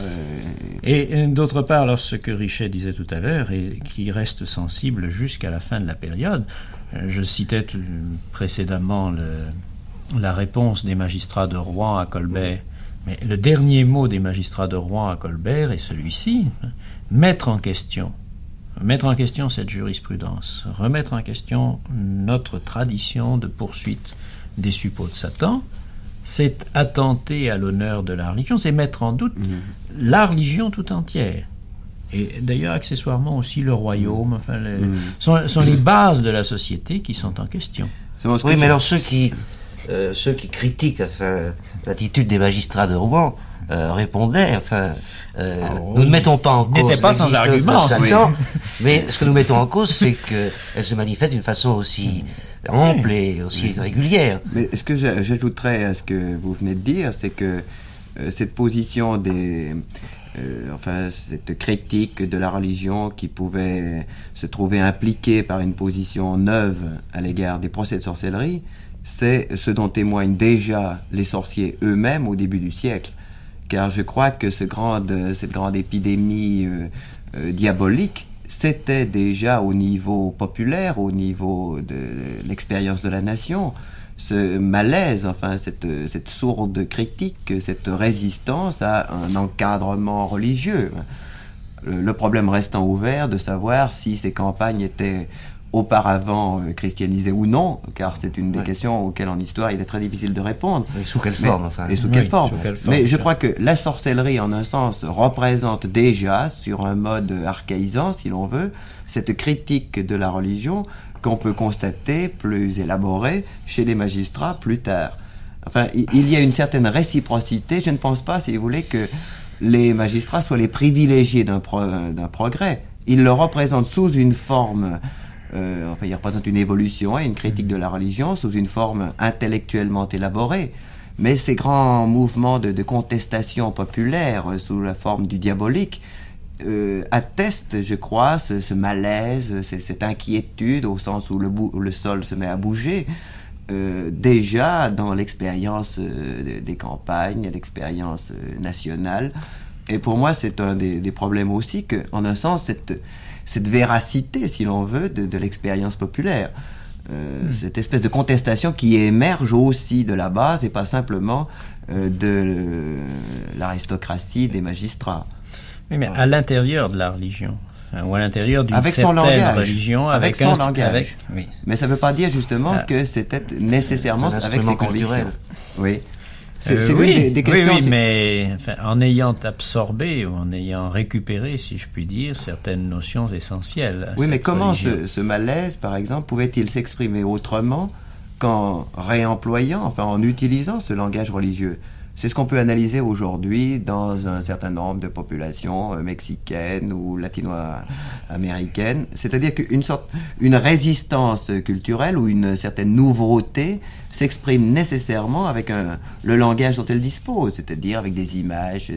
Et d'autre part, alors ce que Richet disait tout à l'heure, et qui reste sensible jusqu'à la fin de la période, je citais précédemment la réponse des magistrats de Rouen à Colbert, mais le dernier mot des magistrats de Rouen à Colbert est celui-ci: mettre en question cette jurisprudence, remettre en question notre tradition de poursuite des suppôts de Satan, c'est attenter à l'honneur de la religion, c'est mettre en doute la religion tout entière. Et d'ailleurs, accessoirement aussi, le royaume, sont les bases de la société qui sont en question. Oui, mais alors ceux qui critiquent l'attitude des magistrats de Rouen répondaient, nous ne mettons pas en cause n'était pas sans argument, Satan, mais ce que nous mettons en cause, c'est qu'elle se manifeste d'une façon aussi ample et aussi régulière. Mais ce que j'ajouterais à ce que vous venez de dire, c'est que cette position cette critique de la religion qui pouvait se trouver impliquée par une position neuve à l'égard des procès de sorcellerie, c'est ce dont témoignent déjà les sorciers eux-mêmes au début du siècle. Car je crois que cette grande épidémie diabolique, c'était déjà au niveau populaire, au niveau de l'expérience de la nation, ce malaise, cette sourde critique, cette résistance à un encadrement religieux. Le problème restant ouvert de savoir si ces campagnes étaient auparavant christianisées ou non, car c'est une des questions auxquelles en histoire il est très difficile de répondre. Et sous quelle forme, Et sous quelle forme. Mais je crois que la sorcellerie, en un sens, représente déjà, sur un mode archaïsant, si l'on veut, cette critique de la religion qu'on peut constater plus élaborée chez les magistrats plus tard. Il y a une certaine réciprocité. Je ne pense pas, si vous voulez, que les magistrats soient les privilégiés d'un progrès. Ils le représentent sous une forme... ils représentent une évolution et une critique de la religion sous une forme intellectuellement élaborée. Mais ces grands mouvements de contestation populaire sous la forme du diabolique attestent, je crois, ce malaise, cette inquiétude au sens où le sol se met à bouger, déjà dans l'expérience des campagnes, l'expérience nationale. Et pour moi, c'est un des problèmes aussi que, en un sens, cette véracité, si l'on veut, de l'expérience populaire. Cette espèce de contestation qui émerge aussi de la base et pas simplement de l'aristocratie des magistrats. Oui, mais à l'intérieur de la religion, ou à l'intérieur d'une avec certaine son langage, religion, avec son langage. Oui. Mais ça ne veut pas dire justement que c'était nécessairement avec ses convictions. Oui. C'est une des questions. Oui, mais en ayant absorbé ou en ayant récupéré, si je puis dire, certaines notions essentielles. Oui, mais comment ce malaise, par exemple, pouvait-il s'exprimer autrement qu'en réemployant, en utilisant ce langage religieux? C'est ce qu'on peut analyser aujourd'hui dans un certain nombre de populations mexicaines ou latino-américaines. C'est-à-dire une résistance culturelle ou une certaine nouveauté s'exprime nécessairement avec le langage dont elle dispose, c'est-à-dire avec des images,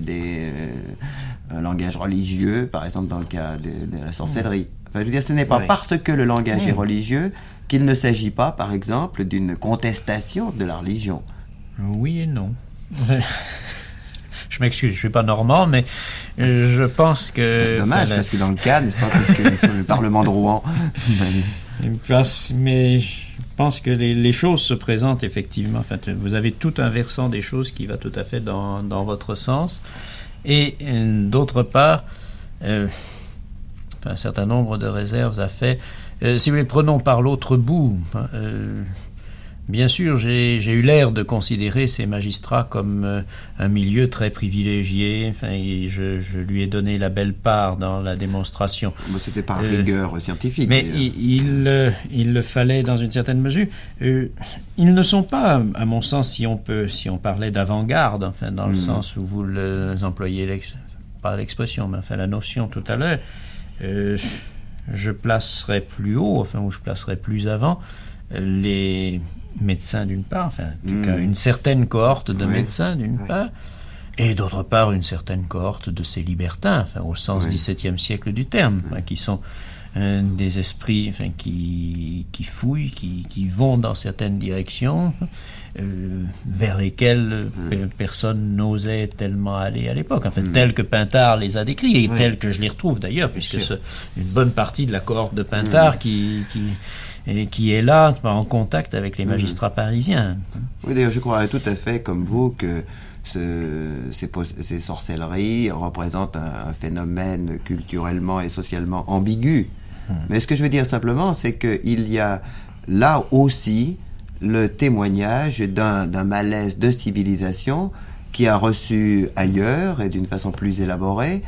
un langage religieux, par exemple dans le cas de la sorcellerie. Je veux dire, ce n'est pas parce que le langage est religieux qu'il ne s'agit pas, par exemple, d'une contestation de la religion. Oui et non. Je m'excuse, je suis pas normand, mais je pense que... Dommage, parce que dans le cas, n'est-ce pas, parce que sur le Parlement de Rouen... Mais je pense que les choses se présentent effectivement. Vous avez tout un versant des choses qui va tout à fait dans votre sens. Et d'autre part, un certain nombre de réserves à fait. Si vous les prenons par l'autre bout... Bien sûr, j'ai eu l'air de considérer ces magistrats comme un milieu très privilégié. Et je lui ai donné la belle part dans la démonstration. C'était par rigueur scientifique. Mais il le fallait dans une certaine mesure. Ils ne sont pas, à mon sens, si on parlait d'avant-garde, dans le sens où vous employez pas l'expression, mais la notion tout à l'heure. Je placerais plus haut, ou je placerais plus avant les médecins d'une part, en tout cas une certaine cohorte de médecins d'une part, et d'autre part une certaine cohorte de ces libertins, au sens XVIIe siècle du terme, qui sont des esprits qui fouillent, qui vont dans certaines directions vers lesquelles personne n'osait tellement aller à l'époque, tel que Pintard les a décrits, et tel que je les retrouve d'ailleurs, puisque une bonne partie de la cohorte de Pintard qui est là en contact avec les magistrats parisiens. Oui, d'ailleurs, je crois tout à fait comme vous que ces sorcelleries représentent un phénomène culturellement et socialement ambigu. Mais ce que je veux dire simplement, c'est qu'il y a là aussi le témoignage d'un malaise de civilisation qui a reçu ailleurs et d'une façon plus élaborée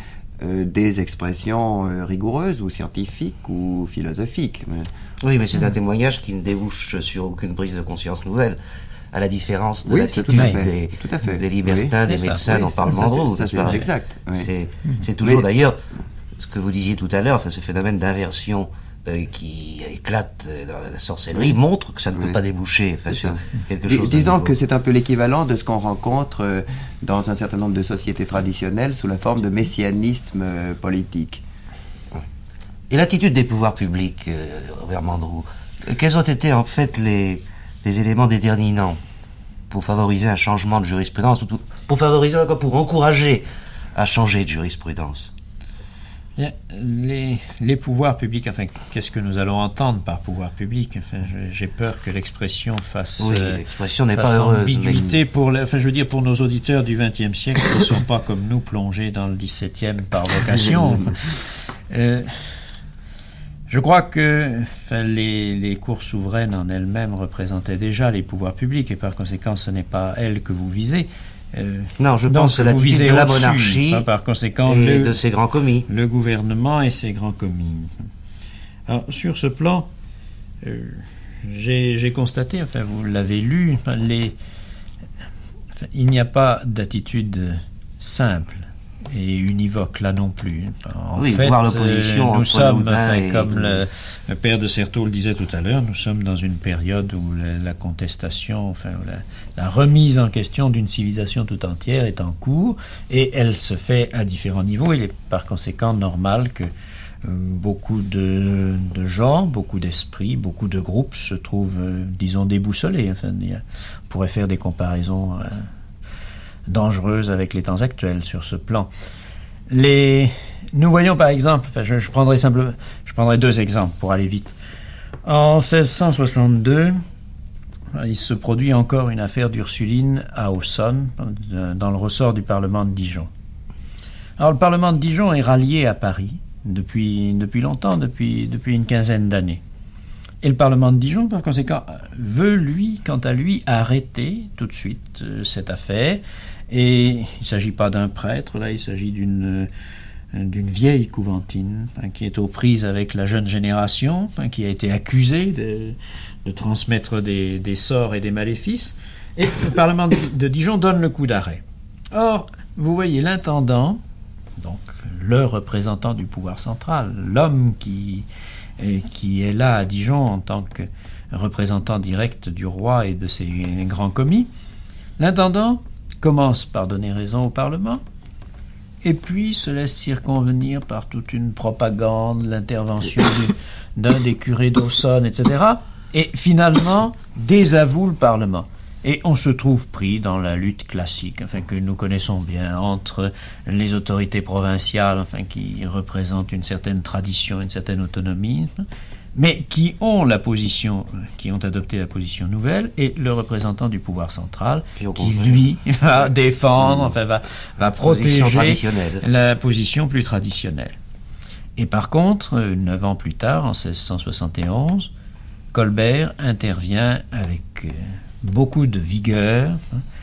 des expressions rigoureuses ou scientifiques ou philosophiques. Oui, mais c'est un témoignage qui ne débouche sur aucune prise de conscience nouvelle, à la différence de Oui, l'attitude tout à fait. des libertins, des médecins dont parle Mandrou. Ça, c'est exact. Oui. C'est toujours d'ailleurs ce que vous disiez tout à l'heure, ce phénomène d'inversion qui éclate dans la sorcellerie montre que ça ne peut pas déboucher sur quelque chose de disons nouveau. que c'est un peu l'équivalent de ce qu'on rencontre dans un certain nombre de sociétés traditionnelles sous la forme de messianisme politique. Et l'attitude des pouvoirs publics, Robert Mandrou, quels ont été en fait les éléments déterminants pour favoriser un changement de jurisprudence, ou pour favoriser encore, pour encourager à changer de jurisprudence? Les pouvoirs publics, enfin, qu'est-ce que nous allons entendre par pouvoir public? Enfin, j'ai peur que l'expression fasse, l'expression n'est pas heureuse, ambiguïté pour nos auditeurs du XXe siècle qui ne sont pas comme nous plongés dans le XVIIe par vocation. Je crois que les cours souveraines en elles-mêmes représentaient déjà les pouvoirs publics et par conséquent ce n'est pas elles que vous visez. Non, je pense que l'attitude de la monarchie par conséquent, et de ses grands commis. Le gouvernement et ses grands commis. Alors, sur ce plan, j'ai constaté, enfin vous l'avez lu, il n'y a pas d'attitude simple et univoque là non plus. En fait, voir l'opposition nous sommes, et comme le père de Certeau le disait tout à l'heure, nous sommes dans une période où la contestation, la remise en question d'une civilisation tout entière est en cours et elle se fait à différents niveaux. Il est par conséquent normal que beaucoup de gens, beaucoup d'esprits, beaucoup de groupes se trouvent, disons, déboussolés. Enfin, on pourrait faire des comparaisons dangereuse avec les temps actuels sur ce plan. Nous voyons par exemple, je prendrai deux exemples pour aller vite. En 1662, il se produit encore une affaire d'Ursuline à Aussonne, dans le ressort du Parlement de Dijon. Alors le Parlement de Dijon est rallié à Paris depuis longtemps, depuis une quinzaine d'années. Et le Parlement de Dijon, par conséquent, veut, quant à lui, arrêter tout de suite cette affaire. Et il ne s'agit pas d'un prêtre, là, il s'agit d'une vieille couventine qui est aux prises avec la jeune génération, qui a été accusée de transmettre des sorts et des maléfices. Et le Parlement de Dijon donne le coup d'arrêt. Or, vous voyez, l'intendant, donc le représentant du pouvoir central, l'homme qui est là à Dijon en tant que représentant direct du roi et de ses grands commis, l'intendant commence par donner raison au Parlement, et puis se laisse circonvenir par toute une propagande, l'intervention d'un des curés d'Aussonne, etc., et finalement désavoue le Parlement. Et on se trouve pris dans la lutte classique, que nous connaissons bien, entre les autorités provinciales, qui représentent une certaine tradition, une certaine autonomie, mais qui ont adopté la position nouvelle, et le représentant du pouvoir central, qui lui va défendre, va protéger la position plus traditionnelle. Et par contre, 9 ans plus tard, en 1671, Colbert intervient avec beaucoup de vigueur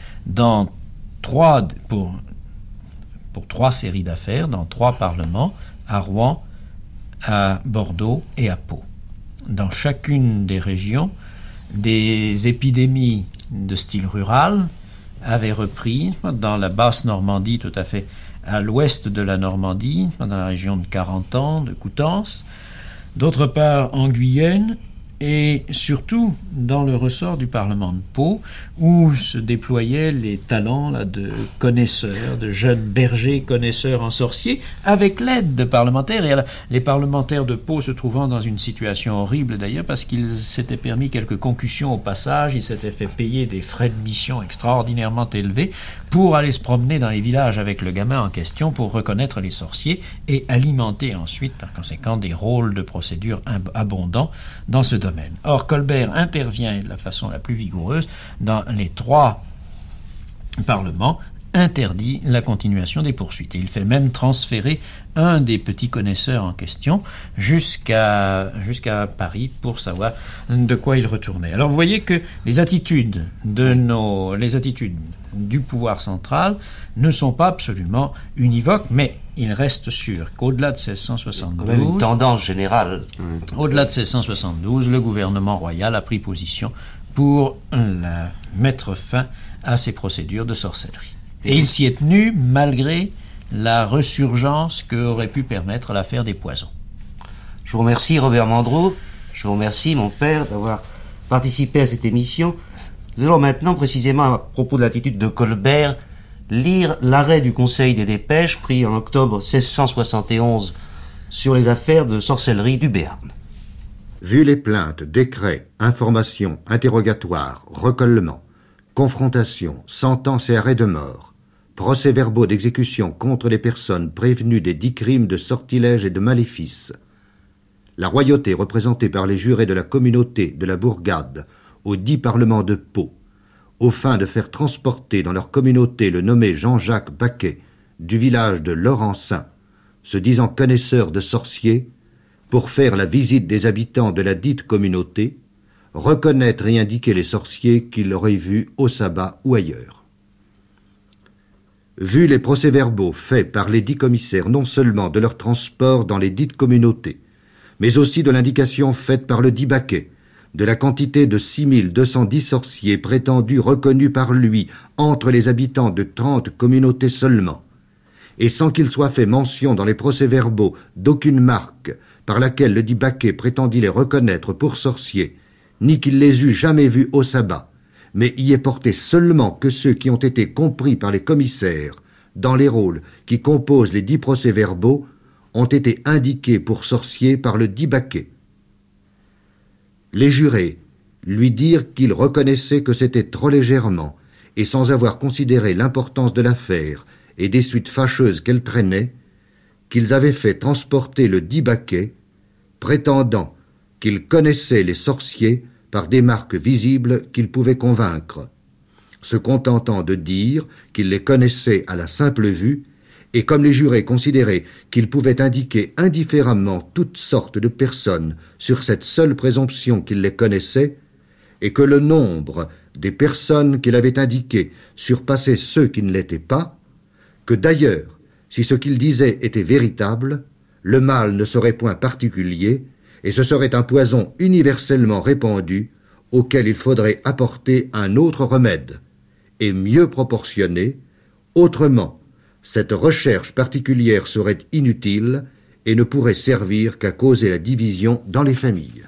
pour 3 séries d'affaires, dans 3 parlements, à Rouen, à Bordeaux et à Pau. Dans chacune des régions, des épidémies de style rural avaient repris, dans la basse Normandie, tout à fait à l'ouest de la Normandie, dans la région de Carentan, de Coutances, d'autre part en Guyenne, et surtout dans le ressort du Parlement de Pau, où se déployaient les talents de connaisseurs, de jeunes bergers connaisseurs en sorciers, avec l'aide de parlementaires. Et les parlementaires de Pau se trouvant dans une situation horrible d'ailleurs, parce qu'ils s'étaient permis quelques concussions au passage, ils s'étaient fait payer des frais de mission extraordinairement élevés pour aller se promener dans les villages avec le gamin en question pour reconnaître les sorciers et alimenter ensuite, par conséquent, des rôles de procédure abondants dans ce domaine. Or, Colbert intervient de la façon la plus vigoureuse dans les 3 parlements interdit la continuation des poursuites. Et il fait même transférer un des petits connaisseurs en question jusqu'à Paris pour savoir de quoi il retournait. Alors vous voyez que les attitudes du pouvoir central ne sont pas absolument univoques, mais il reste sûr qu'au-delà de 1672... quand même une tendance générale. Au-delà de 1672, le gouvernement royal a pris position pour mettre fin à ces procédures de sorcellerie. Et il s'y est tenu malgré la resurgence qu'aurait pu permettre l'affaire des poisons. Je vous remercie, Robert Mandreau. Je vous remercie, mon père, d'avoir participé à cette émission. Nous allons maintenant, précisément à propos de l'attitude de Colbert, lire l'arrêt du Conseil des dépêches pris en octobre 1671 sur les affaires de sorcellerie du Béarn. Vu les plaintes, décrets, informations, interrogatoires, recollements, confrontations, sentences et arrêts de mort, procès-verbaux d'exécution contre les personnes prévenues des 10 crimes de sortilège et de maléfice, la royauté représentée par les jurés de la communauté de la bourgade aux 10 parlements de Pau, aux fins de faire transporter dans leur communauté le nommé Jean-Jacques Baquet du village de Laurencin, se disant connaisseur de sorciers, pour faire la visite des habitants de la dite communauté, reconnaître et indiquer les sorciers qu'il aurait vus au sabbat ou ailleurs. Vu les procès-verbaux faits par les 10 commissaires non seulement de leur transport dans les dites communautés, mais aussi de l'indication faite par le dit Baquet, de la quantité de 6210 sorciers prétendus reconnus par lui entre les habitants de 30 communautés seulement, et sans qu'il soit fait mention dans les procès-verbaux d'aucune marque par laquelle le dit Baquet prétendit les reconnaître pour sorciers, ni qu'il les eût jamais vus au sabbat, mais y est porté seulement que ceux qui ont été compris par les commissaires dans les rôles qui composent les 10 procès-verbaux ont été indiqués pour sorciers par le dit Baquet. Les jurés lui dirent qu'ils reconnaissaient que c'était trop légèrement, et sans avoir considéré l'importance de l'affaire et des suites fâcheuses qu'elle traînait, qu'ils avaient fait transporter le dit Baquet, prétendant qu'ils connaissaient les sorciers par des marques visibles qu'ils pouvaient convaincre, se contentant de dire qu'ils les connaissaient à la simple vue, et comme les jurés considéraient qu'ils pouvaient indiquer indifféremment toutes sortes de personnes sur cette seule présomption qu'ils les connaissaient, et que le nombre des personnes qu'il avait indiquées surpassait ceux qui ne l'étaient pas, que d'ailleurs, si ce qu'ils disaient était véritable, le mal ne serait point particulier, et ce serait un poison universellement répandu auquel il faudrait apporter un autre remède, et mieux proportionné, autrement, cette recherche particulière serait inutile et ne pourrait servir qu'à causer la division dans les familles.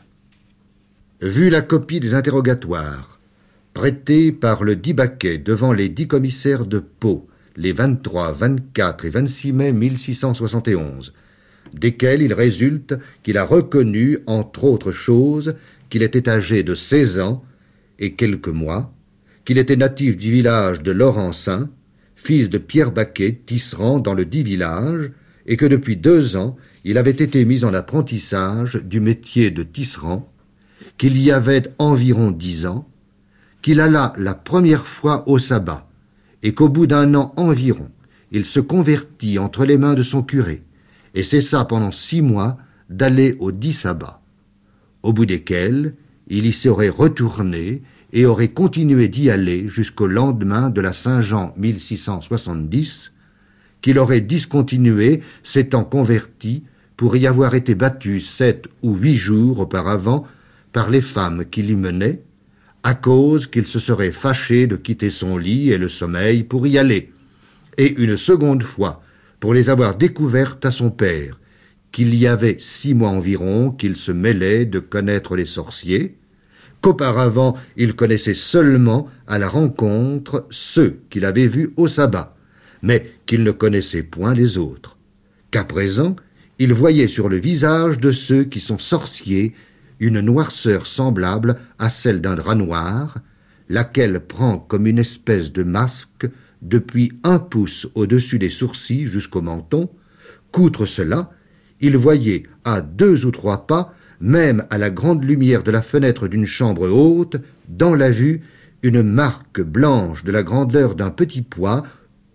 Vu la copie des interrogatoires, prêtés par le dit Baquet devant les 10 commissaires de Pau, les 23, 24 et 26 mai 1671, desquels il résulte qu'il a reconnu, entre autres choses, qu'il était âgé de 16 ans et quelques mois, qu'il était natif du village de Laurencin, fils de Pierre Baquet, tisserand dans le dit village, et que depuis 2 ans, il avait été mis en apprentissage du métier de tisserand, qu'il y avait environ 10 ans, qu'il alla la première fois au sabbat, et qu'au bout d'1 an environ, il se convertit entre les mains de son curé, et cessa pendant 6 mois d'aller au 10 sabbats, au bout desquels il y serait retourné et aurait continué d'y aller jusqu'au lendemain de la Saint-Jean 1670, qu'il aurait discontinué, s'étant converti, pour y avoir été battu 7 ou 8 jours auparavant par les femmes qui l'y menaient, à cause qu'il se serait fâché de quitter son lit et le sommeil pour y aller, et une seconde fois, pour les avoir découvertes à son père, qu'il y avait 6 mois environ qu'il se mêlait de connaître les sorciers, qu'auparavant il connaissait seulement à la rencontre ceux qu'il avait vus au sabbat, mais qu'il ne connaissait point les autres, qu'à présent il voyait sur le visage de ceux qui sont sorciers une noirceur semblable à celle d'un drap noir, laquelle prend comme une espèce de masque depuis 1 pouce au-dessus des sourcils jusqu'au menton, qu'outre cela, il voyait à 2 ou 3 pas, même à la grande lumière de la fenêtre d'une chambre haute, dans la vue, une marque blanche de la grandeur d'un petit pois,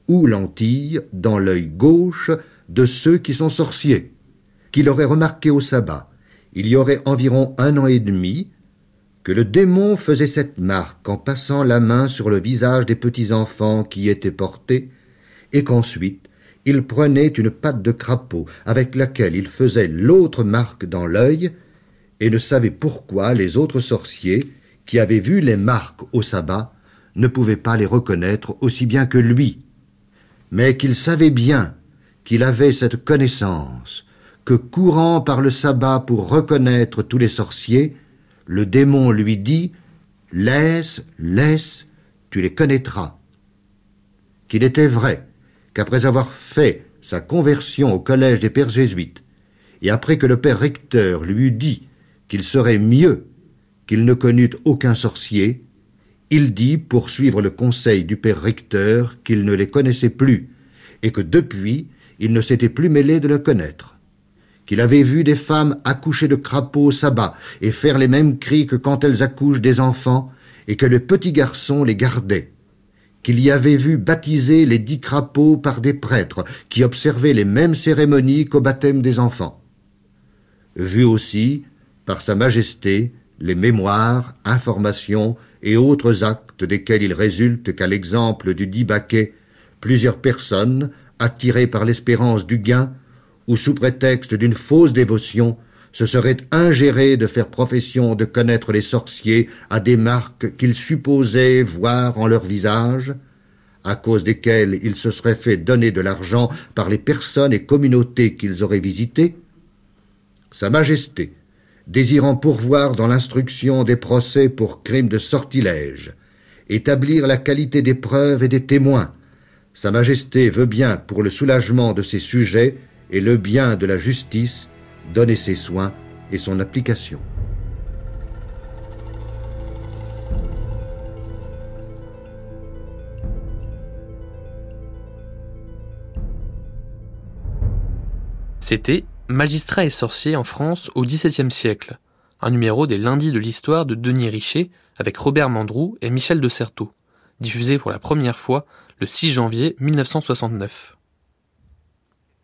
ou lentille dans l'œil gauche de ceux qui sont sorciers, qu'il aurait remarqué au sabbat, il y aurait environ 1 an et demi, que le démon faisait cette marque en passant la main sur le visage des petits enfants qui y étaient portés, et qu'ensuite il prenait une patte de crapaud avec laquelle il faisait l'autre marque dans l'œil, et ne savait pourquoi les autres sorciers, qui avaient vu les marques au sabbat, ne pouvaient pas les reconnaître aussi bien que lui, mais qu'il savait bien qu'il avait cette connaissance, que courant par le sabbat pour reconnaître tous les sorciers, le démon lui dit « Laisse, laisse, tu les connaîtras ». Qu'il était vrai qu'après avoir fait sa conversion au collège des pères jésuites, et après que le père recteur lui eut dit qu'il serait mieux qu'il ne connût aucun sorcier, il dit, pour suivre le conseil du père recteur, qu'il ne les connaissait plus, et que depuis, il ne s'était plus mêlé de le connaître. Qu'il avait vu des femmes accoucher de crapauds au sabbat et faire les mêmes cris que quand elles accouchent des enfants, et que les petits garçons les gardaient. Qu'il y avait vu baptiser les 10 crapauds par des prêtres qui observaient les mêmes cérémonies qu'au baptême des enfants. Vu aussi, par Sa Majesté, les mémoires, informations et autres actes desquels il résulte qu'à l'exemple du dit Baquet, plusieurs personnes, attirées par l'espérance du gain, ou sous prétexte d'une fausse dévotion, se seraient ingérées de faire profession de connaître les sorciers à des marques qu'ils supposaient voir en leur visage, à cause desquelles ils se seraient fait donner de l'argent par les personnes et communautés qu'ils auraient visitées. Sa Majesté, désirant pourvoir dans l'instruction des procès pour crimes de sortilège, établir la qualité des preuves et des témoins, Sa Majesté veut bien, pour le soulagement de ses sujets et le bien de la justice, donner ses soins et son application. C'était Magistrats et sorciers en France au XVIIe siècle, un numéro des lundis de l'histoire de Denis Richer avec Robert Mandrou et Michel de Certeau, diffusé pour la première fois le 6 janvier 1969.